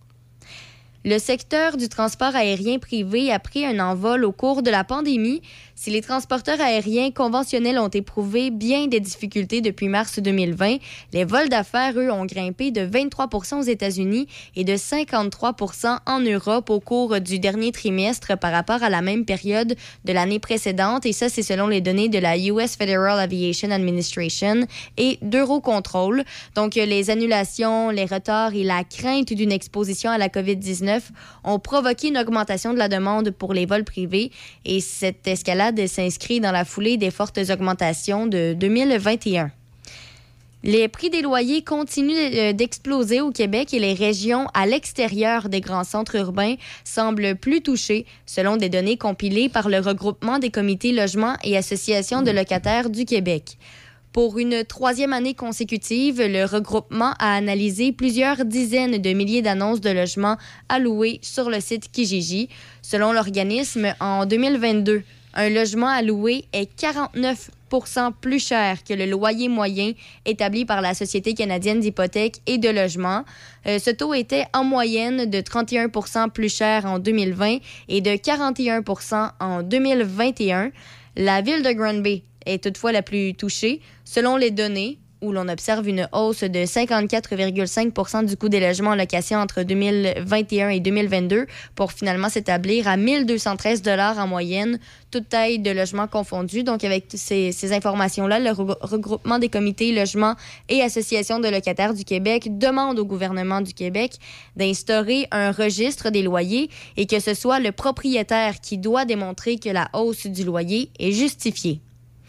Le secteur du transport aérien privé a pris un envol au cours de la pandémie. Si les transporteurs aériens conventionnels ont éprouvé bien des difficultés depuis mars deux mille vingt, les vols d'affaires, eux, ont grimpé de vingt-trois pour cent aux États-Unis et de cinquante-trois pour cent en Europe au cours du dernier trimestre par rapport à la même période de l'année précédente. Et ça, c'est selon les données de la U S Federal Aviation Administration et d'Eurocontrol. Donc, les annulations, les retards et la crainte d'une exposition à la covid dix-neuf ont provoqué une augmentation de la demande pour les vols privés. Et cette escalade s'inscrit dans la foulée des fortes augmentations de deux mille vingt et un. Les prix des loyers continuent d'exploser au Québec et les régions à l'extérieur des grands centres urbains semblent plus touchées, selon des données compilées par le regroupement des comités logements et associations de locataires du Québec. Pour une troisième année consécutive, le regroupement a analysé plusieurs dizaines de milliers d'annonces de logements à louer sur le site Kijiji. Selon l'organisme, en deux mille vingt-deux, un logement à louer est quarante-neuf pour cent plus cher que le loyer moyen établi par la Société canadienne d'hypothèques et de logement. Euh, ce taux était en moyenne de trente et un pour cent plus cher en deux mille vingt et de quarante et un pour cent en deux mille vingt et un. La ville de Granby est toutefois la plus touchée. Selon les données, où l'on observe une hausse de cinquante-quatre virgule cinq pour cent du coût des logements en location entre deux mille vingt et un et deux mille vingt-deux, pour finalement s'établir à mille deux cent treize dollars en moyenne, toute taille de logement confondue. Donc, avec ces, ces informations-là, le re- regroupement des comités logements et associations de locataires du Québec demande au gouvernement du Québec d'instaurer un registre des loyers et que ce soit le propriétaire qui doit démontrer que la hausse du loyer est justifiée.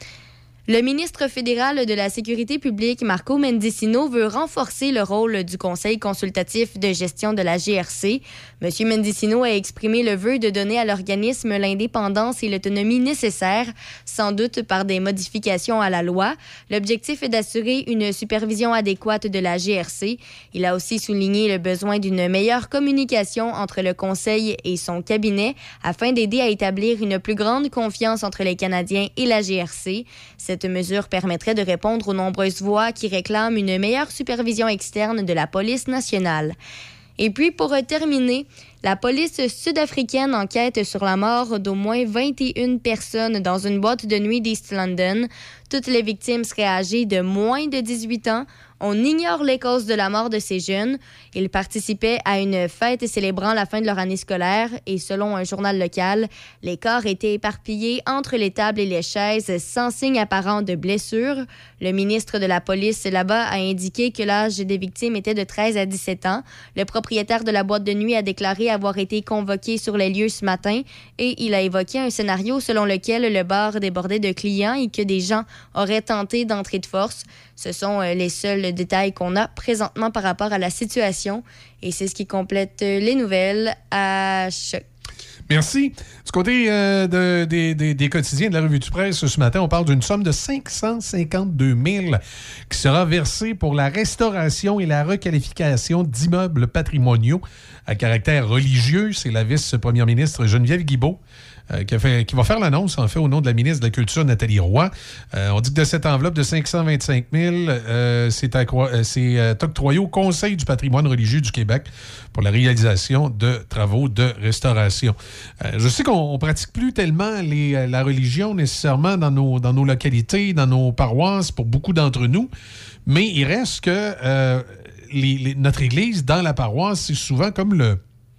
Le ministre fédéral de la Sécurité publique, Marco Mendicino, veut renforcer le rôle du Conseil consultatif de gestion de la G R C. M. Mendicino a exprimé le vœu de donner à l'organisme l'indépendance et l'autonomie nécessaires, sans doute par des modifications à la loi. L'objectif est d'assurer une supervision adéquate de la G R C. Il a aussi souligné le besoin d'une meilleure communication entre le Conseil et son cabinet afin d'aider à établir une plus grande confiance entre les Canadiens et la G R C. Cette mesure permettrait de répondre aux nombreuses voix qui réclament une meilleure supervision externe de la police nationale. Et puis, pour terminer, la police sud-africaine enquête sur la mort d'au moins vingt et une personnes dans une boîte de nuit d'East London. Toutes les victimes seraient âgées de moins de dix-huit ans. On ignore les causes de la mort de ces jeunes. Ils participaient à une fête célébrant la fin de leur année scolaire et selon un journal local, les corps étaient éparpillés entre les tables et les chaises sans signe apparent de blessure. Le ministre de la police là-bas a indiqué que l'âge des victimes était de treize à dix-sept ans. Le propriétaire de la boîte de nuit a déclaré avoir été convoqué sur les lieux ce matin et il a évoqué un scénario selon lequel le bar débordait de clients et que des gens auraient tenté d'entrer de force. Ce sont les seuls détails qu'on a présentement par rapport à la situation et c'est ce qui complète les nouvelles à Choc. Merci. Du côté euh, de, des, des, des quotidiens de la Revue du Presse, ce matin, on parle d'une somme de cinq cent cinquante-deux mille qui sera versée pour la restauration et la requalification d'immeubles patrimoniaux à caractère religieux. C'est la vice-première ministre Geneviève Guilbeault euh, qui, a fait, qui va faire l'annonce, en fait, au nom de la ministre de la Culture, Nathalie Roy. Euh, on dit que de cette enveloppe de cinq cent vingt-cinq mille, euh, c'est, accro- c'est euh, octroyé au Conseil du patrimoine religieux du Québec pour la réalisation de travaux de restauration. Euh, je sais qu'on ne pratique plus tellement les, la religion nécessairement dans nos, dans nos localités, dans nos paroisses, pour beaucoup d'entre nous, mais il reste que euh, les, les, notre Église, dans la paroisse, c'est souvent comme le,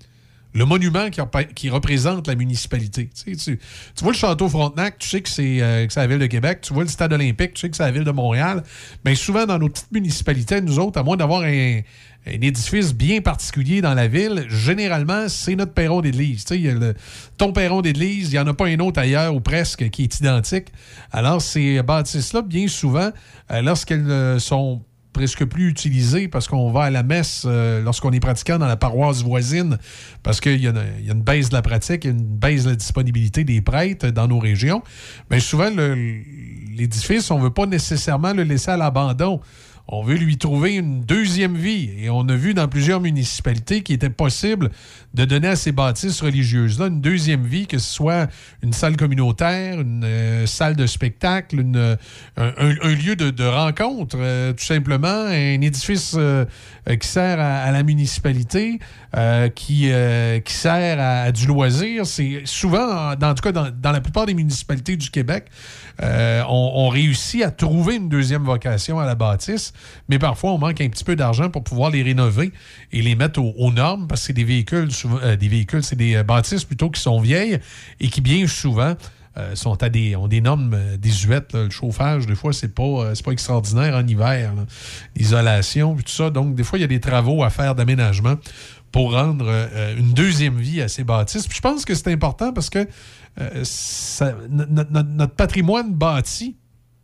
le monument qui, qui représente la municipalité. Tu sais, tu, tu vois le Château Frontenac, tu sais que c'est, euh, que c'est la Ville de Québec. Tu vois le Stade olympique, tu sais que c'est la Ville de Montréal. Mais souvent, dans nos petites municipalités, nous autres, à moins d'avoir un, un édifice bien particulier dans la ville, généralement, c'est notre perron d'église. Tu sais, le, ton perron d'église, il n'y en a pas un autre ailleurs ou presque qui est identique. Alors, ces bâtisses-là, bien souvent, euh, lorsqu'elles euh, sont presque plus utilisé parce qu'on va à la messe euh, lorsqu'on est pratiquant dans la paroisse voisine parce qu'il y, y a une baisse de la pratique, il y a une baisse de la disponibilité des prêtres dans nos régions. Mais souvent, le, l'édifice, on ne veut pas nécessairement le laisser à l'abandon. On veut lui trouver une deuxième vie. Et on a vu dans plusieurs municipalités qu'il était possible de donner à ces bâtisses religieuses-là une deuxième vie, que ce soit une salle communautaire, une euh, salle de spectacle, une, euh, un, un lieu de, de rencontre, euh, tout simplement, un édifice euh, qui sert à, à la municipalité, euh, qui, euh, qui sert à, à du loisir. C'est souvent, dans, en tout cas dans, dans la plupart des municipalités du Québec, euh, on, on réussit à trouver une deuxième vocation à la bâtisse, mais parfois on manque un petit peu d'argent pour pouvoir les rénover et les mettre aux, aux normes, parce que c'est des véhicules, souvent, euh, des véhicules, c'est des bâtisses plutôt qui sont vieilles et qui bien souvent euh, sont à des, ont des normes euh, désuètes. Là. Le chauffage, des fois, c'est pas, euh, c'est pas extraordinaire en hiver. Là. L'isolation, tout ça. Donc, des fois, il y a des travaux à faire d'aménagement pour rendre euh, une deuxième vie à ces bâtisses. Puis je pense que c'est important parce que euh, ça, notre, notre, notre patrimoine bâti,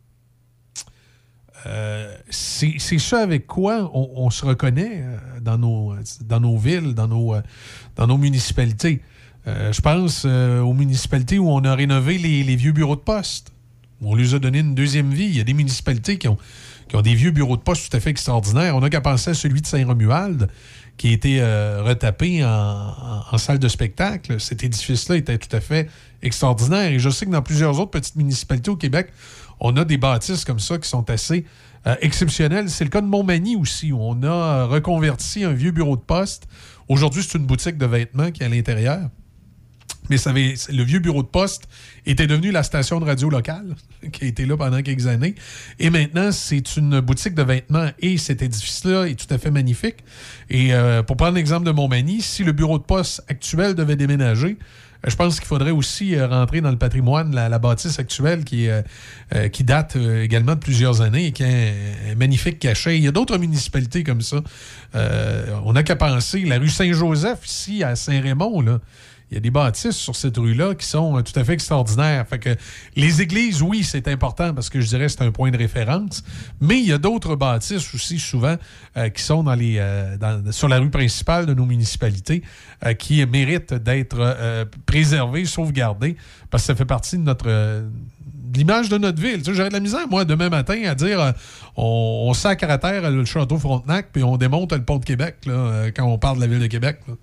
euh, c'est, c'est ça avec quoi on, on se reconnaît euh, dans, nos, dans nos villes, dans nos, euh, dans nos municipalités. Euh, je pense euh, aux municipalités où on a rénové les, les vieux bureaux de poste. On leur a donné une deuxième vie. Il y a des municipalités qui ont, qui ont des vieux bureaux de poste tout à fait extraordinaires. On n'a qu'à penser à celui de Saint-Romuald, qui a été euh, retapé en, en, en salle de spectacle. Cet édifice-là était tout à fait extraordinaire. Et je sais que dans plusieurs autres petites municipalités au Québec, on a des bâtisses comme ça qui sont assez euh, exceptionnelles. C'est le cas de Montmagny aussi, où on a reconverti un vieux bureau de poste. Aujourd'hui, c'est une boutique de vêtements qui est à l'intérieur. Mais ça avait, le vieux bureau de poste était devenu la station de radio locale, qui a été là pendant quelques années. Et maintenant, c'est une boutique de vêtements. Et cet édifice-là est tout à fait magnifique. Et euh, pour prendre l'exemple de Montmagny, si le bureau de poste actuel devait déménager, je pense qu'il faudrait aussi euh, rentrer dans le patrimoine la, la bâtisse actuelle qui, euh, euh, qui date euh, également de plusieurs années et qui a un, un magnifique cachet. Il y a d'autres municipalités comme ça. Euh, on n'a qu'à penser, la rue Saint-Joseph, ici, à Saint-Raymond, là, il y a des bâtisses sur cette rue-là qui sont tout à fait extraordinaires. Fait que les églises, oui, c'est important parce que je dirais que c'est un point de référence, mais il y a d'autres bâtisses aussi souvent euh, qui sont dans les, euh, dans, sur la rue principale de nos municipalités euh, qui méritent d'être euh, préservées, sauvegardées, parce que ça fait partie de notre... Euh, de l'image de notre ville. Tu sais, j'aurais de la misère, moi, demain matin, à dire euh, on, on sacre à terre le château Frontenac puis on démonte le pont de Québec là, euh, quand on parle de la ville de Québec. Là.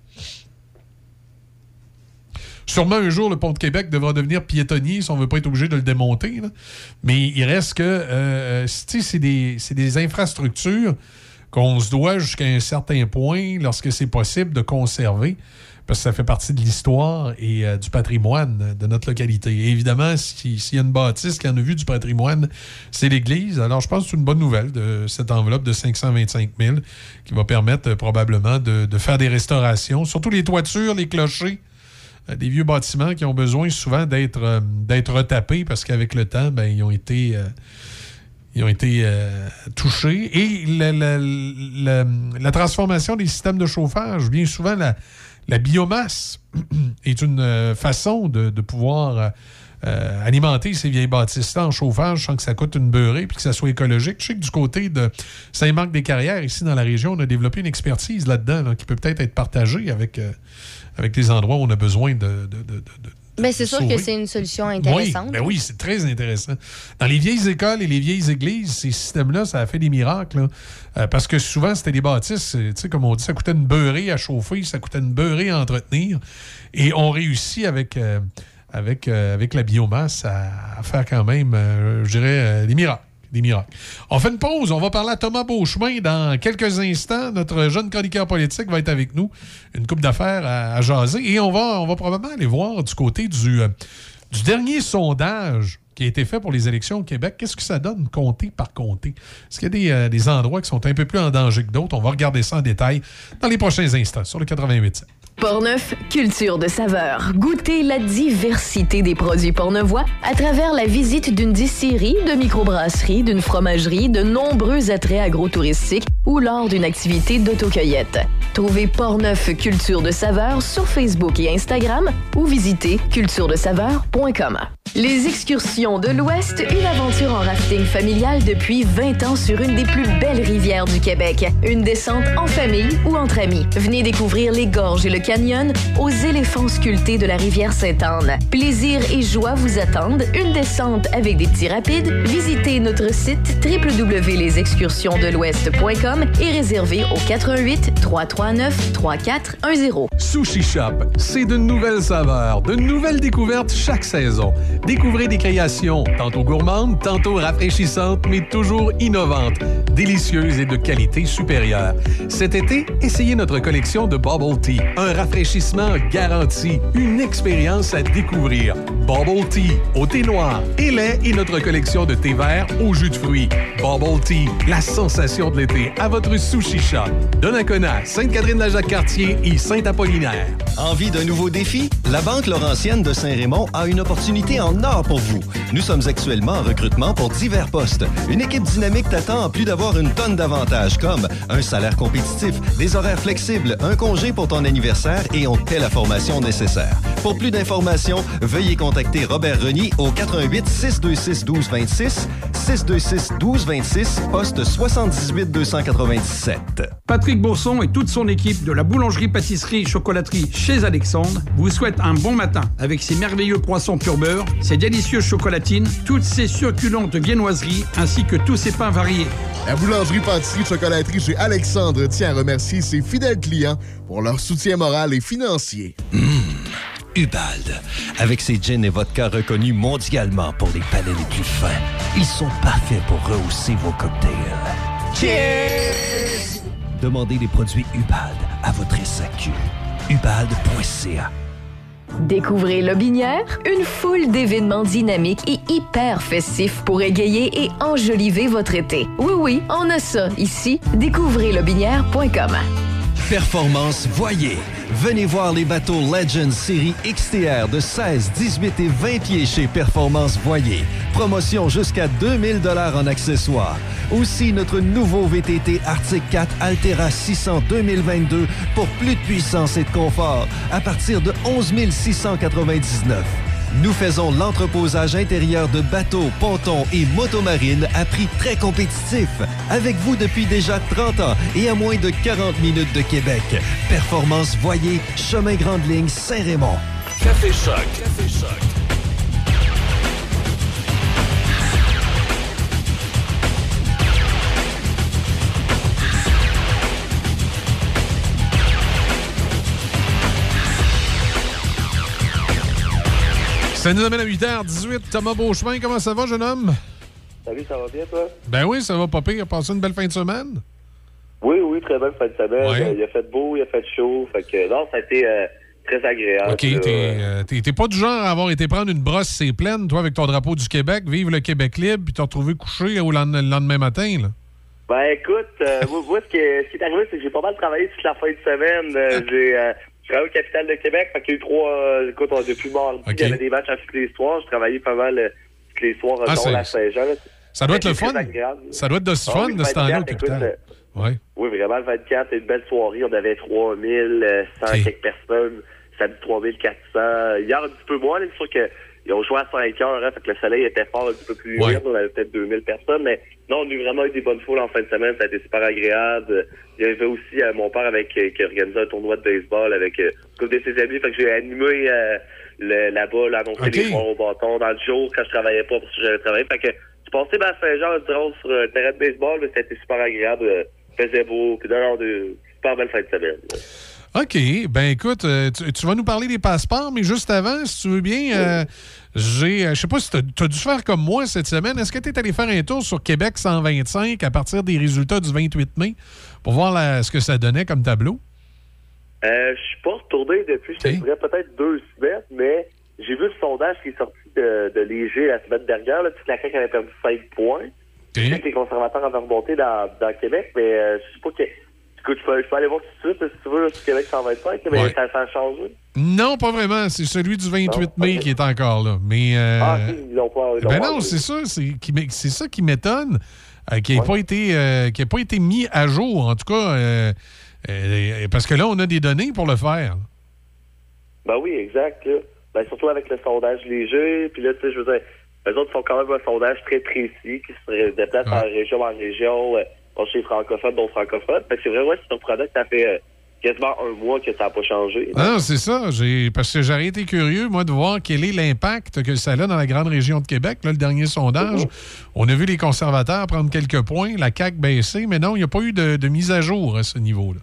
Sûrement, un jour, le pont de Québec devra devenir piétonnier si on ne veut pas être obligé de le démonter. Là. Mais il reste que euh, c'est des, c'est des infrastructures qu'on se doit jusqu'à un certain point, lorsque c'est possible, de conserver, parce que ça fait partie de l'histoire et euh, du patrimoine de notre localité. Et évidemment, s'il si y a une bâtisse qui en a vu du patrimoine, c'est l'Église. Alors, je pense que c'est une bonne nouvelle de cette enveloppe de cinq cent vingt-cinq mille qui va permettre euh, probablement de, de faire des restaurations, surtout les toitures, les clochers, des vieux bâtiments qui ont besoin souvent d'être euh, d'être retapés parce qu'avec le temps, ben, ils ont été, euh, ils ont été euh, touchés. Et la, la, la, la transformation des systèmes de chauffage, bien souvent, la, la biomasse est une euh, façon de, de pouvoir euh, alimenter ces vieilles bâtisses-là en chauffage sans que ça coûte une beurrée puis que ça soit écologique. Je sais que du côté de Saint-Marc-des-Carrières, ici dans la région, on a développé une expertise là-dedans là, qui peut peut-être être partagée avec... Euh, avec des endroits où on a besoin de... de, de, de, de ben, c'est sûr sauver. Que c'est une solution intéressante. Oui, ben oui, c'est très intéressant. Dans les vieilles écoles et les vieilles églises, ces systèmes-là, ça a fait des miracles. Là, euh, parce que souvent, c'était des bâtisses, tu sais, comme on dit, ça coûtait une beurrée à chauffer, ça coûtait une beurrée à entretenir. Et on réussit avec, euh, avec, euh, avec la biomasse à, à faire quand même, euh, je dirais, euh, des miracles. Des miracles. On fait une pause. On va parler à Thomas Beauchemin dans quelques instants. Notre jeune chroniqueur politique va être avec nous. Une couple d'affaires à, à jaser. Et on va, on va probablement aller voir du côté du, euh, du dernier sondage qui a été fait pour les élections au Québec. Qu'est-ce que ça donne, comté par comté? Est-ce qu'il y a des, euh, des endroits qui sont un peu plus en danger que d'autres? On va regarder ça en détail dans les prochains instants sur le quatre-vingt-huit sept. Portneuf, culture de saveur. Goûtez la diversité des produits portneuvois à travers la visite d'une distillerie, de microbrasserie, d'une fromagerie, de nombreux attraits agrotouristiques ou lors d'une activité d'autocueillette. Trouvez Portneuf Culture de saveur sur Facebook et Instagram ou visitez culture de saveur point com. Les excursions de l'Ouest, une aventure en rafting familial depuis vingt ans sur une des plus belles rivières du Québec. Une descente en famille ou entre amis. Venez découvrir les gorges et le Canyon aux éléphants sculptés de la rivière Sainte-Anne. Plaisir et joie vous attendent. Une descente avec des petits rapides. Visitez notre site w w w point les excursions de l'ouest point com et réservez au quatre un huit, trois trois neuf, trois quatre un zéro. Sushi Shop, c'est de nouvelles saveurs, de nouvelles découvertes chaque saison. Découvrez des créations tantôt gourmandes, tantôt rafraîchissantes, mais toujours innovantes, délicieuses et de qualité supérieure. Cet été, essayez notre collection de Bubble Tea. Un rafraîchissement garanti, une expérience à découvrir. Bubble Tea, au thé noir et lait et notre collection de thé vert au jus de fruits. Bubble Tea, la sensation de l'été à votre Sushi Shop. Donnacona, Sainte-Catherine-la-Jacques-Cartier et Saint-Apollinaire. Envie d'un nouveau défi? La Banque Laurentienne de Saint-Raymond a une opportunité en or pour vous. Nous sommes actuellement en recrutement pour divers postes. Une équipe dynamique t'attend en plus d'avoir une tonne d'avantages comme un salaire compétitif, des horaires flexibles, un congé pour ton anniversaire et on te paie la formation nécessaire. Pour plus d'informations, veuillez contacter Robert Renier au quatre un huit, six deux six, un deux deux six, six deux six, un deux deux six, poste soixante-dix-huit deux cent quatre-vingt-dix-sept. Patrick Bourson et toute son équipe de la boulangerie-pâtisserie-chocolaterie chez Alexandre vous souhaitent un bon matin avec ses merveilleux poissons pur beurre, ses délicieuses chocolatines, toutes ses succulentes viennoiseries ainsi que tous ses pains variés. La boulangerie-pâtisserie-chocolaterie chez Alexandre tient à remercier ses fidèles clients pour leur soutien moral et financier. Mmh, Ubald. Avec ses gins et vodka reconnus mondialement pour les palais les plus fins, ils sont parfaits pour rehausser vos cocktails. Cheers! Demandez les produits Ubald à votre S A Q. ubald point c a. Découvrez Lobinière, une foule d'événements dynamiques et hyper festifs pour égayer et enjoliver votre été. Oui, oui, on a ça ici. Découvrez lobinière point com. Performance Voyer. Venez voir les bateaux Legends série X T R de seize, dix-huit et vingt pieds chez Performance Voyer. Promotion jusqu'à deux mille dollars en accessoires. Aussi, notre nouveau V T T Arctic quatre Altera six cents deux mille vingt-deux pour plus de puissance et de confort à partir de onze mille six cent quatre-vingt-dix-neuf. Nous faisons l'entreposage intérieur de bateaux, pontons et motomarines à prix très compétitif. Avec vous depuis déjà trente ans et à moins de quarante minutes de Québec. Performance Voyer, chemin Grande Ligne, Saint-Raymond. Café Choc. Café Choc. Ça nous amène à huit heures dix-huit. Thomas Beauchemin, comment ça va, jeune homme? Salut, ça va bien, toi? Ben oui, ça va pas pire. Passé une belle fin de semaine? Oui, oui, très belle fin de semaine. Ouais. Il a fait beau, il a fait chaud. Fait que, non, ça a été euh, très agréable. OK, t'es, euh, t'es, t'es pas du genre à avoir été prendre une brosse, c'est pleine, toi, avec ton drapeau du Québec, vive le Québec libre, puis t'as retrouvé couché au lendemain, le lendemain matin, là? Ben, écoute, euh, moi, moi, ce qui est, ce qui est arrivé, c'est que j'ai pas mal travaillé toute la fin de semaine. Euh, j'ai... Euh, Je travaille au Capitale de Québec, fait qu'il y a eu trois... Euh, écoute, on, depuis mardi, okay. Il y avait des matchs à tous les soirs. Je travaillais pas mal euh, tous les soirs ah, dans la Saint-Jean. Ça doit être le fun. Ça doit être de ce fun, de ce temps-là au Capitale. Ouais. Oui, vraiment, le vingt-quatre, c'était une belle soirée. On avait trois mille cent okay. quelques personnes. Samedi, trois mille quatre cents. Hier, un petit peu moins. C'est sûr qu'ils ont joué à cinq heures. Hein, fait que le soleil était fort un petit peu plus ouais. vite. On avait peut-être deux mille personnes. Mais non, on a vraiment eu des bonnes foules en fin de semaine. Ça a été super agréable. Il y avait aussi euh, mon père avec euh, qui organisait un tournoi de baseball avec euh, une de ses amis. Fait que j'ai animé euh, le, là-bas, là, annoncé okay. les points au bâton dans le jour quand je travaillais pas parce que j'avais travaillé. Fait que je passais à Saint-Jean sur un terrain de baseball. Mais c'était super agréable. Euh, faisait beau. Puis d'ailleurs, de super belle fin de semaine. Ouais. OK. Ben écoute, euh, tu, tu vas nous parler des passeports, mais juste avant, si tu veux bien, euh, j'ai, euh, je sais pas si tu as dû faire comme moi cette semaine. Est-ce que tu es allé faire un tour sur Québec cent vingt-cinq à partir des résultats du vingt-huit mai pour voir la, ce que ça donnait comme tableau? Euh, je suis pas retourné depuis, je te dirais peut-être deux semaines, mais j'ai vu le sondage qui est sorti de, de Léger la semaine dernière. Là, toute la C A Q avait perdu cinq points. Okay. Je sais que les conservateurs avaient remonté dans, dans Québec, mais euh, je sais pas que... Écoute, je peux, je peux aller voir tout de suite, si tu veux, sur Québec cent vingt-cinq, mais ouais. ça, ça a changé. Non, pas vraiment. C'est celui du vingt-huit mai okay. qui est encore là. Mais, euh... Ah, ils l'ont pas. Ils l'ont ben pas non, c'est ça. C'est, qui, c'est ça qui m'étonne, euh, qui n'a ouais. pas, euh, pas été mis à jour, en tout cas, euh, euh, parce que là, on a des données pour le faire. Ben oui, exact. Là. Ben, surtout avec le sondage léger. Puis là, tu sais, je veux dire, eux autres font quand même un sondage très précis qui se déplace ouais. en région en région. Euh, Bon, chez les francophones, dont francophones. Fait que c'est vrai, ouais, c'est surprenant que ça fait, euh, quasiment un mois que ça n'a pas changé. Non, c'est ça. J'ai, parce que j'aurais été curieux, moi, de voir quel est l'impact que ça a dans la grande région de Québec. Là, le dernier sondage, mm-hmm. on a vu les conservateurs prendre quelques points, la C A Q baisser, mais non, il n'y a pas eu de, de mise à jour à ce niveau-là.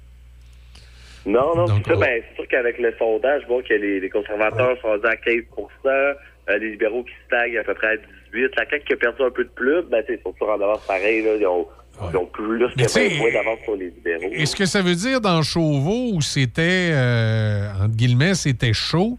Non, non, Donc, c'est ça. Ben, c'est sûr qu'avec le sondage, bon, que les, les conservateurs ouais. sont rendus à quinze pour cent, euh, les libéraux qui stagnent à peu près à dix-huit pour cent. La C A Q qui a perdu un peu de plus, ben, ils sont toujours en avance pareil, là. Ils ont, ouais. ils ont plus que vingt points d'avance sur les libéraux. Est-ce que ça veut dire dans Chauveau où c'était, euh, entre guillemets, c'était chaud,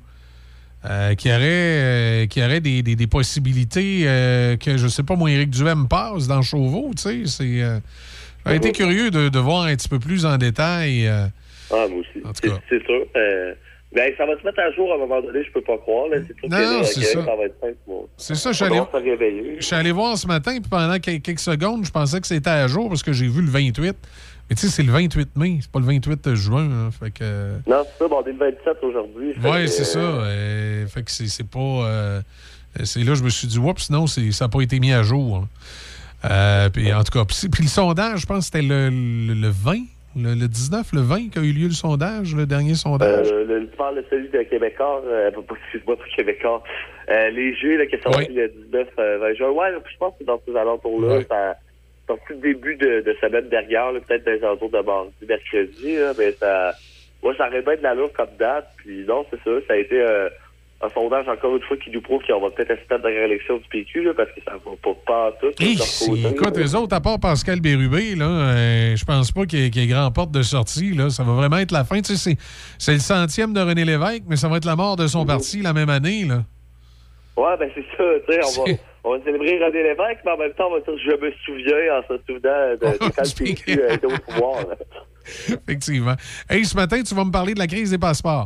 euh, qu'il y aurait, euh, qu'il y aurait des, des, des possibilités euh, que, je sais pas, moi, Éric Duhem passe dans Chauveau, tu sais, c'est... Euh, j'ai été curieux de, de voir un petit peu plus en détail... Euh, Ah, moi aussi. C'est, c'est sûr. Euh, ben, ça va se mettre à jour à un moment donné, je peux pas croire. Là. C'est sûr non, que non, là, c'est ça. ça va être simple. Bon. C'est ça, je suis, allé... je suis allé voir ce matin, puis pendant quelques secondes, je pensais que c'était à jour parce que j'ai vu le vingt-huit. Mais tu sais, c'est le vingt-huit mai, c'est pas le vingt-huit juin. Hein, fait que... Non, c'est ça, bon, on est le vingt-sept aujourd'hui. Oui, que, c'est euh... ça. Euh, fait que c'est, c'est pas... Euh... C'est là je me suis dit, oups, sinon, c'est... ça n'a pas été mis à jour. Hein. Euh, puis en tout cas, puis, puis le sondage, je pense que c'était le, le, le vingt. Le, le dix-neuf, le vingt, qu'a eu lieu le sondage, le dernier sondage? Euh, le, tu parles de celui de Québécois, euh, pas, excuse-moi, pas Québécois. Euh, Léger, là, qui est sorti oui. le dix-neuf vingt juin. Ouais, je pense que c'est dans ces alentours-là. Oui. Ça sorti le début de, de semaine dernière, là, peut-être dans les alentours de mardi, mercredi, là, mais ça, ouais, ça aurait bien de l'allure comme date. Puis non, c'est ça, ça a été euh, un sondage, encore une fois, qui nous prouve qu'on va peut-être assister à la dernière élection du P Q, là, parce que ça va pas, pas tout. Hey, côté, écoute, les autres, à part Pascal Bérubé, là, euh, je pense pas qu'il y ait, qu'il y ait grand porte de sortie. Là. Ça va vraiment être la fin. Tu sais, c'est, c'est le centième de René Lévesque, mais ça va être la mort de son mm-hmm. parti la même année. Là. Ouais, ben c'est ça. Tu sais, on va, on va célébrer René Lévesque, mais en même temps, on va dire je me souviens en se souvenant de, de quand le P Q était au pouvoir. Là. Effectivement. Hey, ce matin, tu vas me parler de la crise des passeports.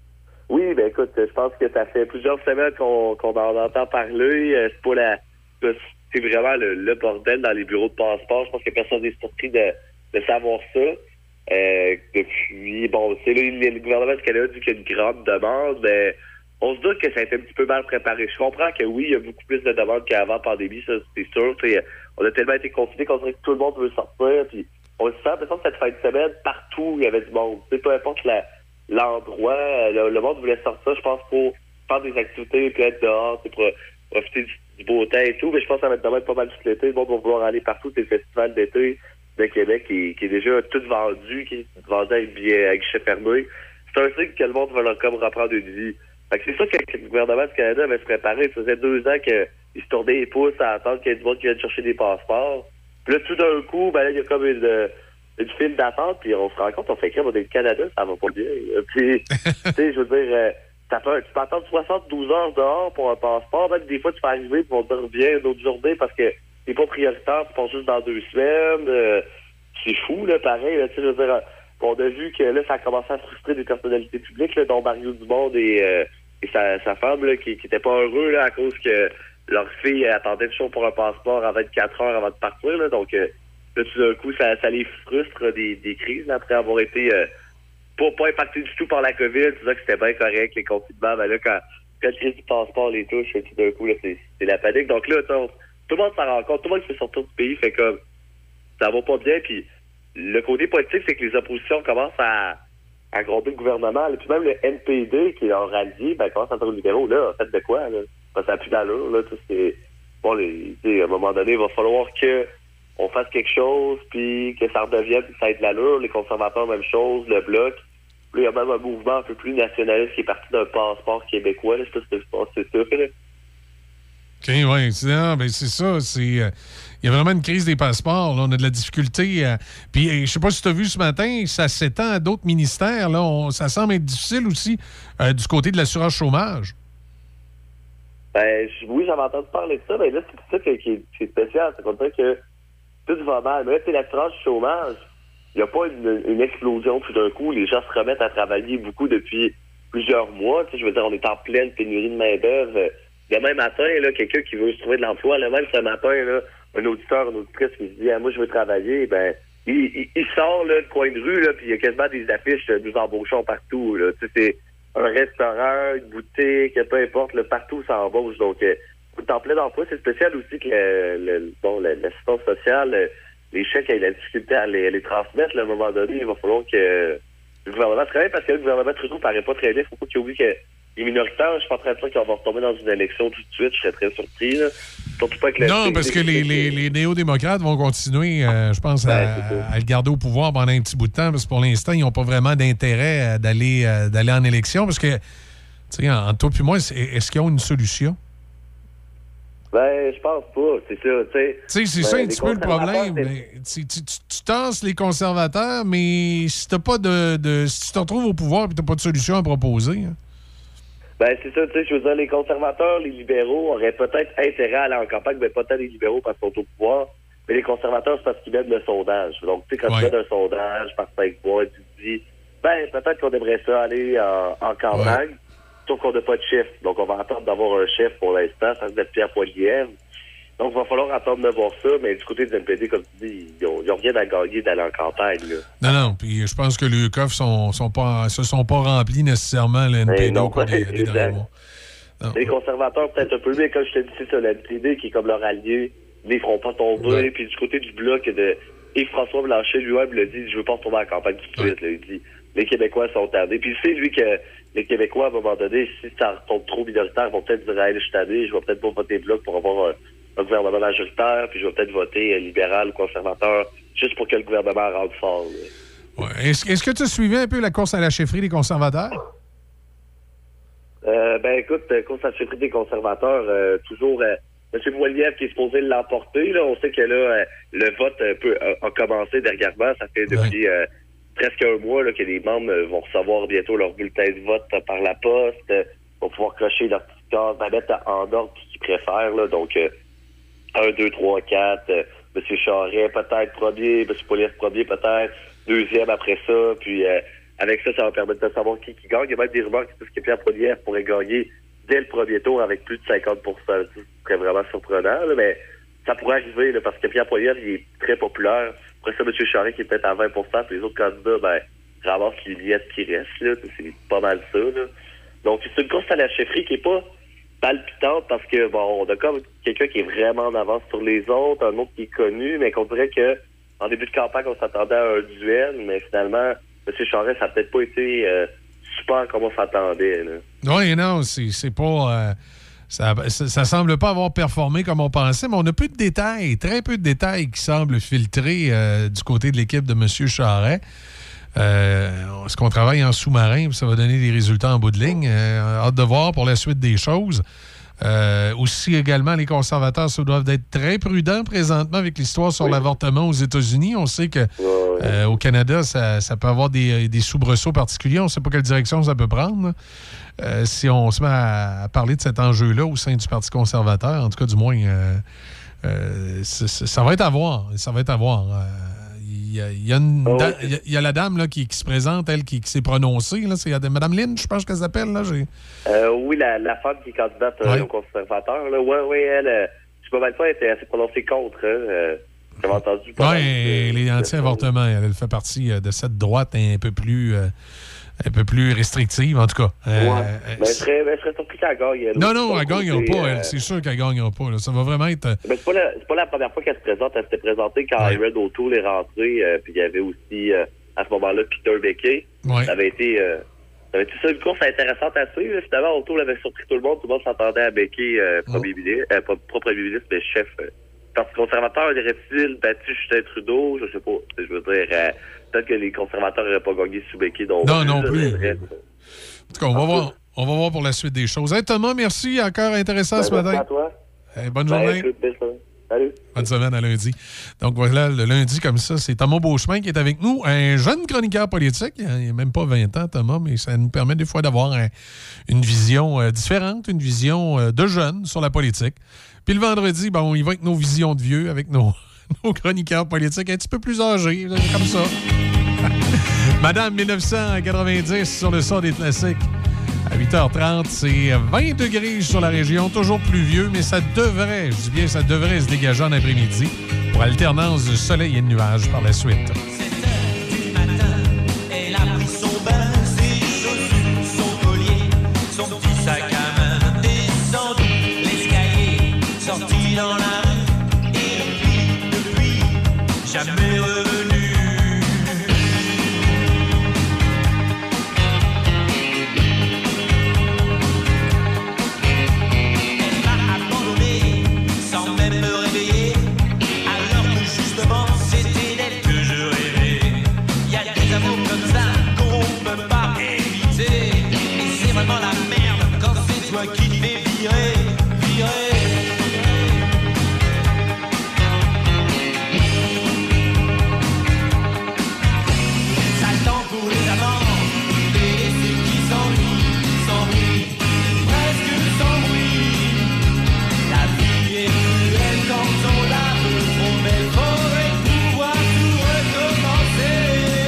Oui, ben écoute, je pense que ça fait plusieurs semaines qu'on, qu'on en entend parler. C'est pas la, c'est vraiment le, le bordel dans les bureaux de passeport. Je pense que personne n'est surpris de, de savoir ça. Euh, depuis, bon, c'est là, le, le gouvernement du Canada dit qu'il y a une grande demande, mais on se doute que ça a été un petit peu mal préparé. Je comprends que oui, il y a beaucoup plus de demandes qu'avant la pandémie, ça c'est sûr. T'sais, on a tellement été confinés qu'on dirait que tout le monde veut sortir. Puis on se sent, de toute façon, cette fin de semaine, partout, il y avait du monde. T'sais, peu importe la l'endroit, le, le monde voulait sortir, je pense, pour faire des activités, puis être dehors, pour profiter du, du beau temps et tout, mais je pense que ça va être demain pas mal tout l'été. Le monde va vouloir aller partout. C'est le festival d'été de Québec qui, qui est déjà tout vendu, qui est vendu avec, billet, avec guichet fermé. C'est un signe que le monde va leur comme reprendre une vie. Fait que c'est ça que le gouvernement du Canada avait se préparé. Ça faisait deux ans qu'il se tournait les pouces à attendre qu'il y ait du monde qui vienne chercher des passeports. Puis là, tout d'un coup, ben là, il y a comme une... une file d'attente, puis on se rend compte, on fait crème, on est le Canada, ça va pas bien. Puis, tu sais, je veux dire, euh, ça peut, tu peux attendre soixante-douze heures dehors pour un passeport, même des fois, tu peux arriver, puis on te revient une autre journée parce que c'est pas prioritaire, tu passes juste dans deux semaines. Euh, c'est fou, là, pareil, là, tu sais, je veux dire, on a vu que là, ça a commencé à frustrer des personnalités publiques, là, dont Mario Dumont et, euh, et sa, sa femme, là, qui, qui étaient pas heureux, là, à cause que leur fille attendait toujours pour un passeport à vingt-quatre heures avant de partir, là, donc... Euh, là, tout d'un coup, ça, ça les frustre des, des crises, là, après avoir été euh, pas, pas impacté du tout par la COVID. Tu disais que c'était bien correct, les confinements. Mais là, quand, quand la crise du passeport les touche, tout d'un coup, là, c'est, c'est la panique. Donc là, tout le monde s'en rend compte, tout le monde qui fait sortir du pays, fait comme ça va pas bien. Puis le côté politique, c'est que les oppositions commencent à, à gronder le gouvernement. Là. Puis même le N P D, qui est en rallié, ben, commence à dire aux libéraux, là, en fait, de quoi? Là? Ça n'a plus d'allure. Là, tout, c'est... Bon, les, à un moment donné, il va falloir que on fasse quelque chose, puis que ça redevienne, puis ça ait de l'allure. Les conservateurs, même chose, le Bloc. Puis il y a même un mouvement un peu plus nationaliste qui est parti d'un passeport québécois. Là. Je sais pas si c'est ça, là. OK, oui. C'est, ah, ben c'est ça. C'est, il euh, y a vraiment une crise des passeports. Là. On a de la difficulté. Euh, puis je sais pas si tu as vu ce matin, ça s'étend à d'autres ministères. Là. On, ça semble être difficile aussi euh, du côté de l'assurance chômage. Ben, je, oui, j'avais entendu parler de ça. Mais là, c'est ça qui, qui, qui est spécial. C'est qu'on dirait que tout va mal. Mais là, c'est l'assurance chômage. Il n'y a pas une, une explosion tout d'un coup. Les gens se remettent à travailler beaucoup depuis plusieurs mois. Tu sais, je veux dire, on est en pleine pénurie de main-d'œuvre. Demain matin, là, quelqu'un qui veut se trouver de l'emploi, là, même ce matin, là, un auditeur, une auditrice qui se dit ah, moi, je veux travailler, ben, il, il, il sort là, le coin de rue, là, puis il y a quasiment des affiches de nous embauchons partout. Là. Tu sais, c'est un restaurant, une boutique, peu importe, là, partout ça embauche. Donc, euh, en plein emploi, c'est spécial aussi que le, le, bon, l'assistance sociale, les chèques et la difficulté à les, à les transmettre, là, à un moment donné, il va falloir que le gouvernement très bien parce que le gouvernement Trudeau paraît pas très bien. Faut pas qu'il oublie que les minoritaires, je suis pas en train de dire qu'on va retomber dans une élection tout de suite. Je serais très surpris, là. Surtout pas que non, parce que les, les, les néo-démocrates vont continuer, euh, je pense, ben, à, à le garder au pouvoir pendant un petit bout de temps, parce que pour l'instant, ils n'ont pas vraiment d'intérêt d'aller euh, d'aller en élection, parce que, tu sais, entre toi et moi, est-ce qu'ils ont une solution? Ben, je pense pas, c'est ça, tu sais. Tu sais, c'est ben, ça un petit peu le problème. Mais, tu, tu, tu tasses les conservateurs, mais si t'as pas de, de... Si tu te retrouves au pouvoir et t'as pas de solution à proposer... Hein. Ben, c'est ça, tu sais, je veux dire, les conservateurs, les libéraux auraient peut-être intérêt à aller en campagne, mais pas tant les libéraux parce qu'ils sont au pouvoir, mais les conservateurs, c'est parce qu'ils mettent le sondage. Donc, tu sais, quand ouais. tu mets un sondage par cinq mois, tu te dis, ben, peut-être qu'on aimerait ça aller en, en campagne, ouais. sauf qu'on n'a pas de chef. Donc, on va attendre d'avoir un chef pour l'instant, ça se met Pierre Poilievre. Donc, il va falloir attendre de voir ça, mais du côté du N P D, comme tu dis, ils n'ont rien à gagner d'aller en campagne. Là. Non, non, puis je pense que les coffres sont, sont pas, se sont pas remplis nécessairement, le N P D, au cours des, des derniers mois. Les conservateurs, peut-être un peu mieux, comme je te dis, c'est ça, le N P D qui est comme leur allié, ils ne feront pas tomber. Ouais. Puis du côté du bloc de Yves-François Blanchet, lui-même, le dit, je veux pas retourner en campagne tout de suite. Ouais. Là, il dit, les Québécois sont tardés. Puis c'est lui que les Québécois, à un moment donné, si ça retombe trop minoritaire, vont peut-être dire, hey, je suis tanné, je vais peut-être pas voter bloc pour avoir un un gouvernement majoritaire, puis je vais peut-être voter euh, libéral ou conservateur, juste pour que le gouvernement rentre fort. Ouais. Est-ce, est-ce que tu as suivi un peu la course à la chefferie des conservateurs? Euh, ben écoute, la course à la chefferie des conservateurs, euh, toujours euh, M. Poilievre qui est supposé l'emporter. Là, on sait que là, euh, le vote euh, peut, a, a commencé dernièrement. Ça fait depuis ouais. euh, presque un mois là, que les membres euh, vont recevoir bientôt leur bulletin de vote euh, par la poste, euh, vont pouvoir cocher leur petite case, va mettre en ordre ce qu'ils préfèrent. Là, donc, euh, un, deux, trois, quatre, euh, M. Charest peut-être premier, M. Poilievre premier peut-être, deuxième après ça, puis euh, avec ça, ça va permettre de savoir qui, qui gagne. Il y a même des rumeurs qui disent que Pierre Poilievre pourrait gagner dès le premier tour avec plus de cinquante pour cent. Ce serait vraiment surprenant, là, mais ça pourrait arriver là, parce que Pierre Poilievre, il est très populaire. Après ça, M. Charest qui est peut-être à vingt pour cent, puis les autres candidats, ben, ramassent les billets qui restent, là, c'est pas mal ça. Là. Donc, c'est une course à la chefferie qui est pas palpitante parce que, bon, on a comme quelqu'un qui est vraiment en avance sur les autres, un autre qui est connu, mais qu'on dirait que en début de campagne, on s'attendait à un duel, mais finalement, M. Charest, ça n'a peut-être pas été euh, super comme on s'attendait. Là. Oui, non, c'est, c'est pas... Euh, ça, ça, ça semble pas avoir performé comme on pensait, mais on a peu de détails, très peu de détails qui semblent filtrer euh, du côté de l'équipe de M. Charest. Euh, est-ce qu'on travaille en sous-marin puis ça va donner des résultats en bout de ligne? Euh, hâte de voir pour la suite des choses. Euh, aussi également, les conservateurs se doivent d'être très prudents présentement avec l'histoire sur oui. l'avortement aux États-Unis. On sait que euh, au Canada, ça, ça peut avoir des, des soubresauts particuliers. On ne sait pas quelle direction ça peut prendre. Euh, si on se met à, à parler de cet enjeu-là au sein du Parti conservateur, en tout cas, du moins, euh, euh, ça, ça va être à voir. Ça va être à voir. Euh, Il y, a, il, y a une oh, da- il, y a, il y a la dame là, qui, qui se présente, elle, qui, qui s'est prononcée. Là, c'est Mme Lynch, je pense qu'elle s'appelle. Là, j'ai... Euh, oui, la, la femme qui est candidate euh, ouais. au conservateur. Oui, oui, elle, euh, je ne sais pas mal pas, elle, elle s'est prononcée contre. Hein, euh, j'avais entendu. Oui, elle est anti-avortement. Elle fait partie euh, de cette droite un peu plus... Euh, un peu plus restrictive, en tout cas. Euh, ouais. Mais elle serait, elle serait surpris qu'elle gagne. Elle, non, non, elle ne gagnera pas. Euh... Elle, c'est sûr qu'elle ne gagnera pas. Là. Ça va vraiment être... Mais c'est pas, la, c'est pas la première fois qu'elle se présente. Elle s'était présentée quand ouais. Red O'Toole est rentré. Euh, puis il y avait aussi, euh, à ce moment-là, Peter Beckey. Ouais. Ça avait été... Euh, ça avait été ça, une course intéressante à suivre. Finalement, O'Toole avait surpris tout le monde. Tout le monde s'entendait à Beckey, euh, oh. premier ministre, euh, pas, pas premier ministre, mais chef. Euh, Parti conservateur, aurait-il battu Justin Trudeau? Je sais pas. Je veux dire... Euh, peut-être que les conservateurs n'auraient pas gagné sous Beckey. Donc non, non plus. Vrai. En tout cas, on va, voir, on va voir pour la suite des choses. Hey, Thomas, merci. Encore intéressant ben, ce matin. À toi. Hey, bonne ben, journée. Salut. Bonne semaine à lundi. Donc voilà, le lundi comme ça, c'est Thomas Beauchemin qui est avec nous, un jeune chroniqueur politique. Il n'a même pas vingt ans, Thomas, mais ça nous permet des fois d'avoir un, une vision euh, différente, une vision euh, de jeune sur la politique. Puis le vendredi, bon, il va avec nos visions de vieux, avec nos, nos chroniqueurs politiques un petit peu plus âgés, comme ça. Madame mille neuf cent quatre-vingt-dix sur le son des classiques. À huit heures trente, c'est vingt degrés sur la région, toujours pluvieux, mais ça devrait, je dis bien, ça devrait se dégager en après-midi pour alternance de soleil et de nuages par la suite. Elle a pris son bain, ses chaussures, son collier, son petit sac à main, descendu l'escalier, sorti dans la rue, et depuis, depuis, jamais revenu. toi qui te fais virer, virer. Sale temps pour les amants et ceux qui s'ennuient, s'ennuient, presque sans bruit. La vie est cruelle quand on la veut trop belle, faudrait pouvoir tout recommencer.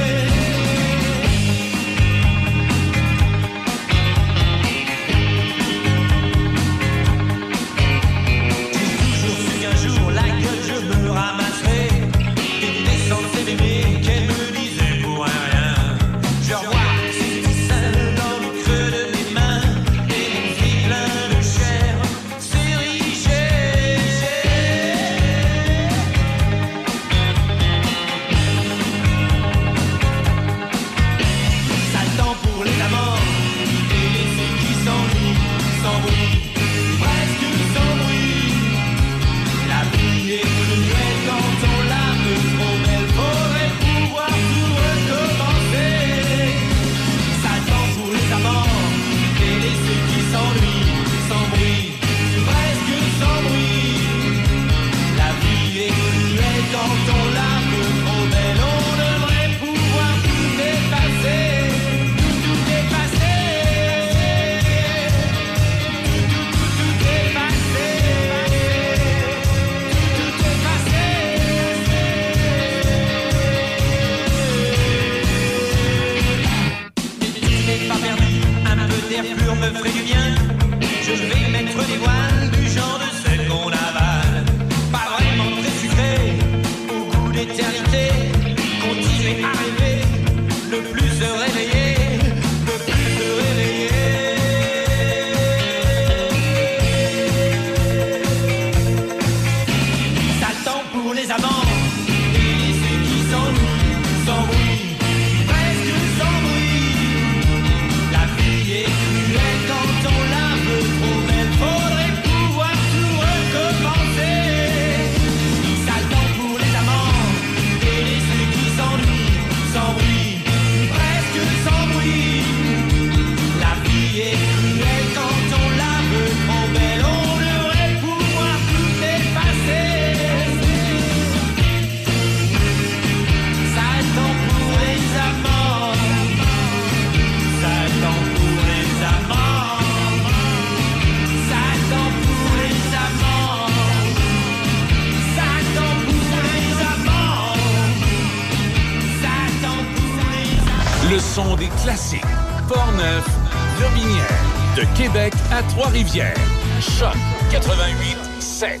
Le son des classiques. Portneuf, Lobinière. De Québec à Trois-Rivières. Choc quatre-vingt-huit sept.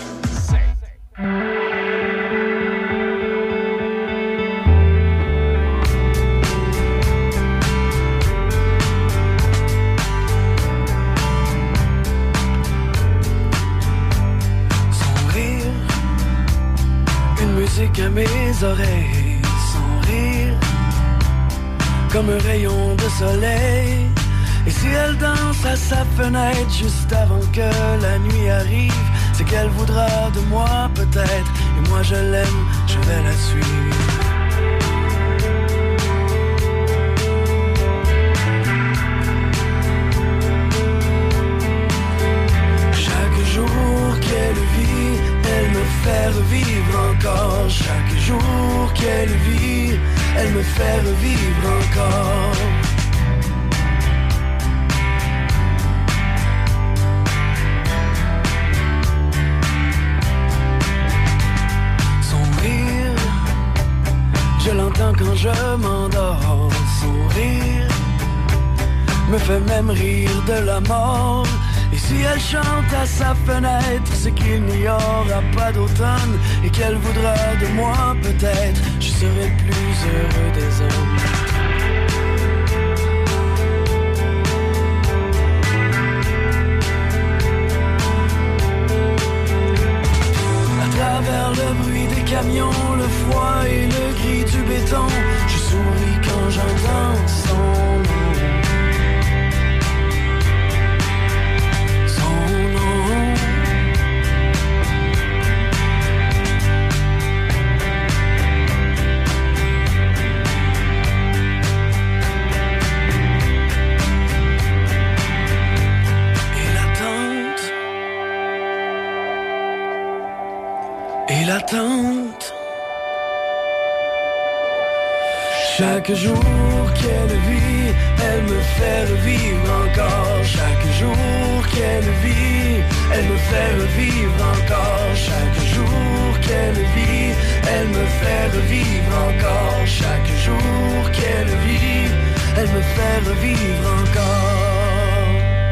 Son rire, une musique à mes oreilles. Son rire, comme un rayon de soleil. Et si elle danse à sa fenêtre juste avant que la nuit arrive, c'est qu'elle voudra de moi peut-être. Et moi je l'aime, je vais la suivre. Chaque jour qu'elle vit, elle me fait revivre encore. Chaque jour qu'elle vit, elle me fait revivre encore. Je l'entends quand je m'endors, son rire me fait même rire de la mort. Et si elle chante à sa fenêtre, c'est qu'il n'y aura pas d'automne et qu'elle voudra de moi peut-être. Je serai le plus heureux des hommes. À travers le bruit des camions, le froid et le gris du béton, je souris quand j'entends son nom. Son nom. attente. Chaque jour qu'elle vit, elle me fait revivre encore. Chaque jour qu'elle vit, elle me fait revivre encore. Chaque jour qu'elle vit, elle me fait revivre encore. Chaque jour qu'elle vit, elle me fait revivre encore.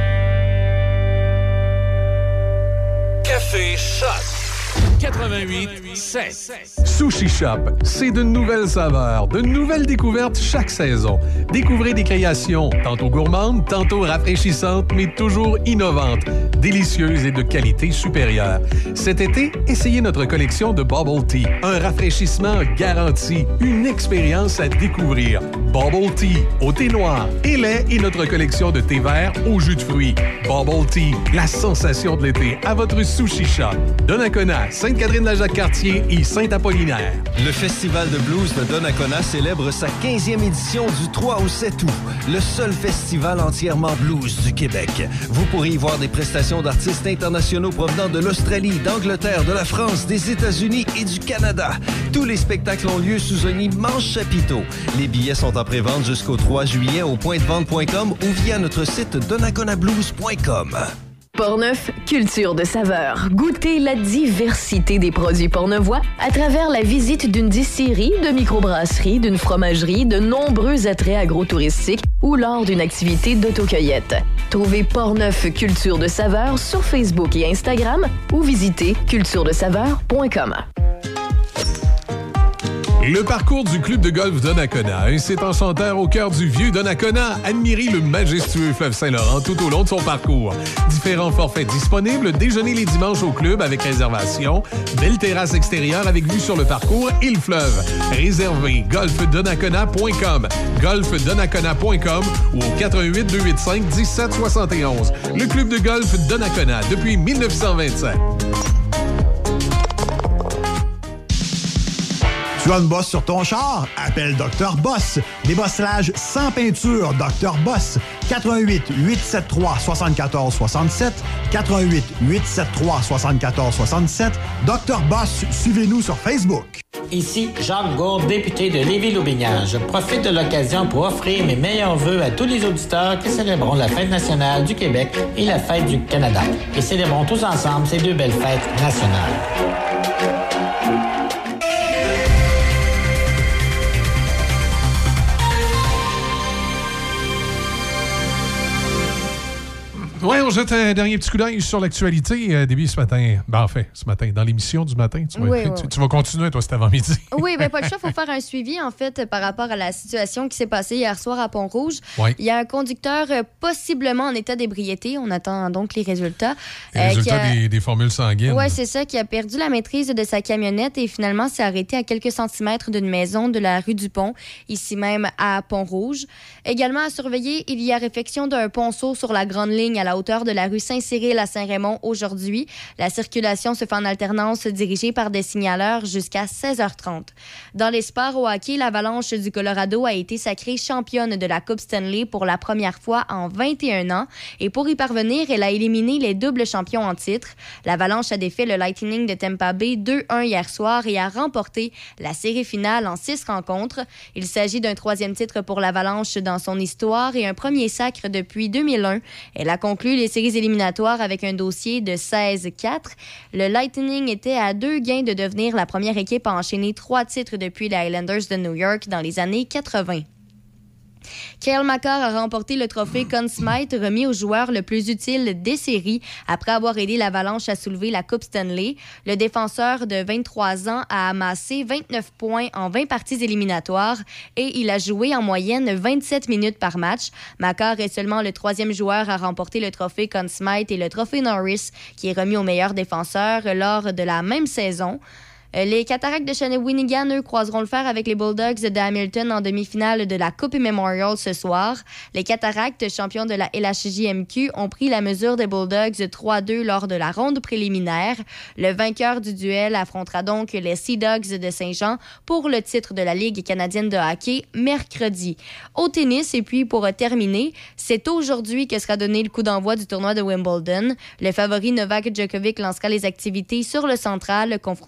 Café Choc quatre-vingt-huit sept. Sushi Shop, c'est de nouvelles saveurs, de nouvelles découvertes chaque saison. Découvrez des créations tantôt gourmandes, tantôt rafraîchissantes, mais toujours innovantes, délicieuses et de qualité supérieure. Cet été, essayez notre collection de Bubble Tea, un rafraîchissement garanti, une expérience à découvrir. Bubble Tea au thé noir et lait et notre collection de thé vert au jus de fruits. Bubble Tea, la sensation de l'été à votre Sushi Shop. Donnacona, Sainte-Catherine-la-Jacques-Cartier et Saint-Apollinaire. Le Festival de blues de Donnacona célèbre sa quinzième édition du trois au sept août. Le seul festival entièrement blues du Québec. Vous pourrez y voir des prestations d'artistes internationaux provenant de l'Australie, d'Angleterre, de la France, des États-Unis et du Canada. Tous les spectacles ont lieu sous un immense chapiteau. Les billets sont en pré-vente jusqu'au trois juillet au point de vente point com ou via notre site donnacona blues point com. Portneuf, culture de saveur. Goûtez la diversité des produits portneuvois à travers la visite d'une distillerie, de microbrasserie, d'une fromagerie, de nombreux attraits agrotouristiques ou lors d'une activité d'autocueillette. Trouvez Portneuf Culture de saveur sur Facebook et Instagram ou visitez culture de saveur point com. Le parcours du club de golf Donnacona, un site enchanteur au cœur du vieux Donnacona. Admirez le majestueux fleuve Saint-Laurent tout au long de son parcours. Différents forfaits disponibles, déjeuner les dimanches au club avec réservation, belle terrasse extérieure avec vue sur le parcours et le fleuve. Réservez golf donnacona point com, golf donnacona point com ou au quatre un huit, deux huit cinq, un sept six un. Le club de golf Donnacona depuis dix-neuf cent vingt-sept. Tu as une bosse sur ton char? Appelle docteur Boss. Débossage sans peinture, docteur Boss. quatre un huit, huit sept trois, sept quatre six sept. quatre un huit, huit sept trois, sept quatre six sept. docteur Boss, suivez-nous sur Facebook. Ici Jacques Gourde, député de Lévis-Loubinière. Je profite de l'occasion pour offrir mes meilleurs vœux à tous les auditeurs qui célébreront la Fête nationale du Québec et la Fête du Canada. Et célébrons tous ensemble ces deux belles fêtes nationales. Oui, on jette un dernier petit coup d'œil sur l'actualité. Euh, début ce matin. Ben, en fait, ce matin, dans l'émission du matin. Tu vas, oui, tu, oui. tu vas continuer, toi, cet avant-midi. Oui, bien, pas le choix. Il faut faire un suivi, en fait, par rapport à la situation qui s'est passée hier soir à Pont-Rouge. Oui. Il y a un conducteur euh, possiblement en état d'ébriété. On attend donc les résultats. Les euh, résultats a... des, des formules sanguines. Oui, c'est ça, qui a perdu la maîtrise de sa camionnette et finalement s'est arrêté à quelques centimètres d'une maison de la rue du Pont, ici même à Pont-Rouge. Également à surveiller, il y a réfection d'un ponceau sur la grande ligne à la hauteur de la rue Saint-Cyril à Saint-Raymond aujourd'hui. La circulation se fait en alternance dirigée par des signaleurs jusqu'à seize heures trente. Dans les sports au hockey, l'Avalanche du Colorado a été sacrée championne de la Coupe Stanley pour la première fois en vingt et un ans. Et pour y parvenir, elle a éliminé les doubles champions en titre. L'Avalanche a défait le Lightning de Tampa Bay deux un hier soir et a remporté la série finale en six rencontres. Il s'agit d'un troisième titre pour l'Avalanche dans son histoire et un premier sacre depuis deux mille un. Elle a conclu les séries éliminatoires avec un dossier de seize quatre. Le Lightning était à deux gains de devenir la première équipe à enchaîner trois titres depuis les Islanders de New York dans les années quatre-vingt. Cale Makar a remporté le trophée Conn Smythe remis au joueur le plus utile des séries après avoir aidé l'Avalanche à soulever la Coupe Stanley. Le défenseur de vingt-trois ans a amassé vingt-neuf points en vingt parties éliminatoires et il a joué en moyenne vingt-sept minutes par match. Makar est seulement le troisième joueur à remporter le trophée Conn Smythe et le trophée Norris qui est remis au meilleur défenseur lors de la même saison. Les Cataractes de Shawinigan, eux, croiseront le fer avec les Bulldogs de Hamilton en demi-finale de la Coupe Memorial ce soir. Les Cataractes, champions de la L H J M Q, ont pris la mesure des Bulldogs trois deux lors de la ronde préliminaire. Le vainqueur du duel affrontera donc les Sea Dogs de Saint-Jean pour le titre de la Ligue canadienne de hockey mercredi. Au tennis, et puis pour terminer, c'est aujourd'hui que sera donné le coup d'envoi du tournoi de Wimbledon. Le favori Novak Djokovic lancera les activités sur le central, confronté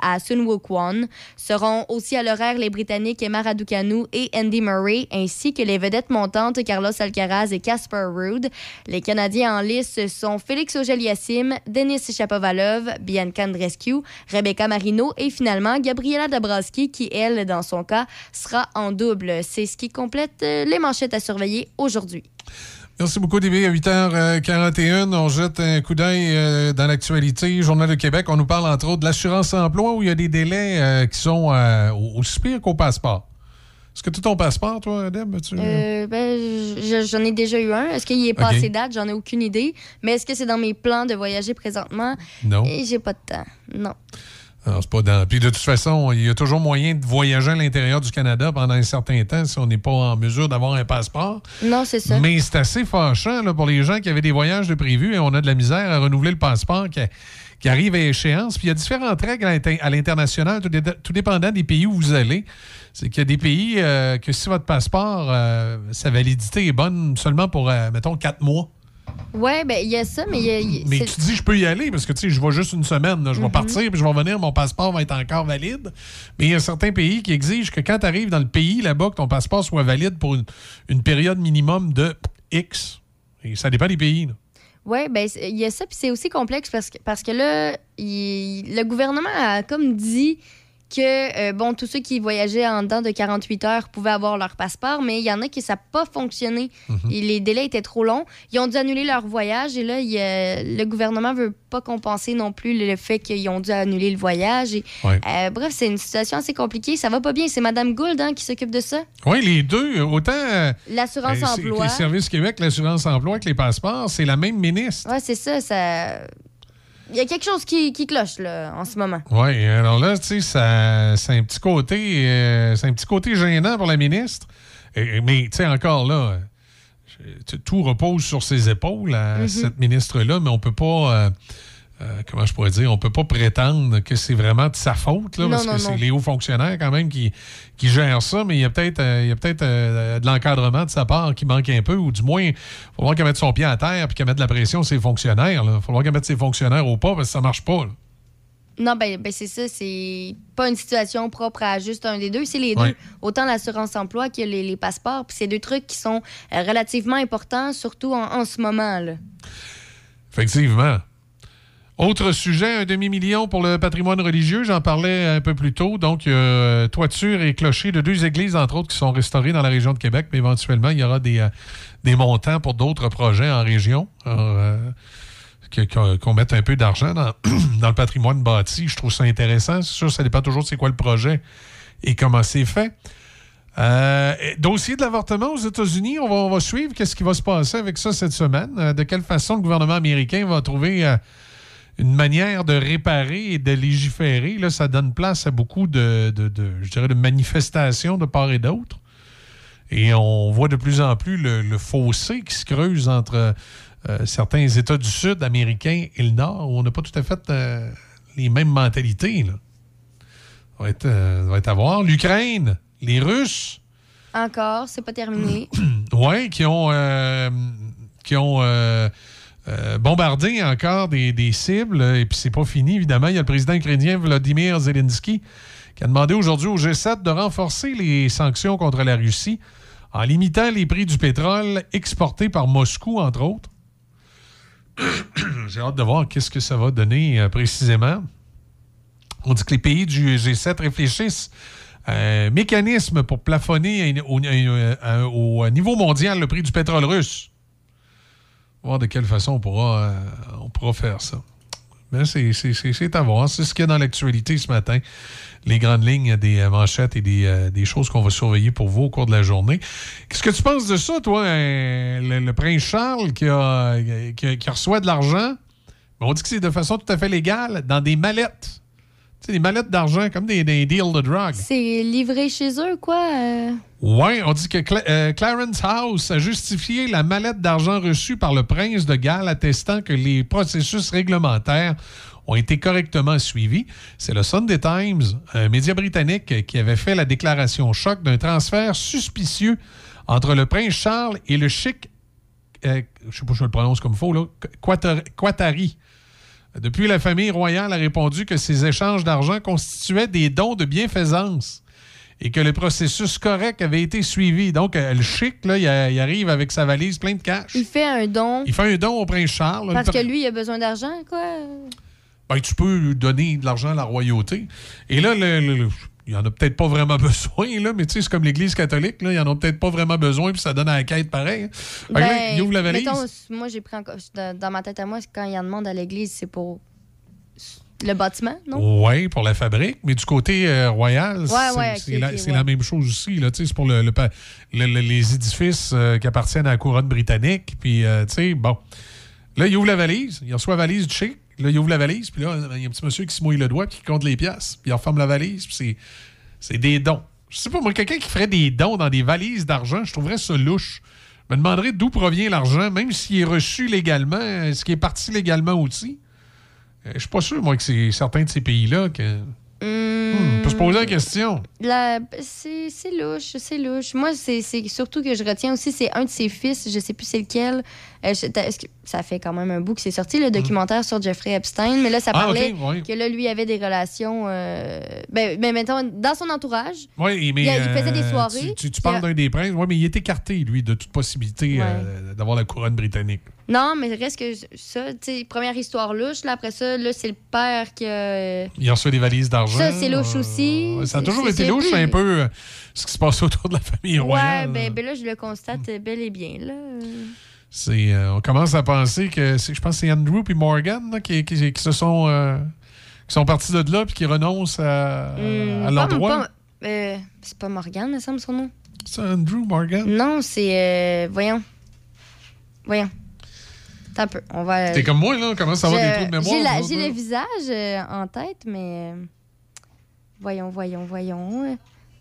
à Sun Wukong. Seront aussi à l'horaire les Britanniques Emma Raducanu et Andy Murray, ainsi que les vedettes montantes Carlos Alcaraz et Casper Ruud. Les Canadiens en lice sont Félix Auger-Aliassime, Denis Shapovalov, Bianca Andreescu, Rebecca Marino et finalement Gabriela Dabrowski qui, elle, dans son cas, sera en double. C'est ce qui complète les manchettes à surveiller aujourd'hui. Merci beaucoup, D B. À huit heures quarante et un, on jette un coup d'œil euh, dans l'actualité. Journal de Québec, on nous parle entre autres de l'assurance-emploi où il y a des délais euh, qui sont euh, aussi pires qu'au passeport. Est-ce que tu as ton passeport, toi, Deb? Tu... Euh, ben, je, j'en ai déjà eu un. Est-ce qu'il est passé okay. date? J'en ai aucune idée. Mais est-ce que c'est dans mes plans de voyager présentement? Non. Et j'ai pas de temps. Non. Alors, c'est pas dans... Puis de toute façon, il y a toujours moyen de voyager à l'intérieur du Canada pendant un certain temps si on n'est pas en mesure d'avoir un passeport. Non, c'est ça. Mais c'est assez fâchant là, pour les gens qui avaient des voyages de prévus et on a de la misère à renouveler le passeport qui, qui arrive à échéance. Puis il y a différentes règles à l'international, tout, dé... tout dépendant des pays où vous allez. C'est qu'il y a des pays euh, que si votre passeport, euh, sa validité est bonne seulement pour, euh, mettons, quatre mois. Oui, bien, il y a ça, mais il y a... Y a mais tu dis, je peux y aller parce que, tu sais, je vais juste une semaine. Là, je vais mm-hmm. partir, puis je vais revenir, mon passeport va être encore valide. Mais il y a certains pays qui exigent que quand tu arrives dans le pays là-bas, que ton passeport soit valide pour une, une période minimum de X. Et ça dépend des pays, là. Oui, bien, il y a ça, puis c'est aussi complexe parce que, parce que là, il, le gouvernement a comme dit que, euh, bon, tous ceux qui voyageaient en dedans de quarante-huit heures pouvaient avoir leur passeport, mais il y en a qui ça n'a pas fonctionné. Mm-hmm. Et les délais étaient trop longs. Ils ont dû annuler leur voyage et là, il, euh, le gouvernement ne veut pas compenser non plus le fait qu'ils ont dû annuler le voyage. Et, ouais. euh, bref, c'est une situation assez compliquée. Ça va pas bien. C'est Mme Gould hein, qui s'occupe de ça. Oui, les deux. Autant euh, l'assurance-emploi. Les services Québec, l'assurance-emploi avec les passeports, c'est la même ministre. Oui, c'est ça. Ça... Il y a quelque chose qui, qui cloche là, en ce moment. Oui, alors là, tu sais, ça, c'est un petit côté euh, c'est un petit côté gênant pour la ministre. Et, mais, tu sais, encore là, tout repose sur ses épaules à mm-hmm. cette ministre-là, mais on peut pas... Euh, Euh, comment je pourrais dire, on peut pas prétendre que c'est vraiment de sa faute, là, non, parce non, que non. c'est les hauts fonctionnaires quand même qui, qui gèrent ça, mais il y a peut-être euh, il y a peut-être euh, de l'encadrement de sa part qui manque un peu, ou du moins, il va falloir qu'elle mette son pied à terre et qu'elle mette de la pression sur ses fonctionnaires. Il va falloir qu'elle mette ses fonctionnaires au pas parce que ça marche pas. Là. Non, ben, ben c'est ça, c'est pas une situation propre à juste un des deux, c'est les deux. Ouais. Autant l'assurance-emploi que les, les passeports, puis c'est deux trucs qui sont euh, relativement importants, surtout en, en ce moment. Là. Effectivement. Autre sujet, un demi-million pour le patrimoine religieux, j'en parlais un peu plus tôt. Donc, euh, toiture et clocher de deux églises, entre autres, qui sont restaurées dans la région de Québec, mais éventuellement, il y aura des, euh, des montants pour d'autres projets en région. Alors, euh, que, qu'on mette un peu d'argent dans, dans le patrimoine bâti. Je trouve ça intéressant. C'est sûr, ça dépend toujours c'est quoi le projet et comment c'est fait. Euh, dossier de l'avortement aux États-Unis, on va, on va suivre qu'est-ce qui va se passer avec ça cette semaine. Euh, de quelle façon le gouvernement américain va trouver... Euh, une manière de réparer et de légiférer. Là, ça donne place à beaucoup de, de, de, je dirais, de manifestations de part et d'autre. Et on voit de plus en plus le, le fossé qui se creuse entre euh, certains États du Sud américains et le Nord, où on n'a pas tout à fait euh, les mêmes mentalités. Là. Ça va être, euh, ça va être à voir. L'Ukraine, les Russes... Encore, c'est pas terminé. Oui, qui ont... Euh, qui ont euh, Euh, bombarder encore des, des cibles. Et puis, c'est pas fini, évidemment. Il y a le président ukrainien Volodymyr Zelensky qui a demandé aujourd'hui au G sept de renforcer les sanctions contre la Russie en limitant les prix du pétrole exporté par Moscou, entre autres. J'ai hâte de voir qu'est-ce que ça va donner euh, précisément. On dit que les pays du G sept réfléchissent à un mécanisme pour plafonner au, au, au niveau mondial le prix du pétrole russe. Voir de quelle façon on pourra, euh, on pourra faire ça. Mais c'est, c'est, c'est, c'est à voir. C'est ce qu'il y a dans l'actualité ce matin. Les grandes lignes des manchettes et des, euh, des choses qu'on va surveiller pour vous au cours de la journée. Qu'est-ce que tu penses de ça, toi, hein, le, le prince Charles qui, a, qui, qui reçoit de l'argent? On dit que c'est de façon tout à fait légale dans des mallettes. Tu sais, des mallettes d'argent, comme des, des deals de drogue. C'est livré chez eux, quoi? Euh... Oui, on dit que Cla- euh, Clarence House a justifié la mallette d'argent reçue par le prince de Galles, attestant que les processus réglementaires ont été correctement suivis. C'est le Sunday Times, un média britannique, qui avait fait la déclaration choc d'un transfert suspicieux entre le prince Charles et le chic, euh, je ne sais pas si je le prononce comme il faut, là, Quattari. Depuis, la famille royale a répondu que ces échanges d'argent constituaient des dons de bienfaisance et que le processus correct avait été suivi. Donc, euh, le chic, là, il, a- il arrive avec sa valise pleine de cash. Il fait un don. Il fait un don au prince Charles. Parce Le- que lui, il a besoin d'argent, quoi. Ben, tu peux lui donner de l'argent à la royauté. Et là, le, le- le- il en a peut-être pas vraiment besoin, là, mais tu sais, c'est comme l'Église catholique, là, ils en ont peut-être pas vraiment besoin, puis ça donne à la quête pareil. Fait que là, Ben, il ouvre la valise. mettons, moi, j'ai pris encore. Dans, dans ma tête à moi, quand il y en demande à l'église, c'est pour le bâtiment, non? Oui, pour la fabrique, mais du côté euh, royal, c'est ouais, ok, c'est la, ok, c'est ouais. la même chose aussi. là, tu sais, c'est pour le, le pa- le- le- les édifices euh, qui appartiennent à la couronne britannique. Puis, euh, tu sais, bon. Là, il ouvre la valise, il reçoit la valise du chic. Là, il ouvre la valise, puis là, il y a un petit monsieur qui se mouille le doigt, puis qui compte les pièces, puis il referme la valise, puis c'est, c'est des dons. Je sais pas, moi, quelqu'un qui ferait des dons dans des valises d'argent, je trouverais ça louche. Je me demanderais d'où provient l'argent, même s'il est reçu légalement, est-ce qu'il est parti légalement aussi? Euh, Je suis pas sûr, moi, que c'est certains de ces pays-là que. Hmm, on peut se poser la question. La- C'est c'est louche, c'est louche. Moi, c'est c'est surtout que je retiens aussi, c'est un de ses fils, je sais plus c'est lequel. Euh, je- t'as- est-ce que- ça fait quand même un bout que c'est sorti, le documentaire sur Jeffrey Epstein, mais là, ça Ah, parlait ok, ouais. que là, lui avait des relations, euh, ben, ben, mettons, dans son entourage. Oui, mais. Il, il faisait des euh, soirées. Tu, tu- tu puis, parles euh, d'un des princes, oui, mais il est écarté, lui, de toute possibilité Ouais. euh, d'avoir la couronne britannique. Non, mais reste que ça, tu sais, première histoire louche, là, après ça, là, c'est le père qui a... Il reçoit des valises d'argent. Ça, c'est louche aussi. Ouais, ça a toujours C'est- été c'est louche, plus- un peu, euh, ce qui se passe autour de la famille Ouais, royale. ben, ben là, je le constate euh, bel et bien, là. C'est, euh, on commence à penser que c'est, je pense que c'est Andrew et Morgan là, qui, qui, qui se sont, euh, qui sont partis de là puis qui renoncent à, Hum, à leur pas- droit. pas- euh, c'est pas Morgan, me semble, son nom. C'est Andrew Morgan? Non, c'est... euh, voyons. Voyons. Attends un peu, on va... T'es comme moi, là, on commence à avoir Je- des trous de mémoire. J'ai, la- nous j'ai autres, le là. visage euh, en tête, mais... euh, voyons, voyons, voyons.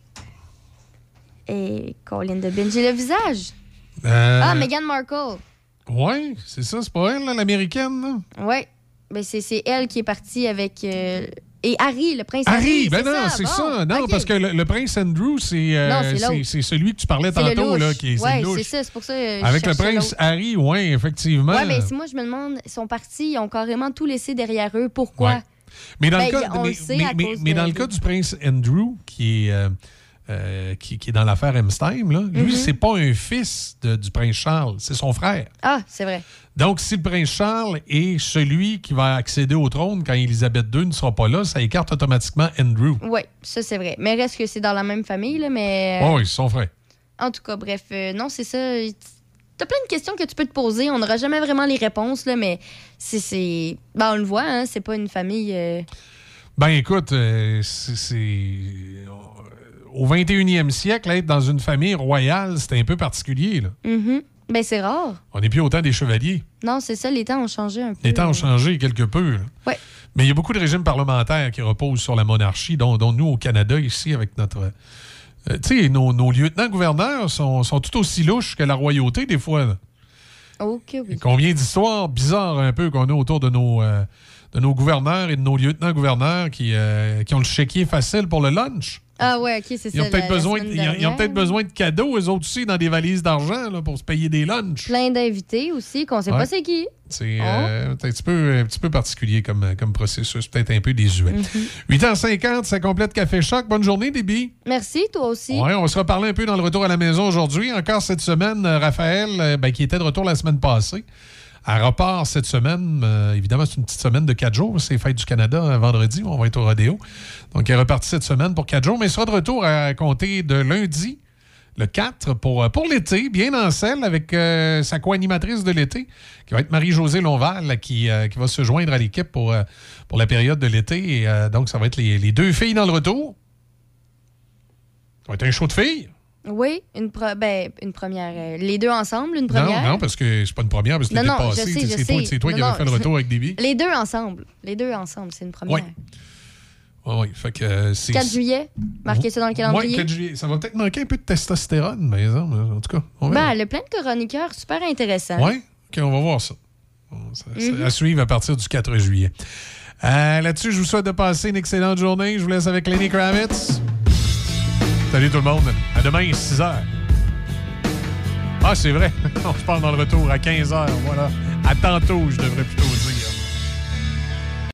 Et Colin de Bin, j'ai le visage. Euh, Ah, Meghan Markle. Ouais, c'est ça, c'est pas elle, là, l'américaine, là? Ouais. Ben, c'est, c'est elle qui est partie avec... euh, Et Harry, le prince Harry, Harry. ben non, ça, c'est bon, ça. Non, ok. parce que le, le prince Andrew, c'est, euh, Non, c'est c'est, l'autre. c'est celui que tu parlais C'est le tantôt, louche. là, qui est, c'est ouais, le louche. c'est ça, c'est pour ça que je Avec le cherchais prince l'autre. Harry, oui, effectivement. Ouais, mais si moi, je me demande, ils sont partis, ils ont carrément tout laissé derrière eux. Pourquoi? Ouais. Mais dans, Ben, le, cas, on mais, le sait mais- à mais- cause mais de- dans le cas du prince Andrew, qui est, euh, euh, qui, qui est dans l'affaire Epstein, là, lui, Mhm. c'est pas un fils de- du prince Charles, c'est son frère. Ah, c'est vrai. Donc, si le prince Charles est celui qui va accéder au trône quand Élisabeth deux ne sera pas là, ça écarte automatiquement Andrew. Oui, ça, c'est vrai. Mais reste que c'est dans la même famille, là, mais... Oh, oui, c'est son frère. En tout cas, bref, euh, non, c'est ça. T'as plein de questions que tu peux te poser. On n'aura jamais vraiment les réponses, là, mais c'est... c'est... Ben, on le voit, hein, c'est pas une famille... euh, Ben écoute, euh, c'est, c'est- au vingt et unième siècle, être dans une famille royale, c'était un peu particulier. Là. mhm. Ben, c'est rare. On n'est plus au temps des chevaliers. Non, c'est ça, les temps ont changé un peu. Les temps ont changé quelque peu. là. Ouais. Mais il y a beaucoup de régimes parlementaires qui reposent sur la monarchie, dont, dont nous, au Canada, ici, avec notre... euh, tu sais, nos, nos lieutenants-gouverneurs sont, sont tout aussi louches que la royauté, des fois. là. OK, oui. Et combien d'histoires bizarres un peu qu'on a autour de nos, euh, de nos gouverneurs et de nos lieutenants-gouverneurs qui, euh, qui ont le chéquier facile pour le lunch. Ah ouais, OK, c'est ça. Ils ont peut-être la- la besoin, semaine ils ont- ils ont dernière. peut-être besoin de cadeaux, eux autres aussi, dans des valises d'argent là, pour se payer des lunchs. Plein d'invités aussi, qu'on sait Ouais. pas c'est qui. C'est Oh. euh, un, petit peu, un petit peu particulier comme, comme processus, peut-être un peu désuet. Mhm. huit heures cinquante, ça complète Café Choc. Bonne journée, Déby. Merci, toi aussi. Ouais, on va se reparler un peu dans le retour à la maison aujourd'hui. Encore cette semaine, euh, Raphaël, euh, ben, qui était de retour la semaine passée, elle repart cette semaine. Euh, évidemment, c'est une petite semaine de quatre jours. C'est Fête du Canada euh, vendredi. On va être au rodéo. Donc, elle est repartie cette semaine pour quatre jours, mais elle sera de retour à compter de lundi, le quatre, pour, pour l'été, bien en selle, avec euh, sa co-animatrice de l'été, qui va être Marie-Josée Lonval, qui, euh, qui va se joindre à l'équipe pour, euh, pour la période de l'été. Et, euh, donc, ça va être les, les deux filles dans le retour. Ça va être un show de filles. Oui, une, pro- ben, une première. euh, les deux ensemble, une première. Non, non, parce que c'est pas une première, parce que Non, l'été non, passé, je sais, c'est je toi, sais. c'est toi qui Non, avais fait le non, retour avec Déby. Les deux ensemble. Les deux ensemble, c'est une première. Oui. Oui, oui. Fait que euh, c'est. quatre juillet, marquez ça dans le Oui, calendrier. quatre juillet. Ça va peut-être manquer un peu de testostérone, mais en en tout cas. On verra. Ben, le plein de chroniqueurs, super intéressant. Oui, OK, on va voir ça. Bon, ça- ça- Mhm. À suivre à partir du quatre juillet. Euh, Là-dessus, je vous souhaite de passer une excellente journée. Je vous laisse avec Lenny Kravitz. Salut tout le monde. À demain, six heures. Ah, c'est vrai. On se parle dans le retour à quinze heures. Voilà. À tantôt, je devrais plutôt dire.